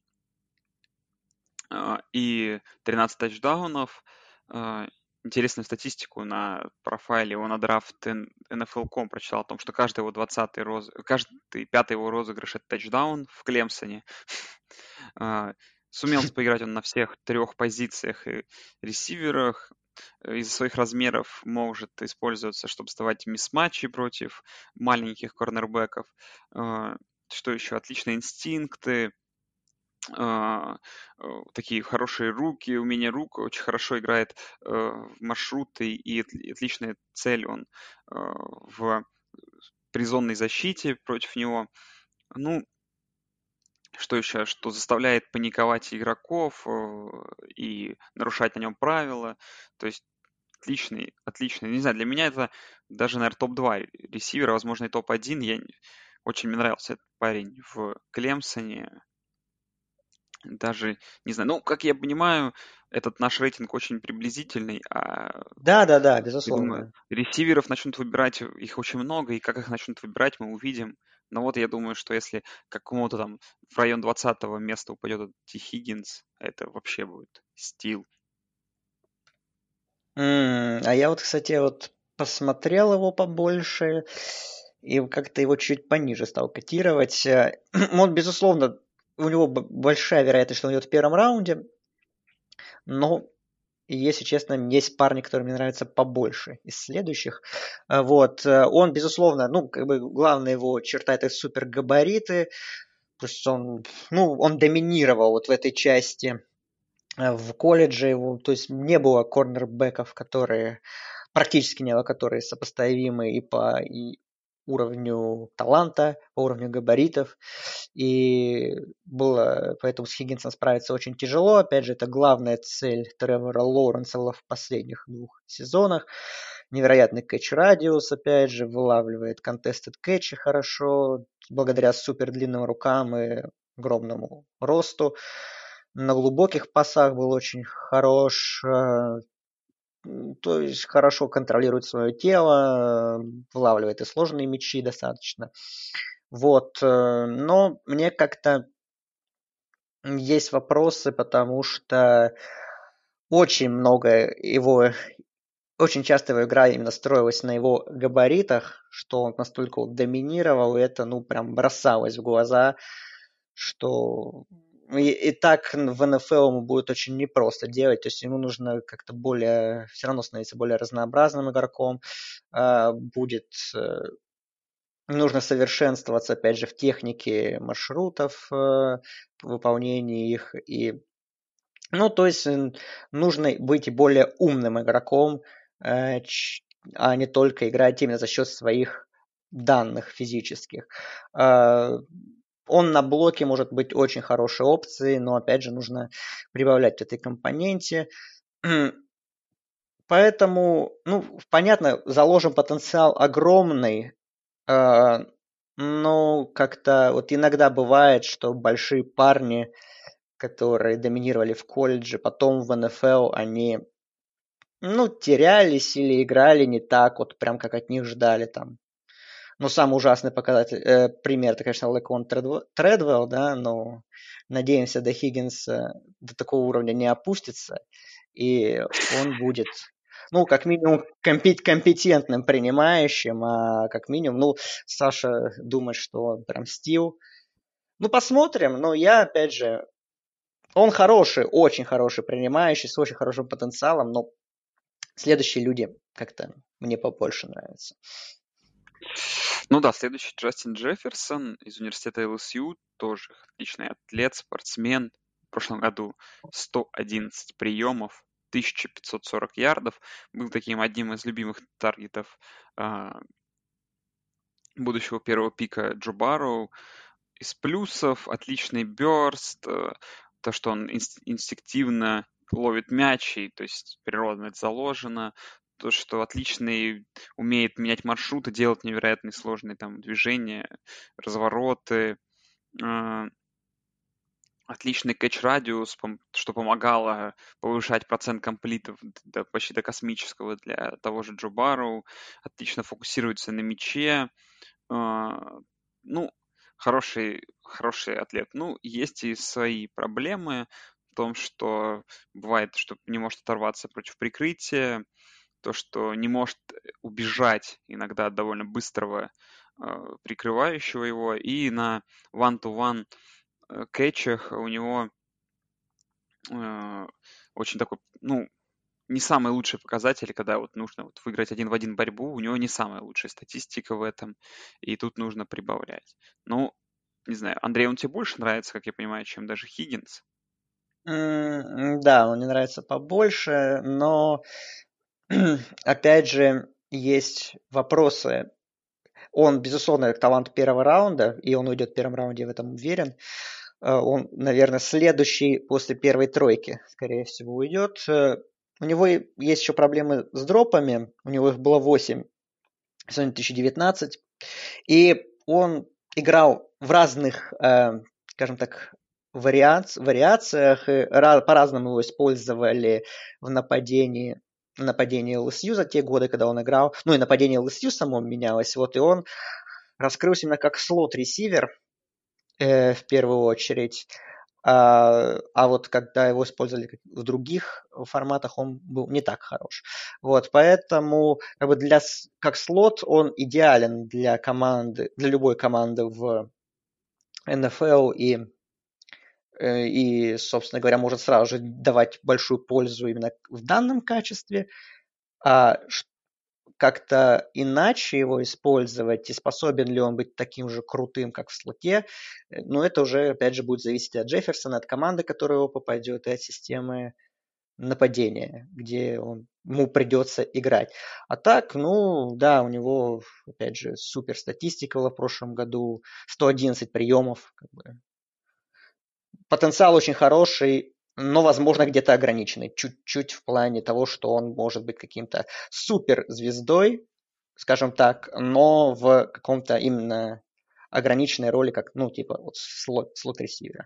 а, и тринадцать тачдаунов. А, интересную статистику на профайле его на драфт эн эф эл точка ком прочитал о том, что каждый его двадцатый роз... каждый пятый его розыгрыш — это тачдаун в Клемсоне. А, Сумел поиграть он на всех трех позициях и ресиверах. Э, Из-за своих размеров может использоваться, чтобы вставать мисс-матчи против маленьких корнербеков. А, Что еще? Отличные инстинкты, а, э, такие хорошие руки, умение рук, очень хорошо играет э, в маршруты и отли- отличная цель он э, в призонной защите против него. Ну, что еще? Что заставляет паниковать игроков э, и нарушать на нем правила. То есть отличный, отличный. Не знаю, для меня это даже, наверное, топ два ресивера, возможно, и топ один. Я... не- Очень мне нравился этот парень в Клемсоне. Даже, не знаю, ну, как я понимаю, этот наш рейтинг очень приблизительный, а Да, да, да, я думаю, безусловно. ресиверов начнут выбирать, их очень много, и как их начнут выбирать, мы увидим. Но вот я думаю, что если какому-то там в район двадцатого места упадет этот Ти Хиггинс, это вообще будет стил. М, А я вот, кстати, вот посмотрел его побольше и как-то его чуть пониже стал котировать. Э, Он, безусловно, у него б- большая вероятность, что он идет в первом раунде, но, если честно, есть парни, которые мне нравятся побольше из следующих. А Вот. э, Он, безусловно, ну, как бы главная его черта — это супергабариты. То есть он, ну, он доминировал вот в этой части э, в колледже. Его, то есть не было корнербеков, которые практически не было, которые сопоставимы и по и уровню таланта, по уровню габаритов. И было, поэтому с Хиггинсом справиться очень тяжело. Опять же, это главная цель Тревора Лоуренса в последних двух сезонах. Невероятный кэч-радиус, опять же, вылавливает контестед кэчи хорошо, благодаря супер длинным рукам и огромному росту. На глубоких пасах был очень хорош. э, То есть хорошо контролирует свое тело, вылавливает и сложные мячи достаточно. Вот. э, Но мне как-то есть вопросы, потому что очень много его, очень часто его игра именно строилась на его габаритах, что он настолько вот доминировал, и это, ну, прям бросалось в глаза, что и, и так в эн эф эл ему будет очень непросто делать, то есть ему нужно как-то более, все равно становиться более разнообразным игроком, а, будет э, нужно совершенствоваться, опять же, в технике маршрутов, э, в выполнении их. И, ну, то есть м, нужно быть более умным игроком, э, ч- а не только играть именно за счет своих данных физических. А, Он на блоке может быть очень хорошей опцией, но, опять же, нужно прибавлять к этой компоненте. Поэтому, ну, понятно, заложен потенциал огромный, а, ну, как-то вот иногда бывает, что большие парни, которые доминировали в колледже, потом в эн эф эл, они, ну, терялись или играли не так, вот прям как от них ждали там. Ну, самый ужасный показатель, э, пример, это, конечно, Лекон Тредвелл, да, но надеемся, до Хиггинса до такого уровня не опустится, и он будет, ну, как минимум, компет- компетентным принимающим, а как минимум, ну, Саша думает, что он прям стил. Ну, посмотрим, но я, опять же, он хороший, очень хороший принимающий, с очень хорошим потенциалом, но следующие люди как-то мне побольше нравятся. Ну да, следующий Джастин Джефферсон из университета эл эс ю, тоже отличный атлет, спортсмен. В прошлом году сто одиннадцать приемов, тысяча пятьсот сорок ярдов. Был таким одним из любимых таргетов а, будущего первого пика Джо Барроу. Из плюсов отличный бёрст, э, то, что он инс- инстинктивно ловит мячи, то есть природно это заложено, то, что отличный умеет менять маршруты, делать невероятные сложные там движения, развороты, э, отличный кэч-радиус, пом- что помогало повышать процент комплитов до, почти до космического для того же Джо Барроу, отлично фокусируется на мяче, а, ну, хороший, хороший атлет. Ну, есть и свои проблемы в том, что бывает, что не может оторваться против прикрытия, то, что не может убежать иногда от довольно быстрого а, прикрывающего его, и на one-to-one э, кэтчах у него э, очень такой, ну, не самые лучшие показатели, когда вот нужно вот выиграть один в один борьбу, у него не самая лучшая статистика в этом, и тут нужно прибавлять. Ну, не знаю, Андрей, он тебе больше нравится, как я понимаю, чем даже Хиггинс? М, Да, он мне нравится побольше, но опять же есть вопросы. Он, безусловно, талант первого раунда, и он уйдет в первом раунде, я в этом уверен. Э, Он, наверное, следующий после первой тройки, скорее всего, уйдет. Э, У него и- есть еще проблемы с дропами. У него их было восемь в сезоне две тысячи девятнадцать. И он играл в разных, э, скажем так, вариант, вариациях. И ра- по-разному его использовали в нападении в нападении эл эс ю за те годы, когда он играл. Ну и нападение эл эс ю само менялось. Вот и он раскрылся именно как слот-ресивер э, в первую очередь. А, а вот когда его использовали как- в других форматах, он был не так хорош. Вот, поэтому как бы для, с- как слот он идеален для команды, для любой команды в эн эф эл и, э, и, собственно говоря, может сразу же давать большую пользу именно в данном качестве. А как-то иначе его использовать, и способен ли он быть таким же крутым, как в слоте, э, но это уже, опять же, будет зависеть от Джефферсона, от команды, которая его попадет, и от системы нападения, где он, ему придется играть. А так, ну, да, у него, опять же, супер статистика была в прошлом году, сто одиннадцать приемов, как бы. Потенциал очень хороший, но, возможно, где-то ограниченный. Чуть-чуть в плане того, что он может быть каким-то суперзвездой, скажем так, но в каком-то именно ограниченной роли, как, ну, типа, вот слот, слот-ресивера.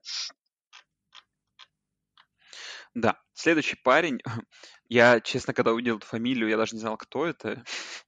Да, следующий парень, я, честно, когда увидел эту фамилию, я даже не знал, кто это,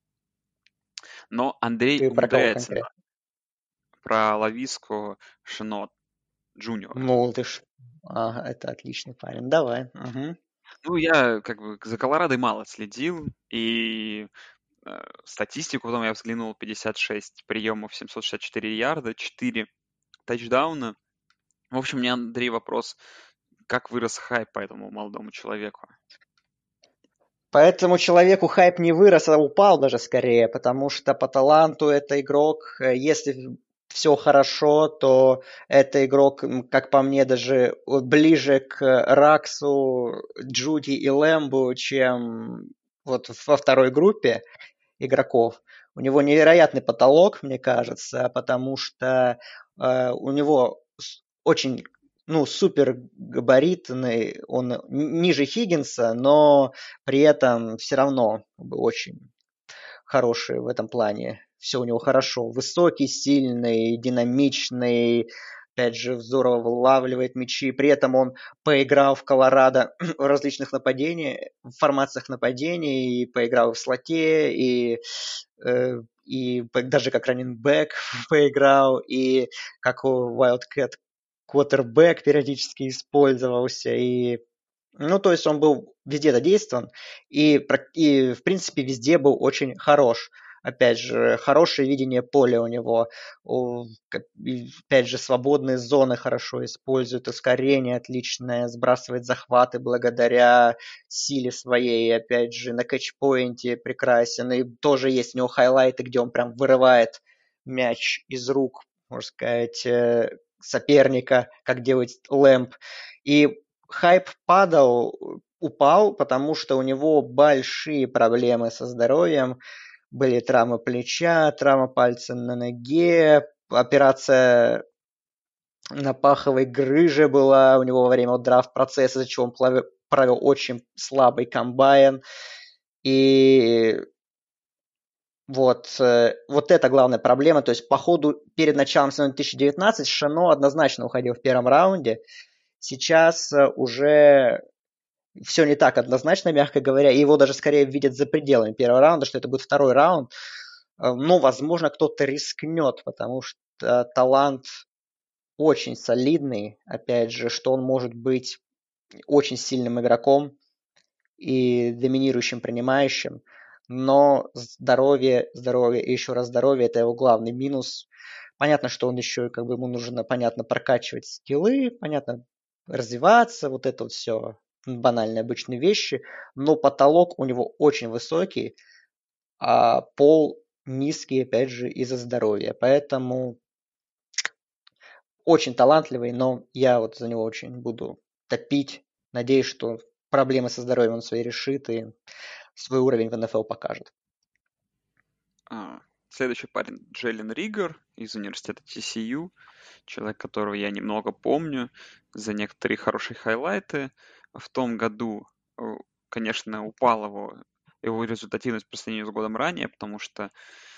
но Андрей Ты про кого умудряется на- конкретно? про Лависку Шинот Джуниора. Ну, ты ж... Ага, это отличный парень. Давай. Угу. Ну, я как бы за Колорадой мало следил, и э, статистику потом я взглянул, пятьдесят шесть приемов, семьсот шестьдесят четыре ярда, четыре тачдауна. В общем, у меня, Андрей, вопрос, как вырос хайп по этому молодому человеку? Поэтому человеку хайп не вырос, а упал даже скорее, потому что по таланту это игрок, э, если все хорошо, то это игрок, м, как по мне, даже вот ближе к Раксу, Джуди и Лэмбу, чем вот во второй группе игроков. У него невероятный потолок, мне кажется, потому что э, у него с- очень, ну, супер габаритный, он н- ниже Хиггинса, но при этом все равно как бы, очень хороший в этом плане. Все у него хорошо. Высокий, сильный, динамичный, опять же, здорово вылавливает мячи. При этом он поиграл в Колорадо в различных нападениях, в формациях нападений, и поиграл в слоте, и, э, и даже как раннинг-бэк поиграл, и как у Wildcat квотербэк периодически использовался, и ну, то есть он был везде задействован и, и, в принципе, везде был очень хорош. опять же, хорошее видение поля у него, опять же, свободные зоны хорошо использует, ускорение отличное, сбрасывает захваты благодаря силе своей, опять же, на кэтчпоинте прекрасен, и тоже есть у него хайлайты, где он прям вырывает мяч из рук, можно сказать, соперника, как делает Лэмп. И хайп падал, упал, потому что у него большие проблемы со здоровьем. Были травмы плеча, травма пальца на ноге, операция на паховой грыже была у него во время драфт-процесса, из-за чего он провел очень слабый комбайн. И вот, вот это главная проблема. То есть, по ходу, перед началом сезона две тысячи девятнадцать Шано однозначно уходил в первом раунде. Сейчас уже все не так однозначно, мягко говоря. И его даже скорее видят за пределами первого раунда, что это будет второй раунд. Но, возможно, кто-то рискнет, потому что талант очень солидный. Опять же, что он может быть очень сильным игроком и доминирующим принимающим. Но здоровье, здоровье и еще раз здоровье – это его главный минус. Понятно, что он еще, как бы ему нужно, понятно, прокачивать скиллы, понятно, развиваться, вот это вот все банальные обычные вещи. Но потолок у него очень высокий, а пол низкий, опять же, из-за здоровья. Поэтому очень талантливый, но я вот за него очень буду топить. Надеюсь, что проблемы со здоровьем он свои решит и свой уровень в эн эф эл покажет. А, следующий парень Джейлен Риггер из университета ти си ю, человек, которого я немного помню за некоторые хорошие хайлайты. В том году, конечно, упал его, его результативность по сравнению с годом ранее, потому что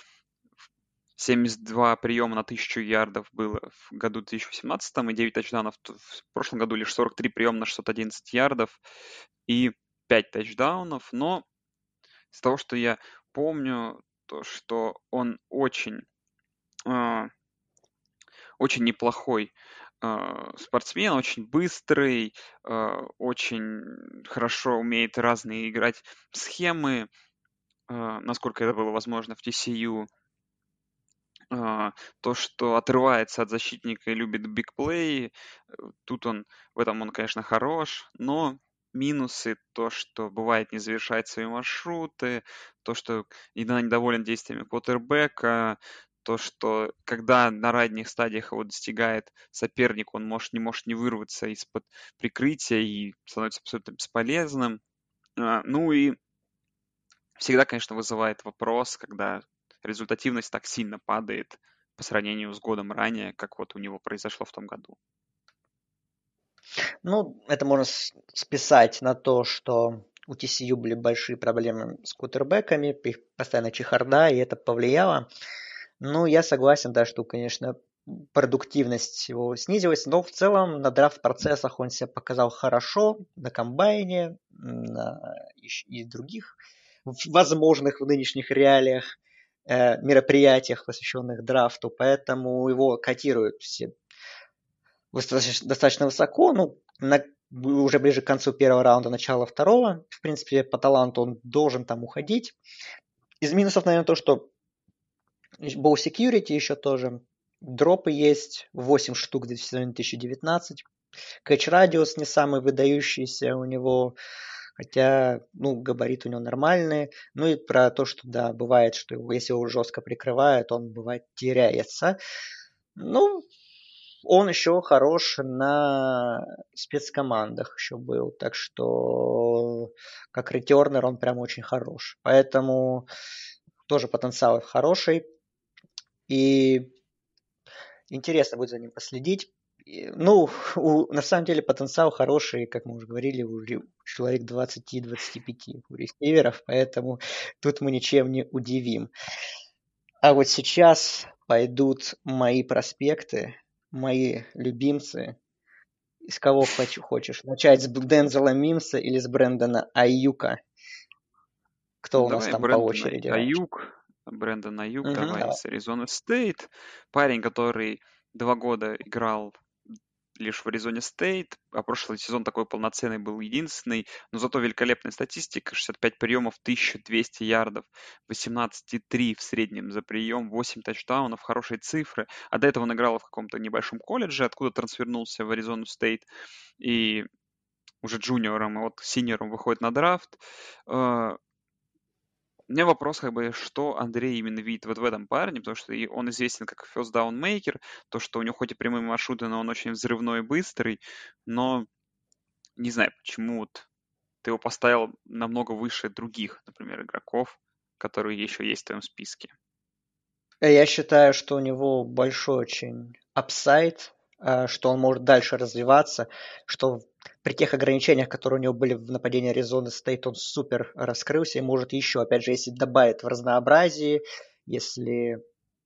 семьдесят два приема на тысячу ярдов было в году две тысячи восемнадцатом и девять тачдаунов. В прошлом году лишь сорок три приема на шестьсот одиннадцать ярдов и пять тачдаунов. Но из того, что я помню, то, что он очень, э, очень неплохой э, спортсмен, очень быстрый, э, очень хорошо умеет разные играть схемы, э, насколько это было возможно в ти си ю. Uh, то, что отрывается от защитника и любит бигплей, тут он, в этом он, конечно, хорош, но минусы, то, что бывает не завершает свои маршруты, то, что иногда недоволен действиями квотербека, то, что когда на ранних стадиях его достигает соперник, он может, не может не вырваться из-под прикрытия и становится абсолютно бесполезным. Uh, ну и всегда, конечно, вызывает вопрос, когда результативность так сильно падает по сравнению с годом ранее, как вот у него произошло в том году. Ну, это можно списать на то, что у ти си ю были большие проблемы с квотербеками, их постоянно чехарда, и это повлияло. Ну, я согласен, да, что, конечно, продуктивность его снизилась, но в целом на драфт-процессах он себя показал хорошо, на комбайне, на и других возможных в нынешних реалиях э, мероприятиях, посвященных драфту, поэтому его котируют все достаточно, достаточно высоко, ну, на, уже ближе к концу первого раунда, начала второго, в принципе, по таланту он должен там уходить. Из минусов, наверное, то, что Bow Security еще тоже, дропы есть, восемь штук в две тысячи девятнадцать, Catch Radius не самый выдающийся у него, хотя, ну, габарит у него нормальный. Ну и про то, что, да, бывает, что его, если его жестко прикрывают, он, бывает, теряется. Ну, он еще хорош на спецкомандах еще был, так что как ретернер он прям очень хорош. Поэтому тоже потенциал хороший. И интересно будет за ним последить. Ну, у, на самом деле потенциал хороший, как мы уже говорили, у человек двадцать-двадцать пять у ресиверов, поэтому тут мы ничем не удивим. А вот сейчас пойдут мои проспекты, мои любимцы. Из кого хочу, хочешь? Начать с Дензела Мимса или с Брэндона Аюка? Кто у давай нас там Брэндон по очереди? Аюк. Брэндон Аюк, Угу, давай, давай. с Аризона Стейт. Парень, который два года играл лишь в Аризоне Стейт, а прошлый сезон такой полноценный был единственный, но зато великолепная статистика, шестьдесят пять приемов, тысяча двести ярдов, восемнадцать и три в среднем за прием, восемь тачдаунов, хорошие цифры. А до этого он играл в каком-то небольшом колледже, откуда трансфернулся в Аризону Стейт, и уже джуниором, и вот синьором выходит на драфт. Э, У меня вопрос, как бы, что Андрей именно видит вот в этом парне, потому что и он известен как first down maker, то, что у него хоть и прямые маршруты, но он очень взрывной и быстрый, но не знаю, почему вот ты его поставил намного выше других, например, игроков, которые еще есть в твоем списке. Я считаю, что у него большой очень апсайд, э, что он может дальше развиваться, что при тех ограничениях, которые у него были в нападении Аризоны Стейт, он супер раскрылся и может еще, опять же, если добавит в разнообразии, если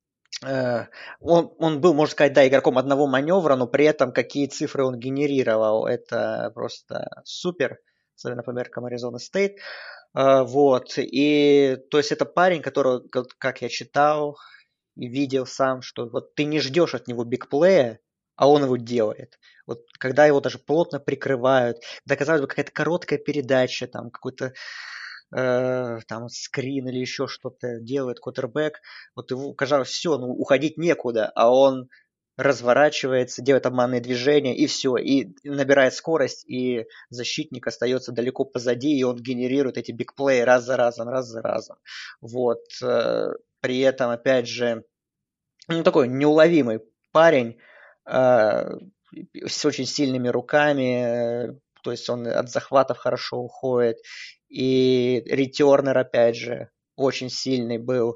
э, он, он был, можно сказать, да, игроком одного маневра, но при этом какие цифры он генерировал, это просто супер, особенно по меркам Аризоны Стейт. Э, вот, и то есть это парень, который, как- как я читал и видел сам, что вот ты не ждешь от него бигплея, а он его делает. Вот когда его даже плотно прикрывают, когда, казалось бы, какая-то короткая передача, там какой-то э, там скрин или еще что-то делает квотербек, вот его, казалось, все, ну уходить некуда, а он разворачивается, делает обманные движения, и все, и набирает скорость, и защитник остается далеко позади, и он генерирует эти бигплеи раз за разом, раз за разом. Вот. э, При этом, опять же, ну, такой неуловимый парень, э, с очень сильными руками, э, то есть он от захватов хорошо уходит. И ретернер, опять же, очень сильный был.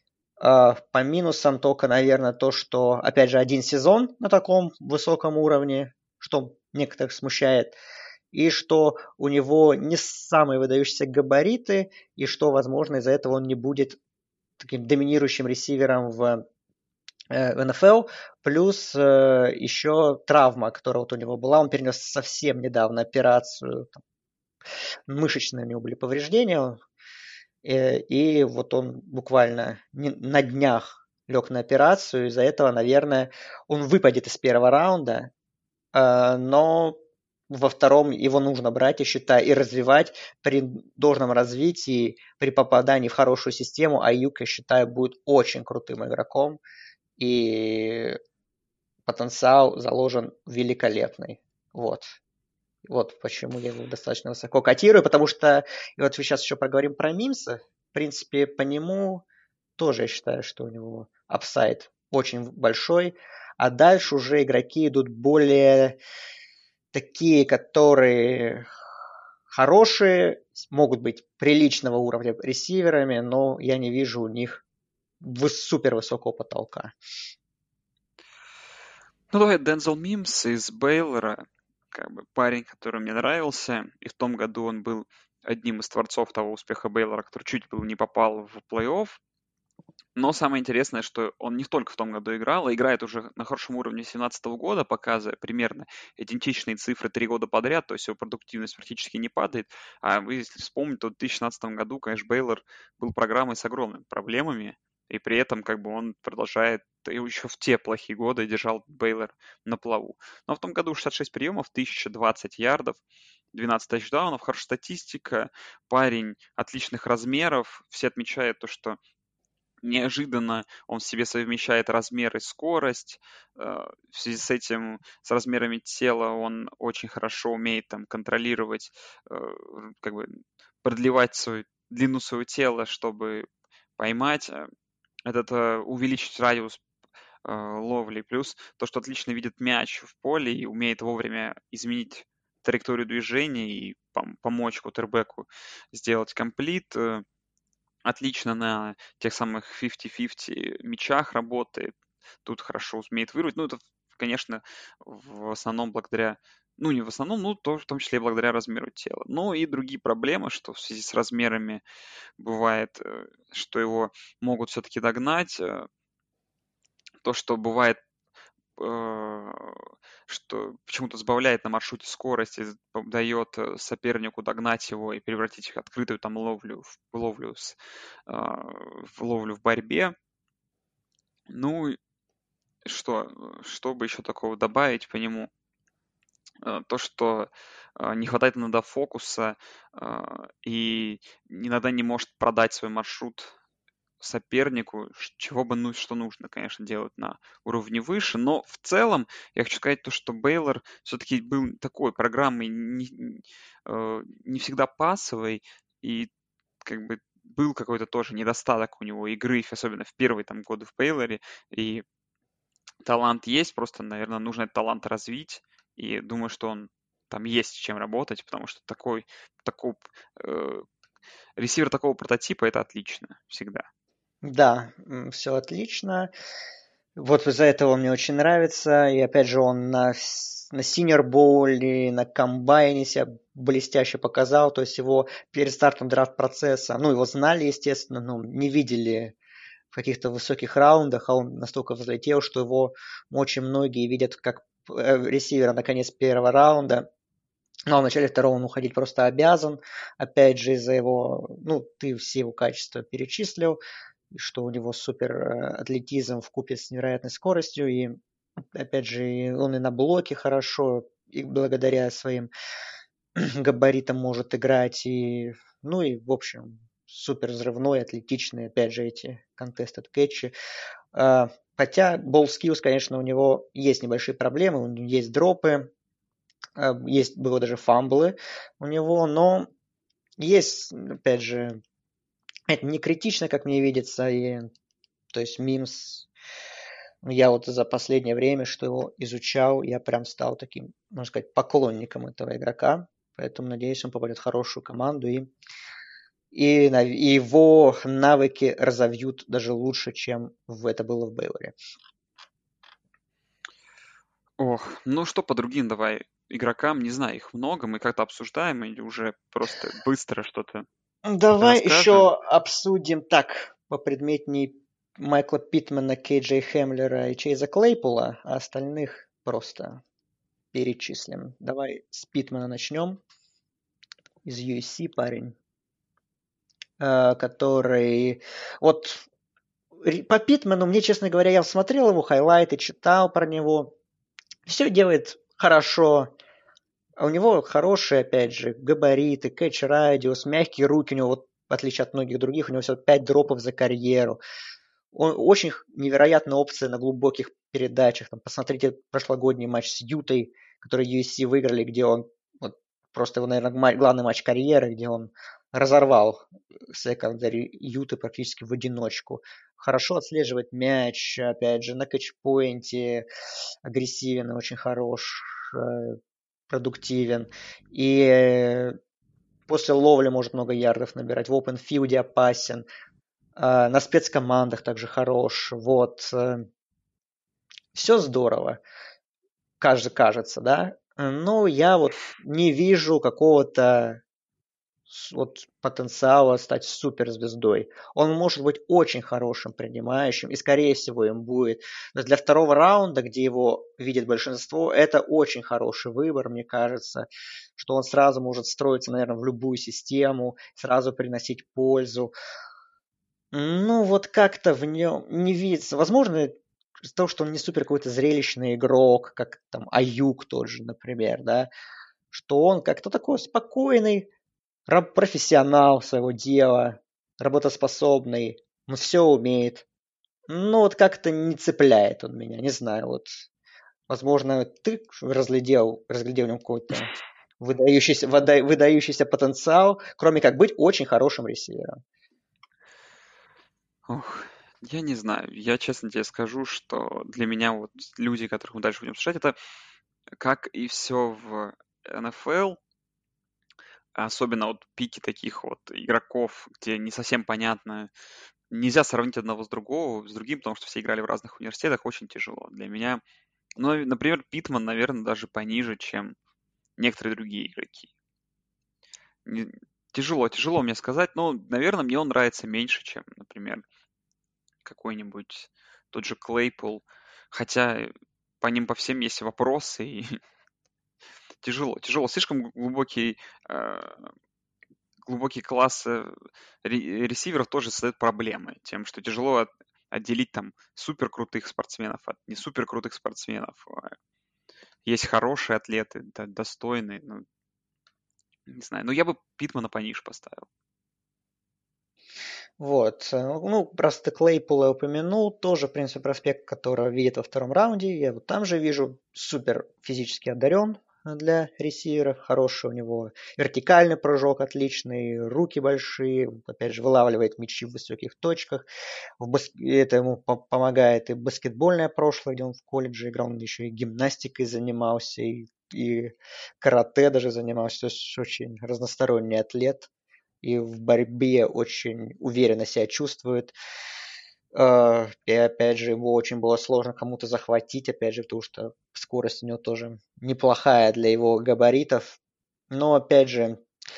А, По минусам только, наверное, то, что, опять же, один сезон на таком высоком уровне, что некоторых смущает, и что у него не самые выдающиеся габариты, и что, возможно, из-за этого он не будет таким доминирующим ресивером в э, в эн эф эл, плюс э, еще травма, которая вот у него была. Он перенес совсем недавно операцию, там, мышечные у него были повреждения, э, и вот он буквально не- на днях лег на операцию, из-за этого, наверное, он выпадет из первого раунда, э, но во втором его нужно брать, я считаю, и развивать при должном развитии, при попадании в хорошую систему. Аюк, я считаю, будет очень крутым игроком, и потенциал заложен великолепный. Вот. Вот почему я его достаточно высоко котирую, потому что, и вот мы сейчас еще проговорим про Мимса, в принципе, по нему тоже я считаю, что у него апсайд очень большой, а дальше уже игроки идут более такие, которые хорошие, могут быть приличного уровня ресиверами, но я не вижу у них супер высокого потолка. Ну, давай, Дензел Мимс из Бейлора, как бы парень, который мне нравился, и в том году он был одним из творцов того успеха Бейлора, который чуть было не попал в плей-офф. Но самое интересное, что он не только в том году играл, а играет уже на хорошем уровне две тысячи семнадцатого года, показывая примерно идентичные цифры три года подряд, то есть его продуктивность практически не падает. А вы, если вспомните, то в две тысячи шестнадцатом году, конечно, Бейлор был программой с огромными проблемами, и при этом как бы он продолжает, и еще в те плохие годы держал Бейлор на плаву. Но в том году шестьдесят шесть приемов, тысяча двадцать ярдов, двенадцать тачдаунов, хорошая статистика, парень отличных размеров. Все отмечают то, что неожиданно он в себе совмещает размер и скорость. Э, В связи с этим, с размерами тела он очень хорошо умеет там контролировать, э, как бы продлевать свою длину своего тела, чтобы поймать, э, этот, э, увеличить радиус э, ловли. Плюс то, что отлично видит мяч в поле и умеет вовремя изменить траекторию движения и пом- помочь квотербеку сделать комплит. э, Отлично на тех самых пятьдесят на пятьдесят мячах работает. Тут хорошо умеет вырвать. Ну, это, конечно, в основном благодаря, ну, не в основном, ну, тоже в том числе и благодаря размеру тела. Ну, и другие проблемы, что в связи с размерами бывает, э, что его могут все-таки догнать. э, То, что бывает, э, что почему-то сбавляет на маршруте скорость и дает э, сопернику догнать его и превратить их в открытую там ловлю, в ловлю, с, а, в ловлю в борьбе. Ну, и что, э, что бы еще такого добавить по нему? э, то, что э, не хватает иногда фокуса э, и иногда не может продать свой маршрут сопернику, ш- чего бы, ну, что нужно, конечно, делать на уровне выше, но в целом я хочу сказать то, что Бейлор все-таки был такой программой не, не э, не всегда пасовой, и как бы был какой-то тоже недостаток у него игры, особенно в первые там годы в Бейлоре, и талант есть, просто, наверное, нужно этот талант развить, и думаю, что он там есть с чем работать, потому что такой, такой э, ресивер такого прототипа это отлично всегда. Да, все отлично. Вот из-за этого он мне очень нравится. И опять же, он на, с- на Senior Bowl и на комбайне себя блестяще показал. То есть его перед стартом драфт-процесса, ну, его знали, естественно, но не видели в каких-то высоких раундах, а он настолько взлетел, что его очень многие видят как э, ресивера на конец первого раунда. Но в начале второго он уходить просто обязан. Опять же, из-за его, ну, ты все его качества перечислил, и что у него супер э, атлетизм вкупе с невероятной скоростью, и опять же, он и на блоке хорошо, и благодаря своим габаритам может играть, и, ну и, в общем, супер взрывной, атлетичный, опять же, эти contested catch. А, Хотя ball skills, конечно, у него есть небольшие проблемы, у него есть дропы, а, есть было даже фамблы у него, но есть, опять же, это не критично, как мне видится, и то есть Мимс, я вот за последнее время, что его изучал, я прям стал таким, можно сказать, поклонником этого игрока. Поэтому надеюсь, он попадет в хорошую команду и, и, и его навыки разовьют даже лучше, чем в это было в Бейлоре. Ох, ну что по другим давай игрокам, не знаю, их много, мы как-то обсуждаем или уже просто быстро что-то Давай расскажем. еще обсудим так, попредметней Майкла Питмана, Кей Джей Хемлера и Чейза Клейпула, а остальных просто перечислим. Давай с Питмана начнем. Из ю эс си парень, э, который... Вот по Питману, мне, честно говоря, я смотрел его хайлайты, читал про него. Все делает хорошо. А у него хорошие, опять же, габариты, кэтч-радиус, мягкие руки. У него, вот, в отличие от многих других, у него всего пять дропов за карьеру. Он очень невероятная опция на глубоких передачах. Там, посмотрите прошлогодний матч с Ютой, который ю эс си выиграли, где он, вот, просто его, наверное, главный матч карьеры, где он разорвал секондари Юты практически в одиночку. Хорошо отслеживает мяч, опять же, на кэтчпоинте, агрессивен, очень хорош, э, продуктивен. И после ловли может много ярдов набирать. В опенфилде опасен. На спецкомандах также хорош. Вот. Все здорово. Кажется, да? Но я вот не вижу какого-то вот потенциала стать суперзвездой. Он может быть очень хорошим принимающим, и, скорее всего, им будет. Но для второго раунда, где его видит большинство, это очень хороший выбор, мне кажется, что он сразу может строиться, наверное, в любую систему, сразу приносить пользу. Ну, вот как-то в нем не видится. Возможно, из-за того, что он не супер какой-то зрелищный игрок, как там Аюк тот же, например, да, что он как-то такой спокойный, профессионал своего дела, работоспособный, он все умеет. Ну, вот как-то не цепляет он меня, не знаю, вот, возможно, ты разглядел, разглядел в нем какой-то выдающийся, выдающийся потенциал, кроме как быть очень хорошим ресивером. Ох, я не знаю. Я честно тебе скажу, что для меня вот люди, которых мы дальше будем слушать, это как и все в эн эф эл, особенно вот пики таких вот игроков, где не совсем понятно, нельзя сравнить одного с другого, с другим, потому что все играли в разных университетах, очень тяжело. Для меня, ну, например, Питман, наверное, даже пониже, чем некоторые другие игроки. Не- Тяжело, тяжело мне сказать, но, наверное, мне он нравится меньше, чем, например, какой-нибудь тот же Клейпул. Хотя по ним по всем есть вопросы, и тяжело, тяжело. Слишком глубокий, э, глубокий класс э, ре- ресиверов тоже создает проблемы тем, что тяжело от- отделить там супер крутых спортсменов от не супер крутых спортсменов. есть хорошие атлеты, да, достойные, ну, не знаю. Ну, я бы Питмана пониже поставил. Вот. э, Ну, просто Клейпола упомянул, тоже, в принципе, проспект, которого видит во втором раунде. Я вот там же вижу супер физически одарен для ресиверов. Хороший у него вертикальный прыжок отличный, руки большие, опять же, вылавливает мячи в высоких точках. В бас... Это ему по- помогает и баскетбольное прошлое, где он в колледже играл, он еще и гимнастикой занимался, и, и карате даже занимался. То есть очень разносторонний атлет и в борьбе очень уверенно себя чувствует. Э, И опять же, его очень было сложно кому-то захватить, опять же, потому что скорость у него тоже неплохая для его габаритов. Но опять же,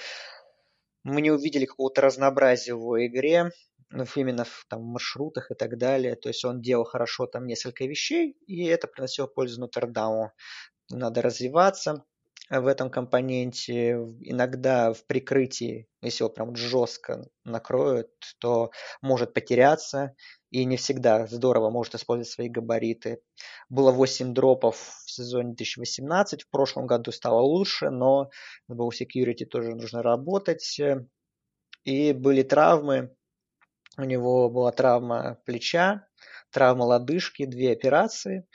мы не увидели какого-то разнообразия в его игре, ну, именно в там, маршрутах и так далее. То есть он делал хорошо там несколько вещей, и это приносило пользу Нотр-Даму. Надо развиваться в этом компоненте. Иногда в прикрытии, если его прям жестко накроют, то может потеряться и не всегда здорово может использовать свои габариты. Было восемь дропов в сезоне две тысячи восемнадцать, в прошлом году стало лучше, но с Ball Security тоже нужно работать. И были травмы. У него была травма плеча, травма лодыжки, две операции.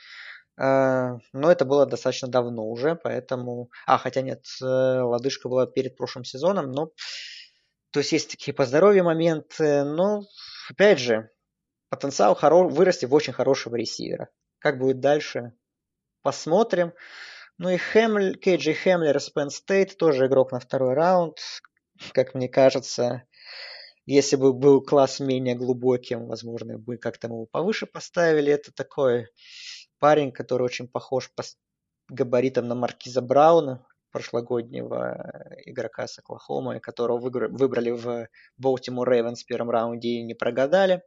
А, Но это было достаточно давно уже, поэтому... А, хотя нет, э, лодыжка была перед прошлым сезоном, но... То есть есть такие по здоровью моменты, но, опять же, потенциал хоро... вырасти в очень хорошего ресивера. Как будет дальше, посмотрим. Ну и Хемль, Кей Джей Хемлер из Penn State, тоже игрок на второй раунд. Как мне кажется, если бы был класс менее глубоким, возможно, бы как-то его повыше поставили. Это такой парень, который очень похож по габаритам на Маркиза Брауна, прошлогоднего игрока с Оклахомы, которого выбрали в Baltimore Ravens в первом раунде и не прогадали.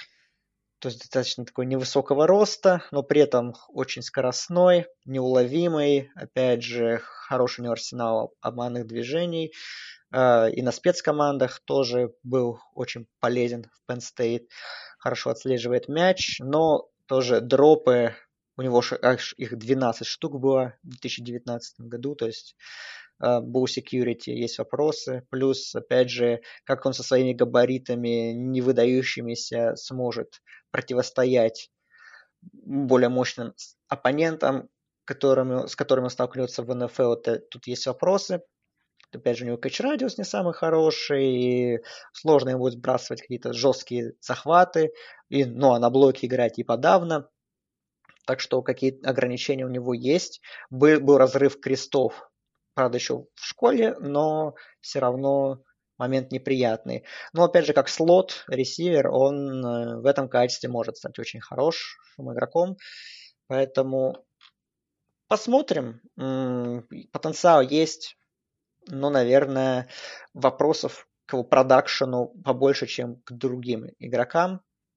То есть достаточно такой невысокого роста, но при этом очень скоростной, неуловимый. Опять же, хороший у него арсенал обманных движений. И на спецкомандах тоже был очень полезен в Penn State. Хорошо отслеживает мяч, но тоже дропы. У него аж их двенадцать штук было в две тысячи девятнадцатом году. То есть Ball Security есть вопросы. Плюс, опять же, как он со своими габаритами не выдающимися сможет противостоять более мощным оппонентам, которыми, с которыми он столкнется в эн эф эл. Это, тут есть вопросы. Опять же, у него кэч-радиус не самый хороший, и сложно ему будет сбрасывать какие-то жесткие захваты, и, ну, а на блоке играть и подавно. Так что какие-то ограничения у него есть. Был, был разрыв крестов, правда, еще в школе, но все равно момент неприятный. Но опять же, как слот, ресивер, он в этом качестве может стать очень хорошим игроком. Поэтому посмотрим. Потенциал есть. Но, наверное, вопросов к его продакшену побольше, чем к другим игрокам.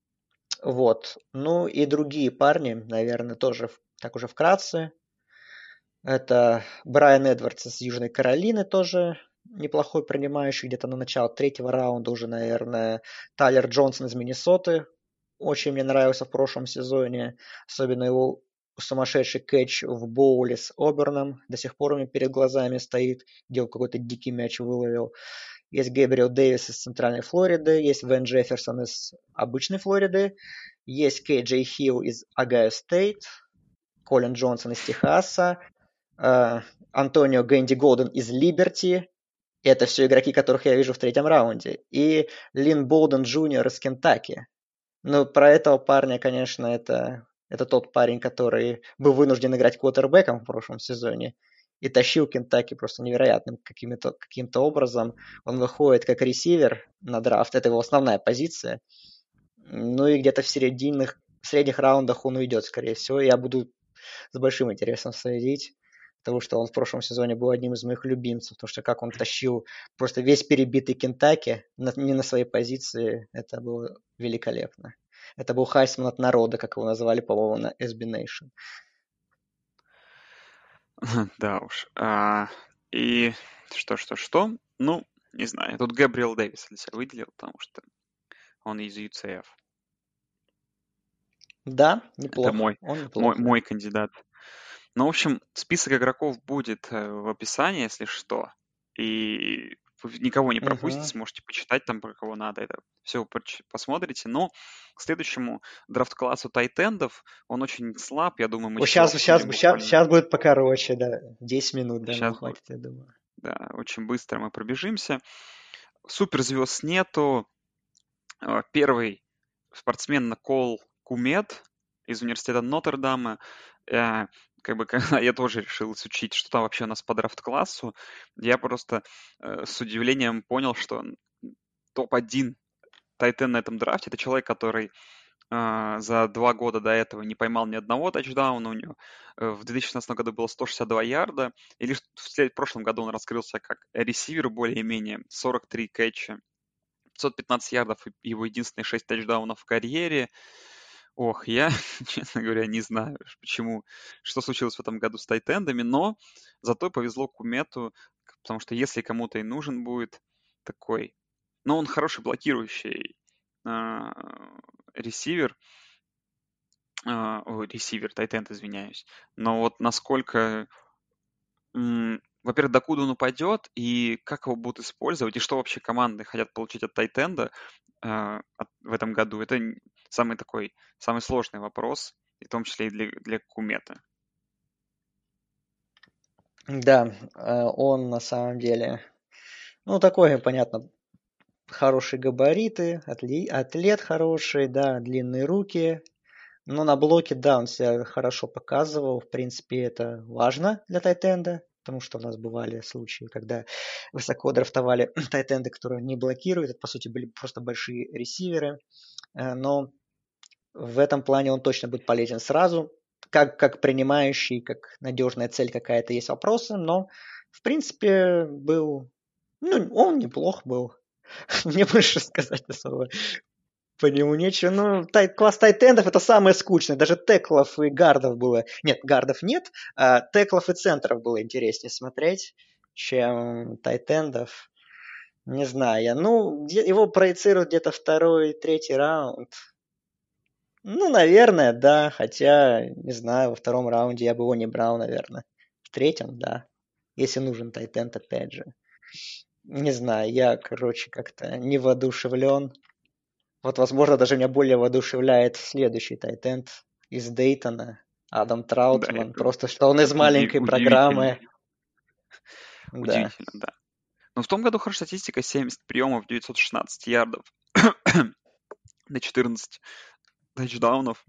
Вот. Ну и другие парни, наверное, тоже так уже вкратце. Это Брайан Эдвардс из Южной Каролины, тоже неплохой принимающий, где-то на начало третьего раунда уже, наверное. Тайлер Джонсон из Миннесоты очень мне нравился в прошлом сезоне, особенно его сумасшедший кэтч в боуле с Оберном, до сих пор у меня перед глазами стоит, где он какой-то дикий мяч выловил. Есть Гэбриэл Дэвис из Центральной Флориды, есть Вен Джефферсон из обычной Флориды, есть Кей Джей Хилл из Огайо Стейт, Колин Джонсон из Техаса, э, Антонио Гэнди Голден из Либерти. Это все игроки, которых я вижу в третьем раунде. И Лин Болден Джуниор из Кентаки. Ну, про этого парня, конечно, это, это тот парень, который был вынужден играть квотербеком в прошлом сезоне и тащил Кентаки просто невероятным каким-то, каким-то образом. Он выходит как ресивер на драфт, это его основная позиция. Ну и где-то в серединных, в средних раундах он уйдет, скорее всего. Я буду с большим интересом следить, потому что он в прошлом сезоне был одним из моих любимцев, потому что как он тащил просто весь перебитый Кентаки на, не на своей позиции, это было великолепно. Это был Хайсман от народа, как его называли, по-моему, на эс би Nation. Да уж. А, и что-что-что? Ну, не знаю. Тут Гэбриэл Дэвис для себя выделил, потому что он из ю си эф. Да, неплохо. Это мой, Он неплох, мой, да. мой кандидат Ну, в общем, список игроков будет э, в описании, если что. И вы никого не пропустите, Мгм. сможете почитать там, про кого надо. Это все посмотрите. Но к следующему драфт-классу тайтендов он очень слаб. Я думаю, мы Вот сейчас его сейчас, сейчас, обсудим сейчас, буквально. сейчас будет покороче, да. десять минут, да, нам Сейчас будет, хватит, я думаю. да, очень быстро мы пробежимся. Суперзвезд нету. Э, Первый спортсмен Кол Кумет из университета Нотр-Дама. Э, Как бы, когда я тоже решил изучить, что там вообще у нас по драфт-классу, я просто э, с удивлением понял, что топ один тайтен на этом драфте — это человек, который а, за два года до этого не поймал ни одного тачдауна. У него э, в две тысячи шестнадцатом году было сто шестьдесят два ярда, и лишь в след- в прошлом году он раскрылся как ресивер более-менее, сорок три кэтча, пятьсот пятнадцать ярдов, и его единственные шесть тачдаунов в карьере. Ох, я, честно говоря, не знаю, ш- почему, что случилось в этом году с тайтендами, но зато повезло Кумету, к- потому что если кому-то и нужен будет такой, но он хороший блокирующий а, ресивер, а, ой, ресивер, тайтенд, извиняюсь, но вот насколько, м, во-первых, докуда он упадет, и как его будут использовать, и что вообще команды хотят получить от тайтенда а, от- в этом году, это н- самый такой, самый сложный вопрос, и в том числе и для, для Кумета. Да, э, он на самом деле, ну, такой, понятно, хорошие габариты, атли- атлет хороший, да, длинные руки. Но на блоке, да, он себя хорошо показывал. В принципе, это важно для тайтенда, потому что у нас бывали случаи, когда высоко драфтовали тайтенды, которые не блокируют. Это, по сути, были просто большие ресиверы. Э, Но в этом плане он точно будет полезен сразу. Как, как принимающий, как надежная цель какая-то есть вопросы, но, в принципе, был... Ну, он неплох был. Мне больше сказать особо по нему нечего. Ну, тай, класс тайтендов это самое скучное. Даже теклов и гардов было... Нет, гардов нет, а теклов и центров было интереснее смотреть, чем тайтендов. Не знаю я. Ну, где, его проецируют где-то второй, третий раунд. Ну, наверное, да. Хотя, не знаю, во втором раунде я бы его не брал, наверное. В третьем, да. Если нужен тайтенд, опять же. Не знаю, я, короче, как-то не воодушевлен. Вот, возможно, даже меня более воодушевляет следующий тайтенд из Дейтона, Адам Да, Траутман. это Просто что он из уди- маленькой удивительно, программы. Да. удивительно, да. Но в том году хорошая статистика: семьдесят приемов, девятьсот шестнадцать ярдов на четырнадцать тачдаунов.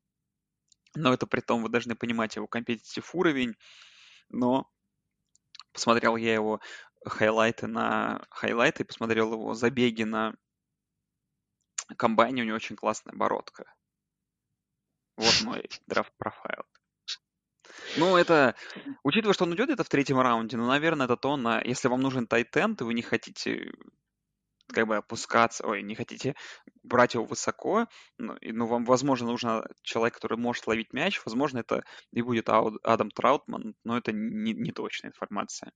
Но это при том, вы должны понимать его компетитив уровень. Но посмотрел я его хайлайты на хайлайты, посмотрел его забеги на комбайне, у него очень классная бородка. Вот мой драфт-профайл. Ну, это, учитывая, что он идет где-то в третьем раунде, ну, наверное, это то, на, если вам нужен тайтенд, и вы не хотите как бы опускаться, ой, не хотите брать его высоко, ну, и, ну, вам, возможно, нужен человек, который может ловить мяч, возможно, это и будет Ау- Адам Траутман, но это не, не точная информация.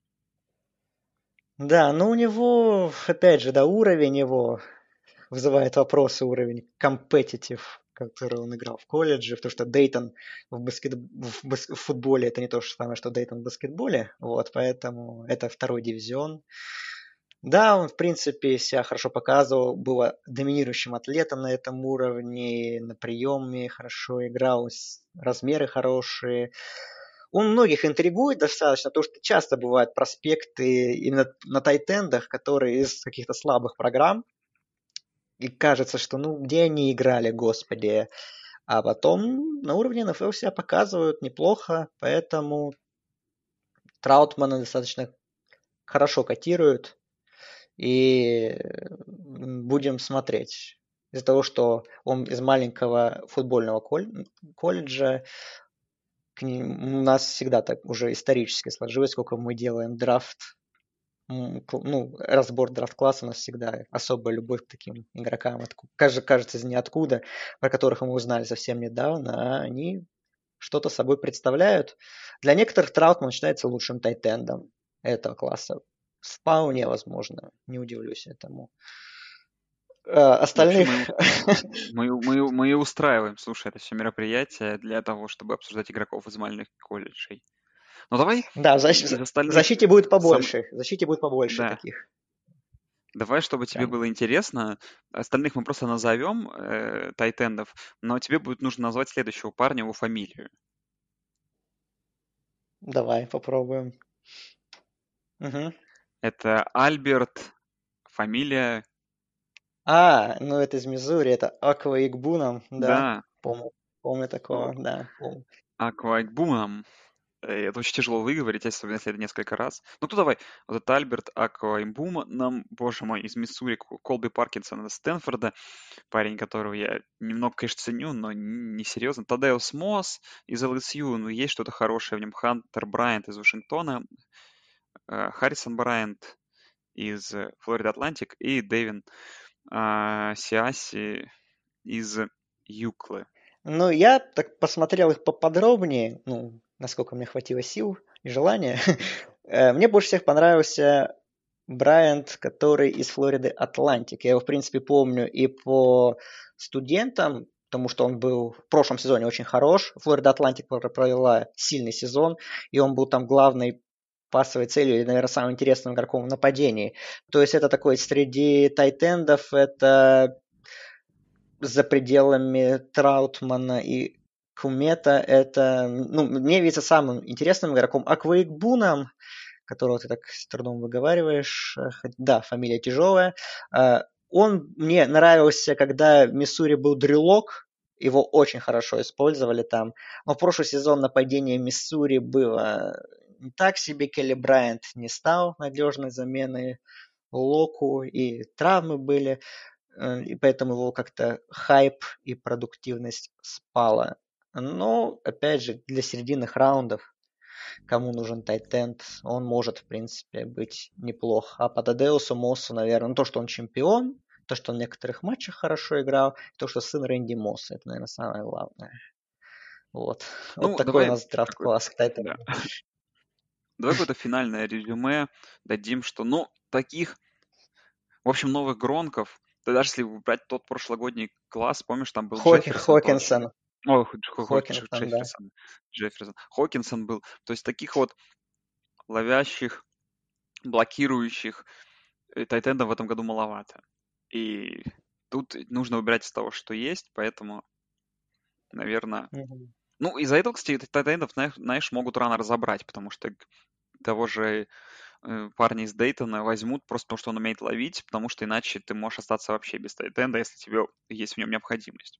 Да, но у него, опять же, да, уровень его вызывает вопросы, уровень competitive, который он играл в колледже, потому что Дейтон в, баскет... в, бас... в футболе это не то же самое, что Дейтон в баскетболе, вот, поэтому это второй дивизион. Да, он, в принципе, себя хорошо показывал, был доминирующим атлетом на этом уровне, на приеме хорошо играл, размеры хорошие. Он многих интригует достаточно, потому что часто бывают проспекты именно на тайтендах, которые из каких-то слабых программ, и кажется, что ну где они играли, господи. А потом на уровне эн эф эл себя показывают неплохо, поэтому Траутмана достаточно хорошо котируют. И будем смотреть. Из-за того, что он из маленького футбольного колледжа, к ним, у нас всегда так уже исторически сложилось, сколько мы делаем драфт, ну, разбор драфт-класса, у нас всегда особая любовь к таким игрокам, кажется, кажется, из ниоткуда, про которых мы узнали совсем недавно, а они что-то собой представляют. Для некоторых Траутман считается лучшим тайтендом этого класса. Вполне возможно, не удивлюсь этому. А, Вообще Остальных... мы, мы, мы, мы и устраиваем, слушай, это все мероприятие для того, чтобы обсуждать игроков из маленьких колледжей. Ну давай Да, в защ- из в остальных защите будет сам... побольше. В защите будет побольше Да, таких. давай, чтобы тебе Прям. было интересно. Остальных мы просто назовем э, тайтендов, но тебе будет нужно назвать следующего парня, его фамилию. Давай попробуем. Мгм. Это Альберт, фамилия, А, ну это из Миссури, это Аква Игбуном, да. да, Помню, помню такого, да, помню. Аквайбуном. Э, Это очень тяжело выговорить, особенно если это несколько раз. Ну, то давай. Вот это Альберт Аквайбума, нам, боже мой, из Миссури, Ко- Колби Паркинсон из Стэнфорда, парень, которого я немного, конечно, ценю, но не серьезно. Тадеус Мосс из эл эс ю, ну, есть что-то хорошее в нем. Хантер Брайант из Вашингтона, э, Харрисон Брайант из э, Флорида Атлантик и Дэвин а, Сиаси из Юклы. Ну, я так посмотрел их поподробнее, ну, насколько мне хватило сил и желания. Э, Мне больше всех понравился Брайант, который из Флориды Атлантик. Я его, в принципе, помню и по студентам, потому что он был в прошлом сезоне очень хорош. Флорида Атлантик про- провела сильный сезон, и он был там главной пасовой целью, или, наверное, самым интересным игроком в нападении. То есть это такой среди тайтендов, это за пределами Траутмана и Кумета, это, ну, мне видится самым интересным игроком. А Квейкбуном, которого ты так с трудом выговариваешь, э, хоть- да, фамилия тяжелая, э, он мне нравился, когда в Миссури был Дрюлок, его очень хорошо использовали там. Но в прошлый сезон нападение Миссури было не так себе. Келли Брайант не стал надежной заменой Локу, и травмы были. Э, и поэтому его как-то хайп и продуктивность спала. Но, опять же, для серединных раундов, кому нужен тайтенд, он может, в принципе, быть неплох. А по Тадеусу Моссу, наверное, ну, то, что он чемпион, то, что он в некоторых матчах хорошо играл, то, что сын Рэнди Мосса, это, наверное, самое главное. Вот. Вот Ну, такой у давай нас какой-то, драфт-класс к да, тайтенду. давай какое-то финальное резюме дадим, что, ну, таких, в общем, новых Гронков, да даже если брать тот прошлогодний класс, помнишь, там был Хоки, Джефферсон тот же, Хокинсон. ой, Хо- Хо- Хо- Дж- Хокинсон, да. Джефферсон, Джефферсон, Хокинсон был, то есть таких вот ловящих, блокирующих э, тайтендов в этом году маловато. И тут нужно выбирать из того, что есть, поэтому, наверное, Мгм. ну, из-за этого, кстати, тайтендов, знаешь, знаешь, могут рано разобрать, потому что г- того же э, парня из Дейтона возьмут просто потому, что он умеет ловить, потому что иначе ты можешь остаться вообще без тайтенда, если тебе есть в нем необходимость.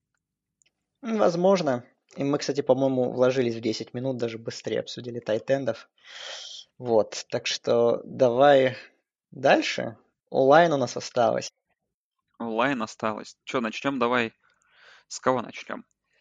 М, Возможно. И мы, кстати, по-моему, вложились в десять минут, даже быстрее обсудили тайтендов. Вот, так что давай дальше. Онлайн у нас осталось. Онлайн осталось. Что, начнем? Давай. С кого начнем?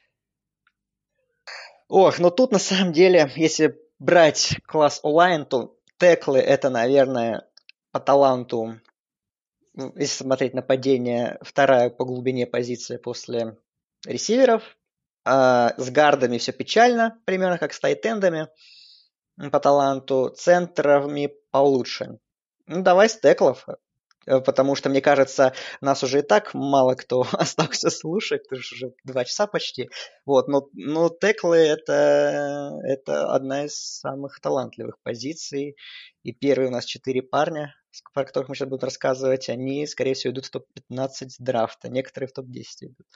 Ох, но тут на самом деле, если брать класс онлайн, то теклы это, наверное, по таланту, ну, если смотреть нападение, вторая по глубине позиция после ресиверов. А с гардами все печально, примерно как с тайтендами м, по таланту. Центрами получше. Ну, давай с теклов. Э, Потому что, мне кажется, нас уже и так мало кто остался слушать, потому что уже два часа почти. Вот, но, но теклы это, это одна из самых талантливых позиций. И первые у нас четыре парня, с- про которых мы сейчас будем рассказывать, они, скорее всего, идут в топ пятнадцать драфта. Некоторые в топ десять идут.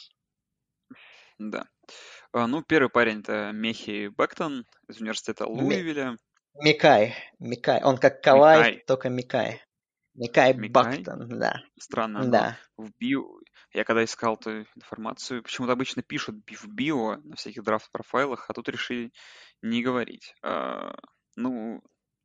Да. А, ну, первый парень это Мехи Бэктон из университета Ми- Луивиля. Микай. Микай. Он как Кавай, Микай. только Микай. Микай Микай. Бактон, да. Странно, но Да. в био... Я когда искал эту информацию, почему-то обычно пишут би- в био на всяких драфт-профайлах, а тут решили не говорить. А, ну,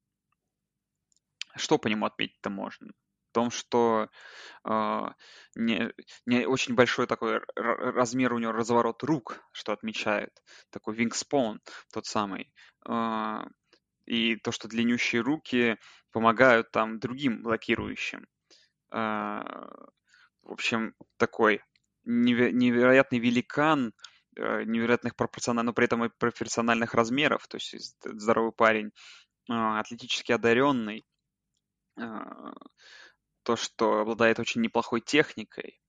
что по нему отметить-то можно? В том, что а, не, не очень большой такой р- р- размер у него, разворот рук, что отмечает. Такой вингспон тот самый. А, и то, что длиннющие руки помогают там другим блокирующим. А, в общем, такой неверо- невероятный великан, э, невероятных пропорциональных, но при этом и профессиональных размеров, то есть з- здоровый парень, а, атлетически одаренный, а, то, что обладает очень неплохой техникой,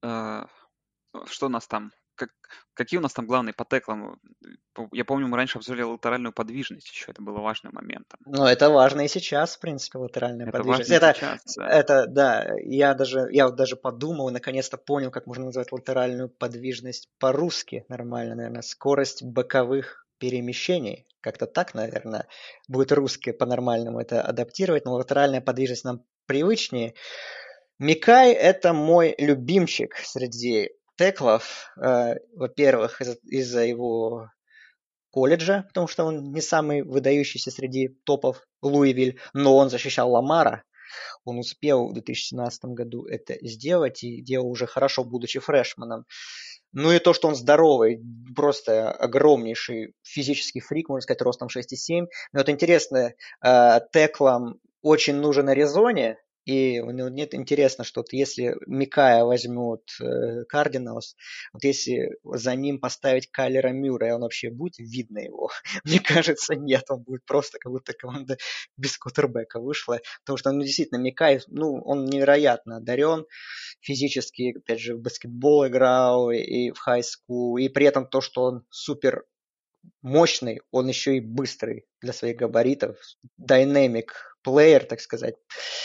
э, что у нас там? Как, какие у нас там главные по теклам? По- Я помню, мы раньше обсуждали латеральную подвижность еще, это было важным моментом. Но это важно и сейчас, в принципе, латеральная Это подвижность. важно и Это, сейчас, да. это, да, я даже, я вот даже подумал и наконец-то понял, как можно назвать латеральную подвижность по-русски нормально, наверное. Скорость боковых перемещений. Как-то так, наверное, будет русский по-нормальному это адаптировать, но латеральная подвижность нам привычнее. Микай – это мой любимчик среди теклов. Э, Во-первых, из- из-за его колледжа, потому что он не самый выдающийся среди топов Луивиль, но он защищал Ламара. Он успел в две тысячи семнадцатом году это сделать и делал уже хорошо, будучи фрешманом. Ну и то, что он здоровый, просто огромнейший физический фрик, можно сказать, ростом шесть и семь. Но вот интересно, э, теклам очень нужен Аризоне, и ну, нет, интересно, что вот если Микая возьмут э, Кардиналс, вот если за ним поставить Кайлера Мюррея, он вообще будет видно его? Мне кажется, нет, он будет просто как будто команда без квотербека вышла, потому что ну, действительно Микай, ну, он невероятно одарен, физически, опять же, в баскетбол играл и в хай-скул, и при этом то, что он супер мощный, он еще и быстрый для своих габаритов, dynamic player, так сказать.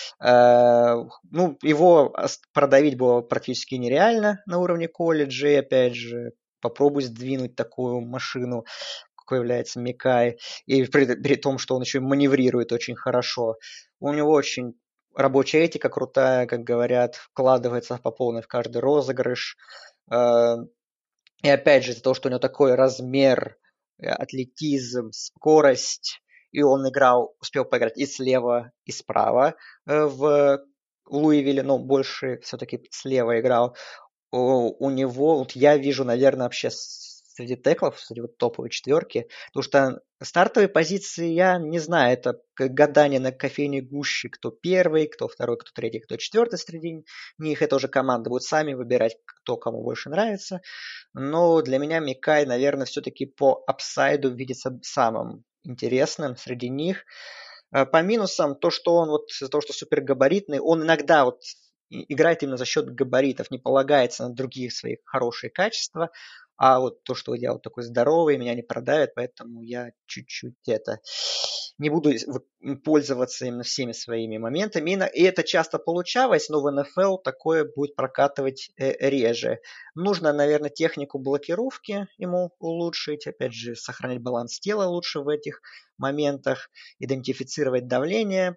Э, Ну, его продавить было практически нереально на уровне колледжа, опять же, попробуй сдвинуть такую машину, какой является Микай, и при, при том, что он еще и маневрирует очень хорошо. У него очень рабочая этика крутая, как говорят, вкладывается по полной в каждый розыгрыш. Э, И опять же, из-за того, что у него такой размер, э, атлетизм, скорость, и он играл, успел поиграть и слева, и справа э, в Луивилле, но больше все-таки слева играл. У, у него, вот я вижу, наверное, вообще среди теклов, среди вот топовой четверки, потому что стартовые позиции я не знаю, это как гадание на кофейной гуще, кто первый, кто второй, кто третий, кто четвертый среди них, это уже команда будет сами выбирать, кто кому больше нравится, но для меня Микай, наверное, все-таки по апсайду видится самым интересным среди них. Э, По минусам то, что он вот из-за того, что супергабаритный, он иногда вот играет именно за счет габаритов, не полагается на другие свои хорошие качества, а вот то, что я вот такой здоровый, меня не продавит, поэтому я чуть-чуть это не буду пользоваться именно всеми своими моментами. И это часто получалось, но в эн эф эл такое будет прокатывать э, реже. Нужно, наверное, технику блокировки ему улучшить, опять же, сохранять баланс тела лучше в этих моментах, идентифицировать давление,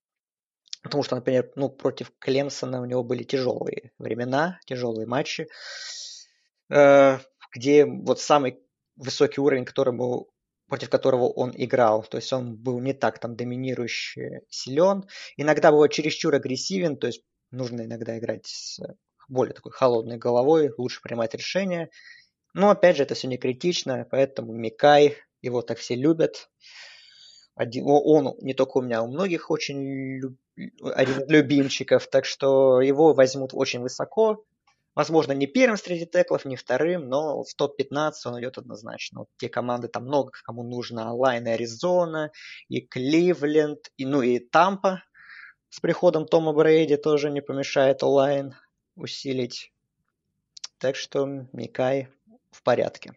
потому что, например, ну, против Клемсона у него были тяжелые времена, тяжелые матчи, э, где вот самый высокий уровень, которому, против которого он играл, то есть он был не так там доминирующе силен, иногда был чересчур агрессивен, то есть нужно иногда играть с более такой холодной головой, лучше принимать решения. Но опять же, это все не критично, поэтому Микай, его так все любят. Один, он не только у меня, у многих очень люб, один из любимчиков, так что его возьмут очень высоко. Возможно, не первым среди теклов, не вторым, но в топ пятнадцать он идет однозначно. Вот те команды, там много кому нужно. Лайн и Аризона, и Кливленд, и, ну и Тампа с приходом Тома Брейди тоже не помешает онлайн усилить. Так что Микай в порядке.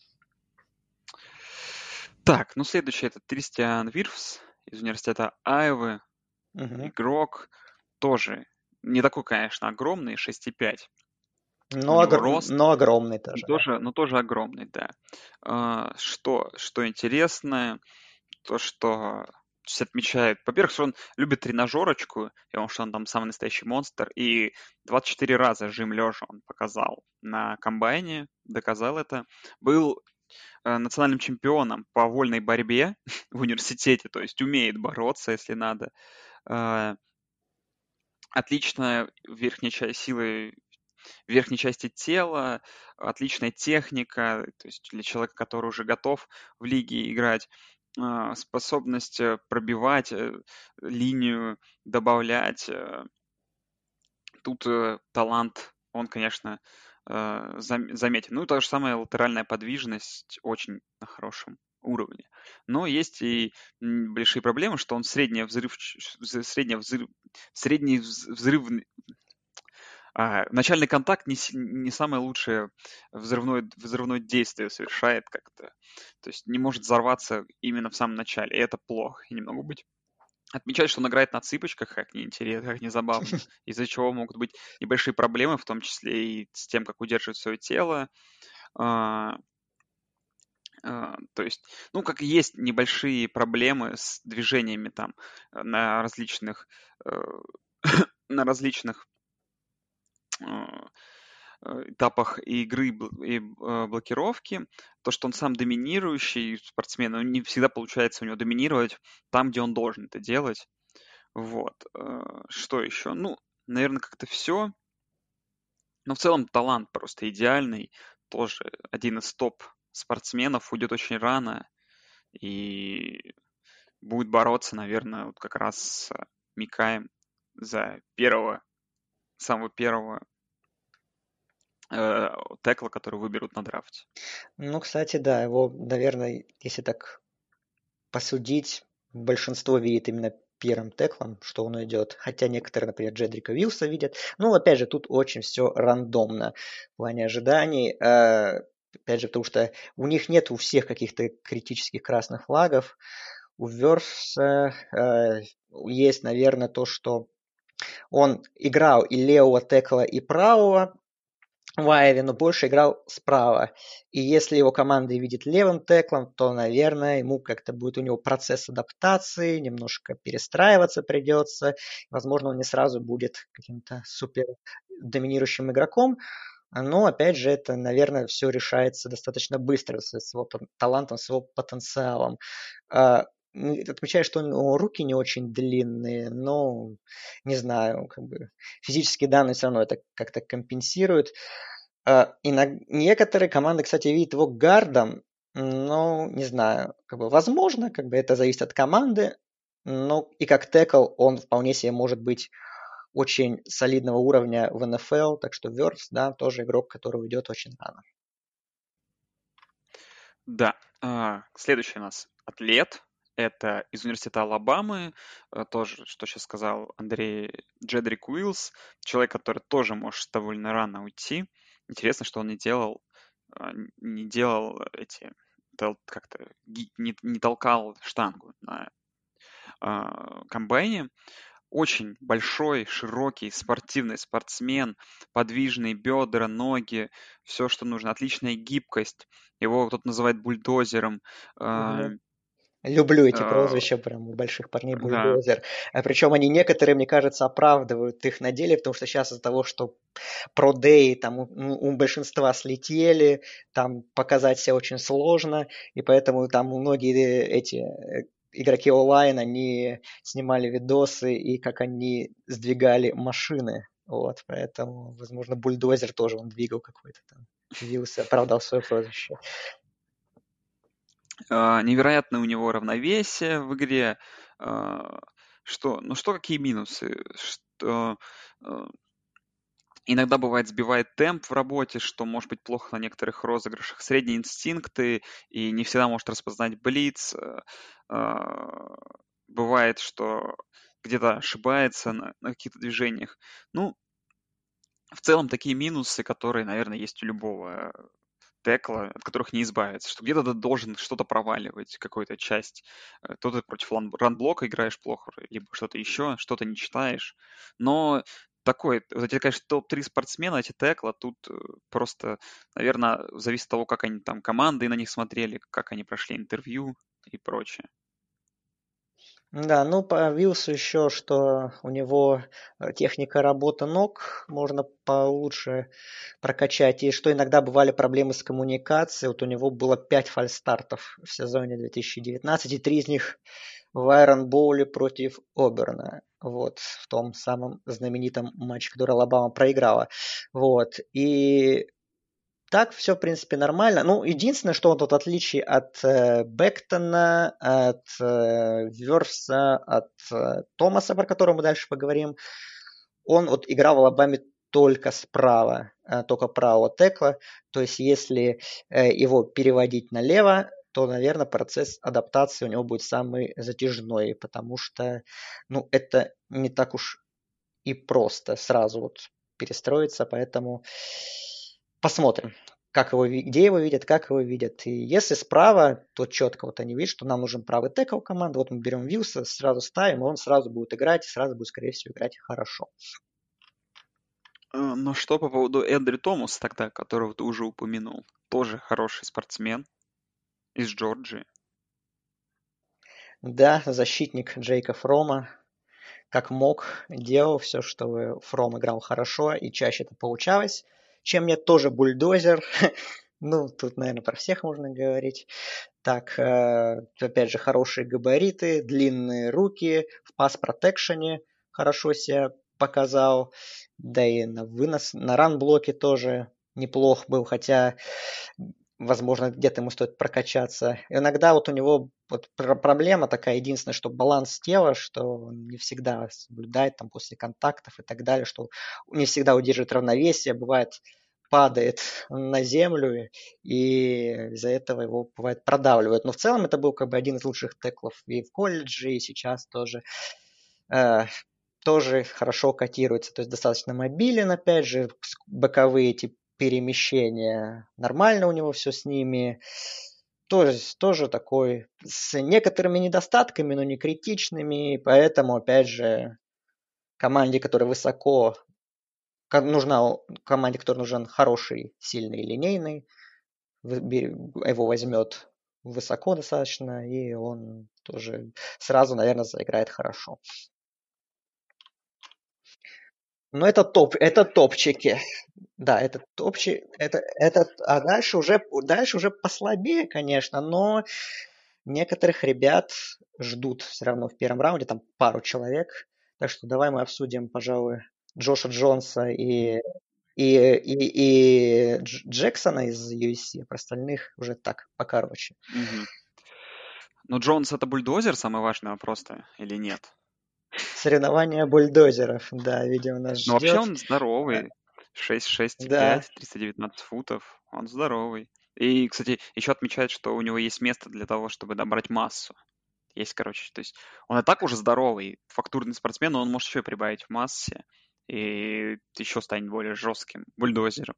Так, ну следующий это Тристиан Вирфс из университета Айовы. Угу. Игрок тоже не такой, конечно, огромный, шесть и пять. У Но, него огр... рост, но огромный но тоже, да. тоже, но тоже огромный, да. А, что, что интересно, то, что все отмечают, во-первых, что он любит тренажерочку, потому что он там самый настоящий монстр, и двадцать четыре раза жим лежа он показал на комбайне, доказал это. Был э, национальным чемпионом по вольной борьбе в университете, то есть умеет бороться, если надо. Э, Отличная верхняя часть силы в верхней части тела, отличная техника, то есть для человека, который уже готов в лиге играть, а, способность э, пробивать э, линию, добавлять. э, Тут э, талант, он, конечно, э, зам- заметен. Ну, и то же самое латеральная подвижность очень на хорошем уровне. Но есть и м, большие проблемы, что он средняя взрыв, средняя взрыв, средний вз- взрыв, А, начальный контакт не, си- не самое лучшее взрывное, взрывное действие совершает как-то. То есть не может взорваться именно в самом начале. И это плохо. И не могу быть отмечать, что он играет на цыпочках, как неинтересно, как незабавно, из-за чего могут быть небольшие проблемы, в том числе и с тем, как удерживать свое тело. А, а, то есть, ну, как и есть небольшие проблемы с движениями там э, на различных, э, на различных а, э, этапах игры бл- и э, блокировки, то, что он сам доминирующий спортсмен, но не всегда получается у него доминировать там, где он должен это делать. Вот. э, Что еще? Ну, наверное, как-то все. Но в целом талант просто идеальный. Тоже один из топ-спортсменов, уйдет очень рано и будет бороться, наверное, вот как раз с Микаем за первого, самого первого э, текла, который выберут на драфте. Ну, кстати, да, его, наверное, если так посудить, большинство видит именно первым теклом, что он идет. Хотя некоторые, например, Джедрика Вилса видят. Ну, опять же, тут очень все рандомно в плане ожиданий. Э, Опять же, потому что у них нет у всех каких-то критических красных флагов. У Верса э, есть, наверное, то, что он играл и левого текла, и правого в Айве, но больше играл справа. И если его команда видит левым теклом, то, наверное, ему как-то будет у него процесс адаптации, немножко перестраиваться придется. Возможно, он не сразу будет каким-то супер доминирующим игроком. Но, опять же, это, наверное, все решается достаточно быстро с его талантом, с его потенциалом. А, м, Отмечаю, что у него руки не очень длинные, но не знаю, как бы физические данные все равно это как-то компенсируют. А, иног- Некоторые команды, кстати, видят его гардом, но не знаю, как бы возможно, как бы это зависит от команды, но и как текл он вполне себе может быть очень солидного уровня в эн эф эл, так что Верс, да, тоже игрок, который уйдет очень рано. Да. а, Следующий у нас атлет. Это из университета Алабамы, э, тоже, что сейчас сказал Андрей, Джедрик Уиллс, человек, который тоже может довольно рано уйти. Интересно, что он не делал, а, н- не делал эти, тол- как-то ги- не, не толкал штангу на а, комбайне. Очень большой, широкий, спортивный спортсмен, подвижные бедра, ноги, все, что нужно. Отличная гибкость. Его кто-то называет бульдозером. А, Мгм. Люблю эти а, прозвища прям у больших парней Да, бульдозер. А причем они некоторые, мне кажется, оправдывают их на деле, потому что сейчас из-за того, что продеи там у, ну, у большинства слетели, там показать себя очень сложно, и поэтому там многие эти э, игроки онлайн, они снимали видосы, и как они сдвигали машины. Вот, поэтому, возможно, бульдозер тоже он двигал какой-то там. Вилса оправдал свое прозвище. а, невероятное у него равновесие в игре. А, Что, ну что, какие минусы? Что а, иногда бывает сбивает темп в работе, что может быть плохо на некоторых розыгрышах. Средние инстинкты и не всегда может распознать блиц. э, а, Бывает, что где-то ошибается на, на каких-то движениях. Ну, в целом такие минусы, которые, наверное, есть у любого текла, от которых не избавиться, что где-то ты должен что-то проваливать, какую-то часть. Э, То ты против лан- ранблока играешь плохо, либо что-то еще, что-то не читаешь. Но такой, вот эти, конечно, топ три спортсмена, эти текла, тут э, просто, наверное, зависит от того, как они там команды на них смотрели, как они прошли интервью и прочее. Да, ну по Вилсу еще, что у него э, техника работы ног можно получше прокачать, и что иногда бывали проблемы с коммуникацией. Вот у него было пять фальстартов в сезоне две тысячи девятнадцать, и три из них в Айрон Боуле против Оберна. Вот, в том самом знаменитом матче, который Алабама проиграла. Вот, и так все, в принципе, нормально. Ну, единственное, что он тут отличие от э, Бектона, от э, Верса, от э, Томаса, про которого мы дальше поговорим, он вот играл в Алабаме только справа, э, только правого текла. То есть, если э, его переводить налево, то, наверное, процесс адаптации у него будет самый затяжной, потому что, ну, это не так уж и просто сразу вот перестроиться, поэтому посмотрим, как его, где его видят, как его видят. И если справа, то четко вот они видят, что нам нужен правый текл команды. Вот мы берем Вилса, сразу ставим, и он сразу будет играть, и сразу будет, скорее всего, играть хорошо. Но что по поводу Эндрю Томаса тогда, которого ты уже упомянул? Тоже хороший спортсмен из Джорджии. Да, защитник Джейка Фрома, как мог, делал все, чтобы Фром играл хорошо, и чаще это получалось. Чем мне тоже бульдозер. Ну, тут, наверное, про всех можно говорить. Так, э, опять же, хорошие габариты, длинные руки, в пас-протекшене хорошо себя показал. Да и на вынос, на ран-блоке тоже неплох был, хотя, возможно, где-то ему стоит прокачаться. Иногда вот у него вот проблема такая единственная, что баланс тела, что он не всегда соблюдает там после контактов и так далее, что не всегда удерживает равновесие, бывает падает на землю, и из-за этого его, бывает, продавливают. Но в целом это был как бы один из лучших теклов и в колледже, и сейчас тоже. Э, тоже хорошо котируется, то есть достаточно мобилен, опять же, боковые эти перемещения, нормально у него все с ними. Тоже, тоже такой, с некоторыми недостатками, но не критичными, поэтому, опять же, команде, которая высоко нужна команде, которой нужен хороший, сильный линейный, его возьмет высоко достаточно, и он тоже сразу, наверное, заиграет хорошо. Но это топ, это топчики. Да, это топчик, это, это, а дальше уже, дальше уже послабее, конечно, но некоторых ребят ждут все равно в первом раунде, там пару человек. Так что давай мы обсудим, пожалуй, Джоша Джонса и И, и, и Джексона из ю эф си, а про остальных уже так, покороче. Угу. Но Джонс это бульдозер, самый важный вопрос-то, или нет? Соревнования бульдозеров, да, видимо, нас Но вообще ждет. он здоровый. шесть шесть Да, пять, триста девятнадцать футов. Он здоровый. И, кстати, еще отмечает, что у него есть место для того, чтобы набрать массу. Есть, короче, то есть он и так уже здоровый, фактурный спортсмен, но он может еще прибавить в массе и еще станет более жестким бульдозером.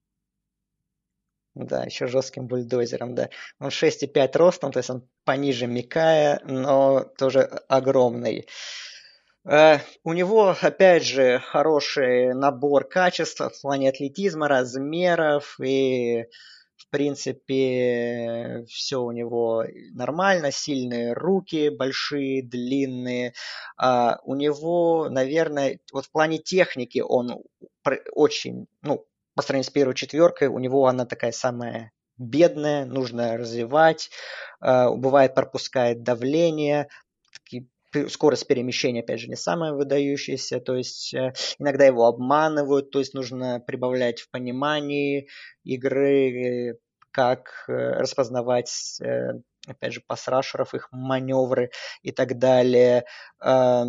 да, еще жестким бульдозером, да. Он шесть и пять ростом, то есть он пониже Микая, но тоже огромный. Uh, у него, опять же, хороший набор качеств в плане атлетизма, размеров, и, в принципе, все у него нормально, сильные руки, большие, длинные. Uh, у него, наверное, вот в плане техники он очень, ну, по сравнению с первой четверкой, у него она такая самая бедная, нужно развивать, uh, бывает пропускает давление, такие скорость перемещения, опять же, не самая выдающаяся, то есть э, иногда его обманывают, то есть нужно прибавлять в понимании игры, как э, распознавать, э, опять же, пасрашеров, их маневры и так далее. Э,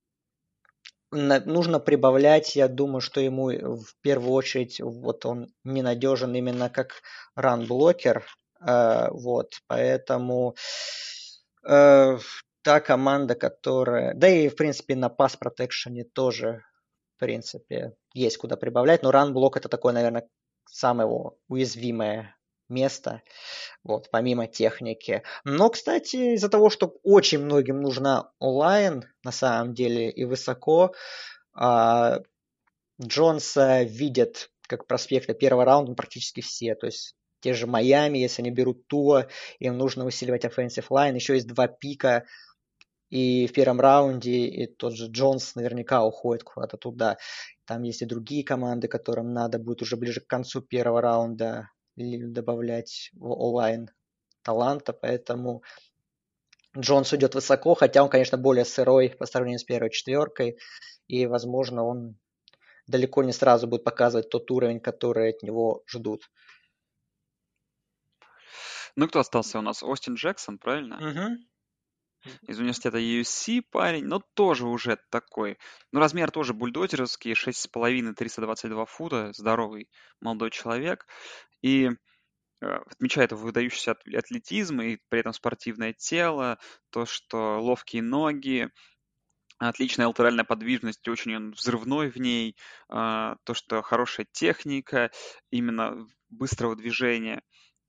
нужно прибавлять, я думаю, что ему в первую очередь вот он ненадежен именно как ран-блокер, э, вот, поэтому э, та команда, которая... Да и, в принципе, на пас-протекшене тоже, в принципе, есть куда прибавлять. Но ран-блок это такое, наверное, самое его уязвимое место, вот, помимо техники. Но, кстати, из-за того, что очень многим нужна онлайн, на самом деле, и высоко, а, Джонса видят как проспекта первого раунда практически все. То есть те же Майами, если они берут Туа, им нужно усиливать offensive line. Еще есть два пика, и в первом раунде и тот же Джонс наверняка уходит куда-то туда. Там есть и другие команды, которым надо будет уже ближе к концу первого раунда добавлять в онлайн таланта, поэтому Джонс уйдет высоко, хотя он, конечно, более сырой по сравнению с первой четверкой, и, возможно, он далеко не сразу будет показывать тот уровень, который от него ждут. Ну, кто остался у нас? Остин Джексон, правильно? Угу. Из университета ю эс си парень, но тоже уже такой. Ну, размер тоже бульдозеровский, шесть с половиной, триста двадцать два фута, здоровый молодой человек. И э, отмечает его выдающийся атлетизм и при этом спортивное тело, то, что ловкие ноги, Отличная латеральная подвижность, очень он взрывной в ней, а, то, что хорошая техника, именно быстрого движения,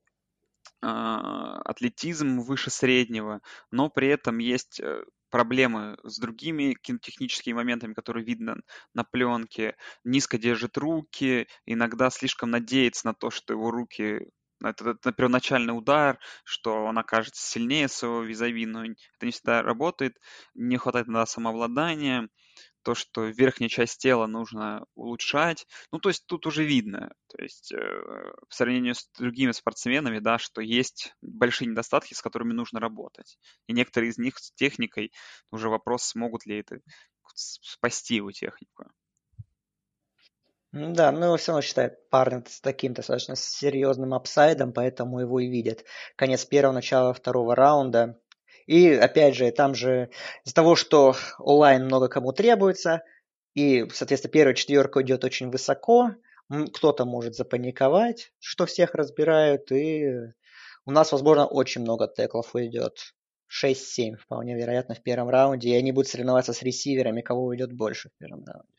а, атлетизм выше среднего, но при этом есть э, проблемы с другими какими-то техническими моментами, которые видно на пленке. Низко держит руки, иногда слишком надеется на то, что его руки на этот на первоначальный удар, что он окажется сильнее своего визави, но это не всегда работает. Не хватает иногда самообладания, то, что верхняя часть тела нужно улучшать. Ну, то есть тут уже видно, то есть э, в сравнении с другими спортсменами, да, что есть большие недостатки, с которыми нужно работать. И некоторые из них с техникой уже вопрос, смогут ли это с- спасти его технику. М, Да, но его все равно считают парнем с таким достаточно серьезным апсайдом, поэтому его и видят. Конец первого, начало второго раунда. И опять же, там же из-за того, что онлайн много кому требуется, и, соответственно, первая четверка идет очень высоко, м, кто-то может запаниковать, что всех разбирают, и у нас, возможно, очень много теклов уйдет. шесть-семь, вполне вероятно, в первом раунде, и они будут соревноваться с ресиверами, кого уйдет больше в первом раунде.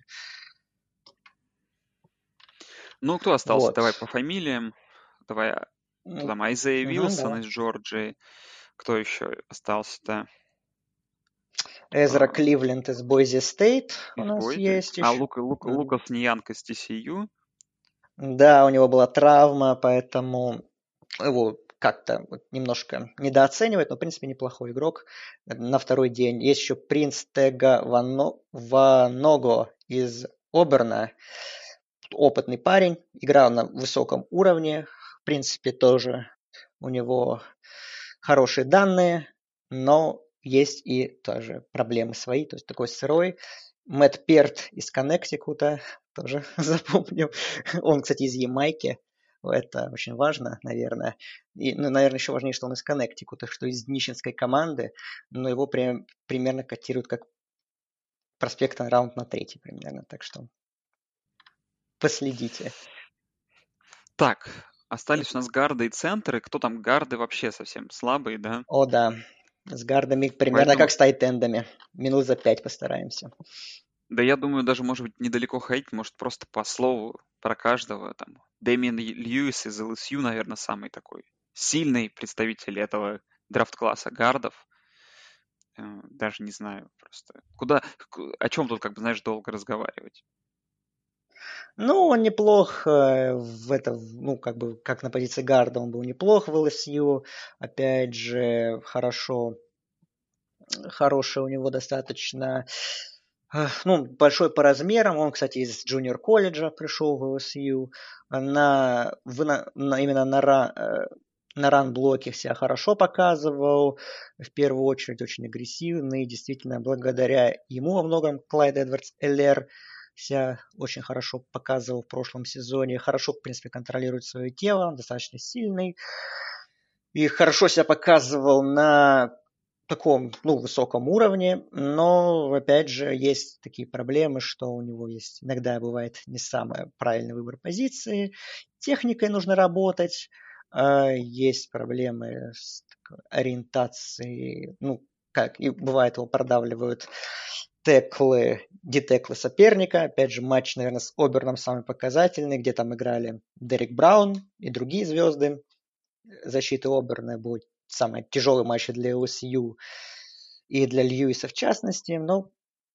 Ну, кто остался? Вот. Давай по фамилиям. Давай, а, кто М, там, Айзея мгм, Вилсон давай. из Джорджии. Кто еще остался-то? Эзра А, Кливленд из Бойзи Стейт у из нас Бойзи. есть А еще. Лука, Лука, Лукас Ниянг из Ти Си Ю. Да, у него была травма, поэтому его как-то вот немножко недооценивают, но, в принципе, неплохой игрок. На второй день есть еще принц Тега Вано- Ваного из Оберна. Опытный парень, играл на высоком уровне. В принципе, тоже у него хорошие данные, но есть и тоже проблемы свои, то есть такой сырой. Мэтт Перт из Коннектикута, тоже запомнил. Он, кстати, из Ямайки. Это очень важно, наверное. И, ну, наверное, еще важнее, что он из Коннектикута, что из нищенской команды, но его прям, примерно котируют как проспект на раунд на третий примерно. Так что последите. Так, остались у нас гарды и центры. Кто там? Гарды вообще совсем слабые, да? О, да. С гардами примерно Поэтому, как с тайтендами. Минут за пять постараемся. да я думаю, даже, может быть, недалеко ходить, может, просто по слову про каждого. Там, Дэмиан Льюис из Эл Эс Ю, наверное, самый такой сильный представитель этого драфт-класса гардов. Э, Даже не знаю просто. Куда, к- о чем тут, как бы, знаешь, долго разговаривать? Ну, он неплох э, в это, ну, как бы, как на позиции гарда он был неплох в Эл Эс Ю. Опять же, хорошо, хороший у него достаточно, э, ну, большой по размерам. Он, кстати, из джуниор-колледжа пришел в Эл Эс Ю. На, в- на, на- именно на, ра- э, на ран-блоке себя хорошо показывал. В первую очередь очень агрессивный. Действительно, благодаря ему во многом Клайд Эдвардс-Эллер себя очень хорошо показывал в прошлом сезоне. Хорошо, в принципе, контролирует свое тело. Он достаточно сильный. И хорошо себя показывал на таком, ну, высоком уровне, но, опять же, есть такие проблемы, что у него есть, иногда бывает не самый правильный выбор позиции, техникой нужно работать, а есть проблемы с такой ориентацией, ну, как и бывает, его продавливают теклы, детеклы соперника. Опять же, матч, наверное, с Оберном самый показательный, где там играли Дерек Браун и другие звезды защиты Оберна. Был самый тяжелый матч для Эл Эс Ю и для Льюиса в частности. Но,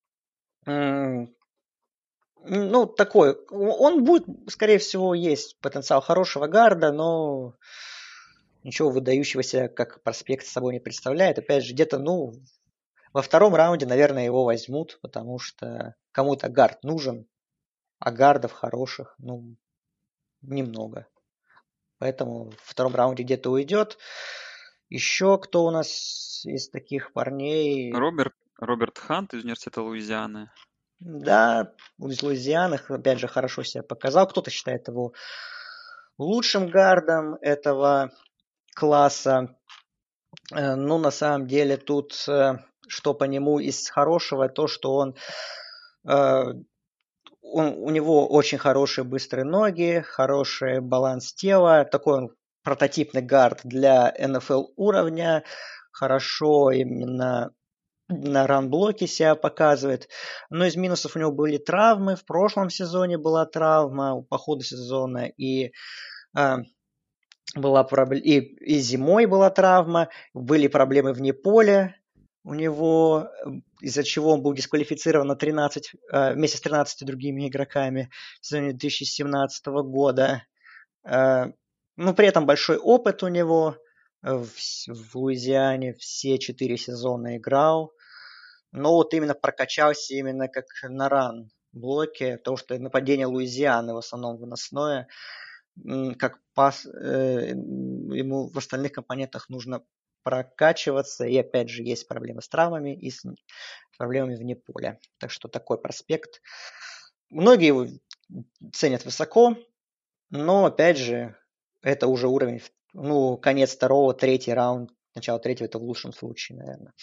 ну, такой. Он будет, скорее всего, есть потенциал хорошего гарда, но ничего выдающегося как проспект собой не представляет. Опять же, где-то, ну, во втором раунде, наверное, его возьмут, потому что кому-то гард нужен, а гардов хороших, ну, немного. Поэтому в втором раунде где-то уйдет. Еще кто у нас из таких парней? Роберт, Роберт Хант из университета Луизианы. Да, из Луизианы, опять же, хорошо себя показал. Кто-то считает его лучшим гардом этого класса. Э, Ну, на самом деле, тут э, что по нему из хорошего, то, что он, э, он у него очень хорошие быстрые ноги, хороший баланс тела. Такой он прототипный гард для эн эф эл уровня. Хорошо именно на ранблоке себя показывает. Но из минусов у него были травмы. В прошлом сезоне была травма по ходу сезона. И, а, была проблема, и, и зимой была травма. Были проблемы вне поля у него, из-за чего он был дисквалифицирован на тринадцать, а, вместе с тринадцатью другими игроками в сезоне две тысячи семнадцатого года. А, но при этом большой опыт у него. В, в Луизиане все четыре сезона играл. Но вот именно прокачался именно как на ран-блоке, потому что нападение Луизианы в основном выносное. Как пас, э, ему в остальных компонентах нужно прокачиваться. И опять же есть проблемы с травмами и с проблемами вне поля. Так что такой проспект. Многие его ценят высоко, но опять же это уже уровень, ну, конец второго, третий раунд, начало третьего, это в лучшем случае, наверное.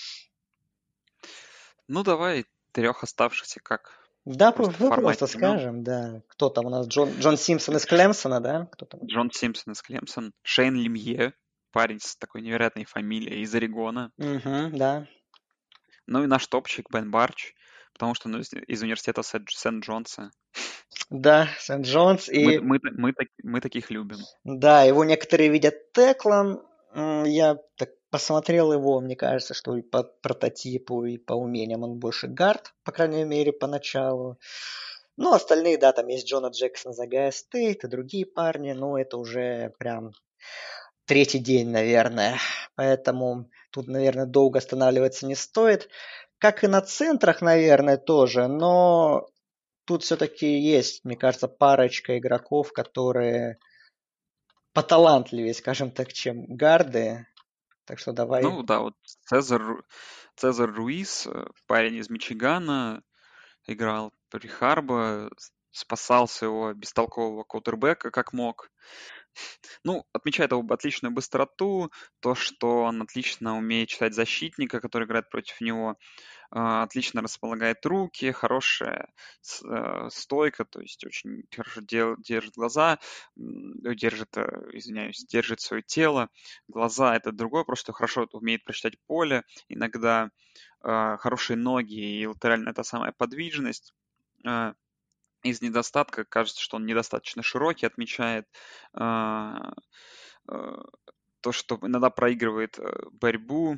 Ну, давай трех оставшихся как Да, просто мы формат просто имен. скажем, да. Кто там у нас? Джон, Джон Симпсон из Клемсона, да? Кто там? Джон Симпсон из Клемсон, Шейн Лемье, парень с такой невероятной фамилией из Орегона. Угу, да. Ну и наш топчик Бен Барч, потому что ну, из, из университета Сент-Джонса. Да, Сент-Джонс Мы, и... мы, мы, так- мы таких любим. Да, его некоторые видят теклом. М, Я так посмотрел его, мне кажется, что и по прототипу, и по умениям он больше гард, по крайней мере, поначалу. Ну, остальные, да, там есть Джона Джексон за Гайя Стейт и другие парни, но это уже прям третий день, наверное. Поэтому тут, наверное, долго останавливаться не стоит. Как и на центрах, наверное, тоже, но тут все-таки есть, мне кажется, парочка игроков, которые поталантливее, скажем так, чем гарды. Так что давай. Ну да, вот Цезар, Ру- Цезар Руис, э, парень из Мичигана, играл при Харбо, с- спасал своего бестолкового квотербека как мог. Ну, отмечает его отличную быстроту, то, что он отлично умеет читать защитника, который играет против него, а, отлично располагает руки, хорошая с- э, стойка, то есть очень хорошо дел- держит глаза, м, э, держит, э, извиняюсь, держит свое тело. Глаза — это другое, просто хорошо умеет прочитать поле, иногда а, хорошие ноги и латеральная та самая подвижность. А, Из недостатка кажется, что он недостаточно широкий, отмечает а, а, то, что иногда проигрывает э, борьбу,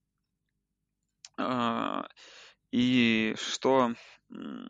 а, и что, м,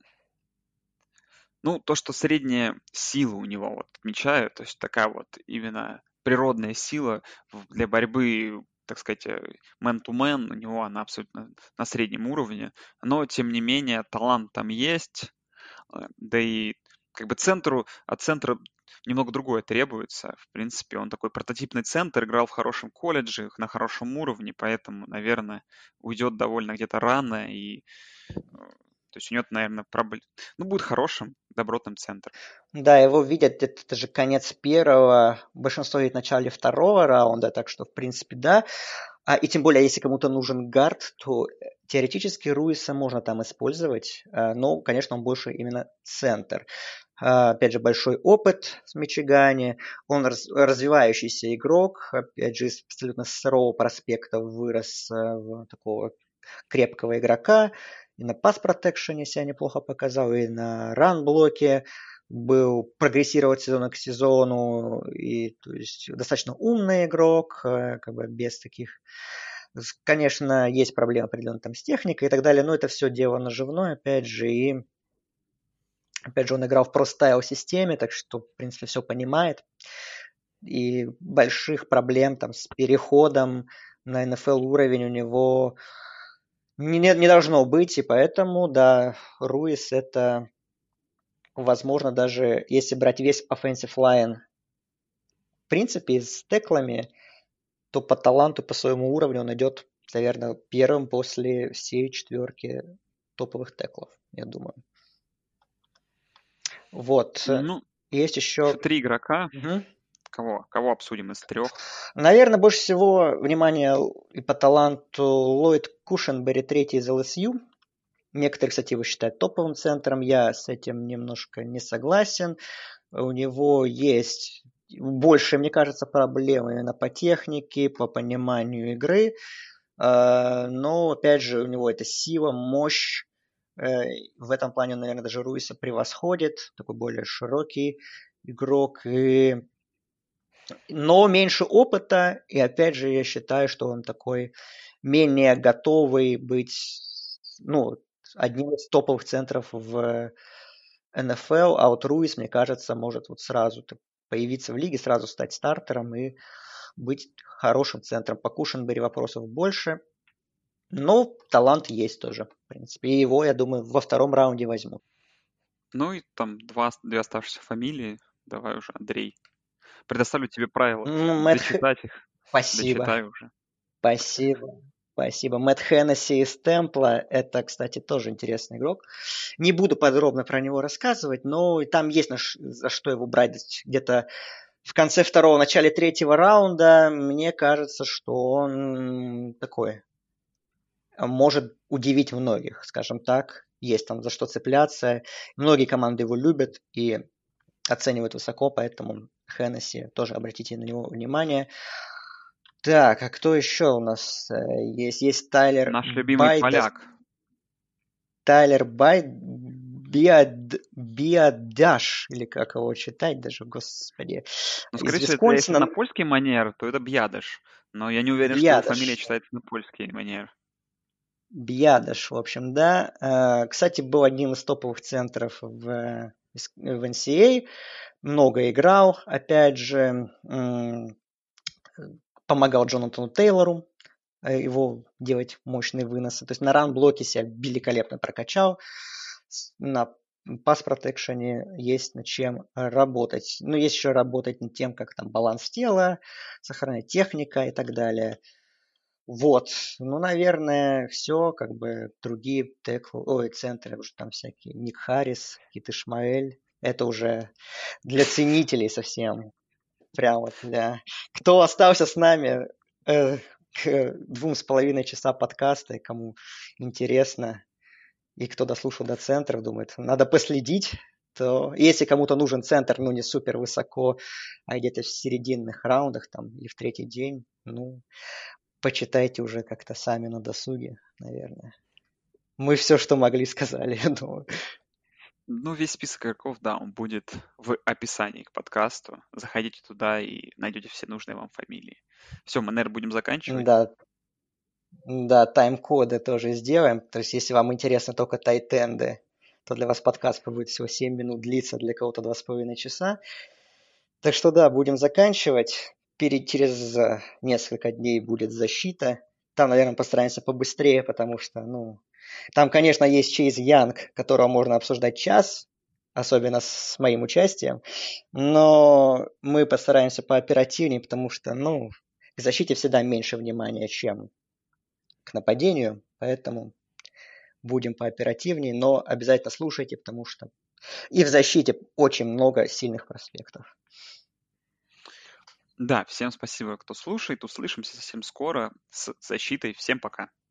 ну, то, что средняя сила у него вот отмечают, то есть такая вот именно природная сила в- для борьбы, так сказать, э, man-to-man, у него она абсолютно на среднем уровне, но, тем не менее, талант там есть, э, да и как бы центру, от центра немного другое требуется. В принципе, он такой прототипный центр, играл в хорошем колледже, на хорошем уровне, поэтому, наверное, уйдет довольно где-то рано, и э, то есть у него, наверное, проблем... Ну, будет хорошим, добротным центром. Да, его видят где-то даже конец первого, большинство видит в начале второго раунда, так что, в принципе, да. А, и тем более, если кому-то нужен гард, то э, теоретически Руиса можно там использовать, а, но, конечно, он больше именно центр. А, Опять же, большой опыт в Мичигане, он раз- развивающийся игрок, опять же, из абсолютно сырого проспекта вырос а, в такого крепкого игрока. И на пас-протекшене себя неплохо показал, и на ран-блоке был прогрессировать сезона к сезону, и то есть достаточно умный игрок, э, как бы без таких... Конечно, есть проблемы определенно там с техникой и так далее, но это все дело наживное, опять же, и опять же он играл в простайл системе, так что, в принципе, все понимает, и больших проблем там с переходом на эн эф эл уровень у него не, не не должно быть, и поэтому, да, Руис это, возможно, даже если брать весь offensive line, в принципе, с теклами, то по таланту, по своему уровню он идет, наверное, первым после всей четверки топовых теклов, я думаю. Вот. Ну, Есть еще еще... три игрока. Мгм. Кого? Кого обсудим из трех? Наверное, больше всего внимания и по таланту Ллойд Кушенбери, третий из эл эс ю. Некоторые, кстати, его считают топовым центром. Я с этим немножко не согласен. У него есть больше, мне кажется, проблем именно по технике, по пониманию игры. Э, Но, опять же, у него это сила, мощь. Э, В этом плане он, наверное, даже Руиса превосходит. Такой более широкий игрок. И... Но меньше опыта. И, опять же, я считаю, что он такой менее готовый быть, ну, одним из топовых центров в эн эф эл, а вот Руис, мне кажется, может вот сразу появиться в лиге, сразу стать стартером и быть хорошим центром. По Кушенбери вопросов больше, но талант есть тоже, в принципе. И его, я думаю, во втором раунде возьмут. Ну и там два, две оставшиеся фамилии. Давай уже, Андрей. Предоставлю тебе правила Ну, Мэтт Х... дочитать их. Спасибо. Дочитай уже. Спасибо. Спасибо. Мэтт Хеннесси из Темпла. Это, кстати, тоже интересный игрок. Не буду подробно про него рассказывать, но там есть на ш... за что его брать. Где-то в конце второго, начале третьего раунда. Мне кажется, что он такой может удивить многих, скажем так. Есть там за что цепляться. Многие команды его любят и оценивают высоко, поэтому Хеннесси, тоже обратите на него внимание. Так, а кто еще у нас есть? Есть Тайлер Наш любимый Байд. поляк. Тайлер Байд. Биад... Биадаш, или как его читать даже, господи. Ну, Из скорее всего, это если Висконсина. на польский манер, то это Бьядыш. Но я не уверен, что его фамилия Бьядаш. читается на польский манер. Бьядаш, в общем, да. Э, Кстати, был одним из топовых центров в, в эн си эй эй. Много играл, опять же. м, Помогал Джонатану Тейлору э, его делать мощные выносы. То есть на ран-блоке себя великолепно прокачал. С- На пас-протекшене есть над чем работать. Ну, есть еще работать над тем, как там баланс тела, сохранять техника и так далее. Вот. Ну, наверное, все. Как бы другие текл, ой, центры уже там всякие. Ник Харрис, Кит Ишмаэль. Это уже для ценителей совсем. Прям вот для... Кто остался с нами э, к двум с половиной часа подкаста, и кому интересно, и кто дослушал до центра, думает, надо последить, то если кому-то нужен центр, ну, не супер высоко, а где-то в серединных раундах там или в третий день, ну, почитайте уже как-то сами на досуге, наверное. Мы все, что могли, сказали, я думаю. Ну, весь список игроков, да, он будет в описании к подкасту. Заходите туда и найдете все нужные вам фамилии. Все, мы, наверное, будем заканчивать. Да, да, тайм-коды тоже сделаем. То есть, если вам интересно только тайтенды, то для вас подкаст будет всего семь минут длиться, для кого-то два с половиной часа. Так что да, будем заканчивать. Перед, через э, несколько дней будет защита. Там, наверное, постараемся побыстрее, потому что, ну, там, конечно, есть Чейз Янг, которого можно обсуждать час, особенно с моим участием, но мы постараемся пооперативнее, потому что, ну, к защите всегда меньше внимания, чем к нападению, поэтому будем пооперативнее, но обязательно слушайте, потому что и в защите очень много сильных проспектов. Да, всем спасибо, кто слушает. Услышимся совсем скоро с защитой. Всем пока.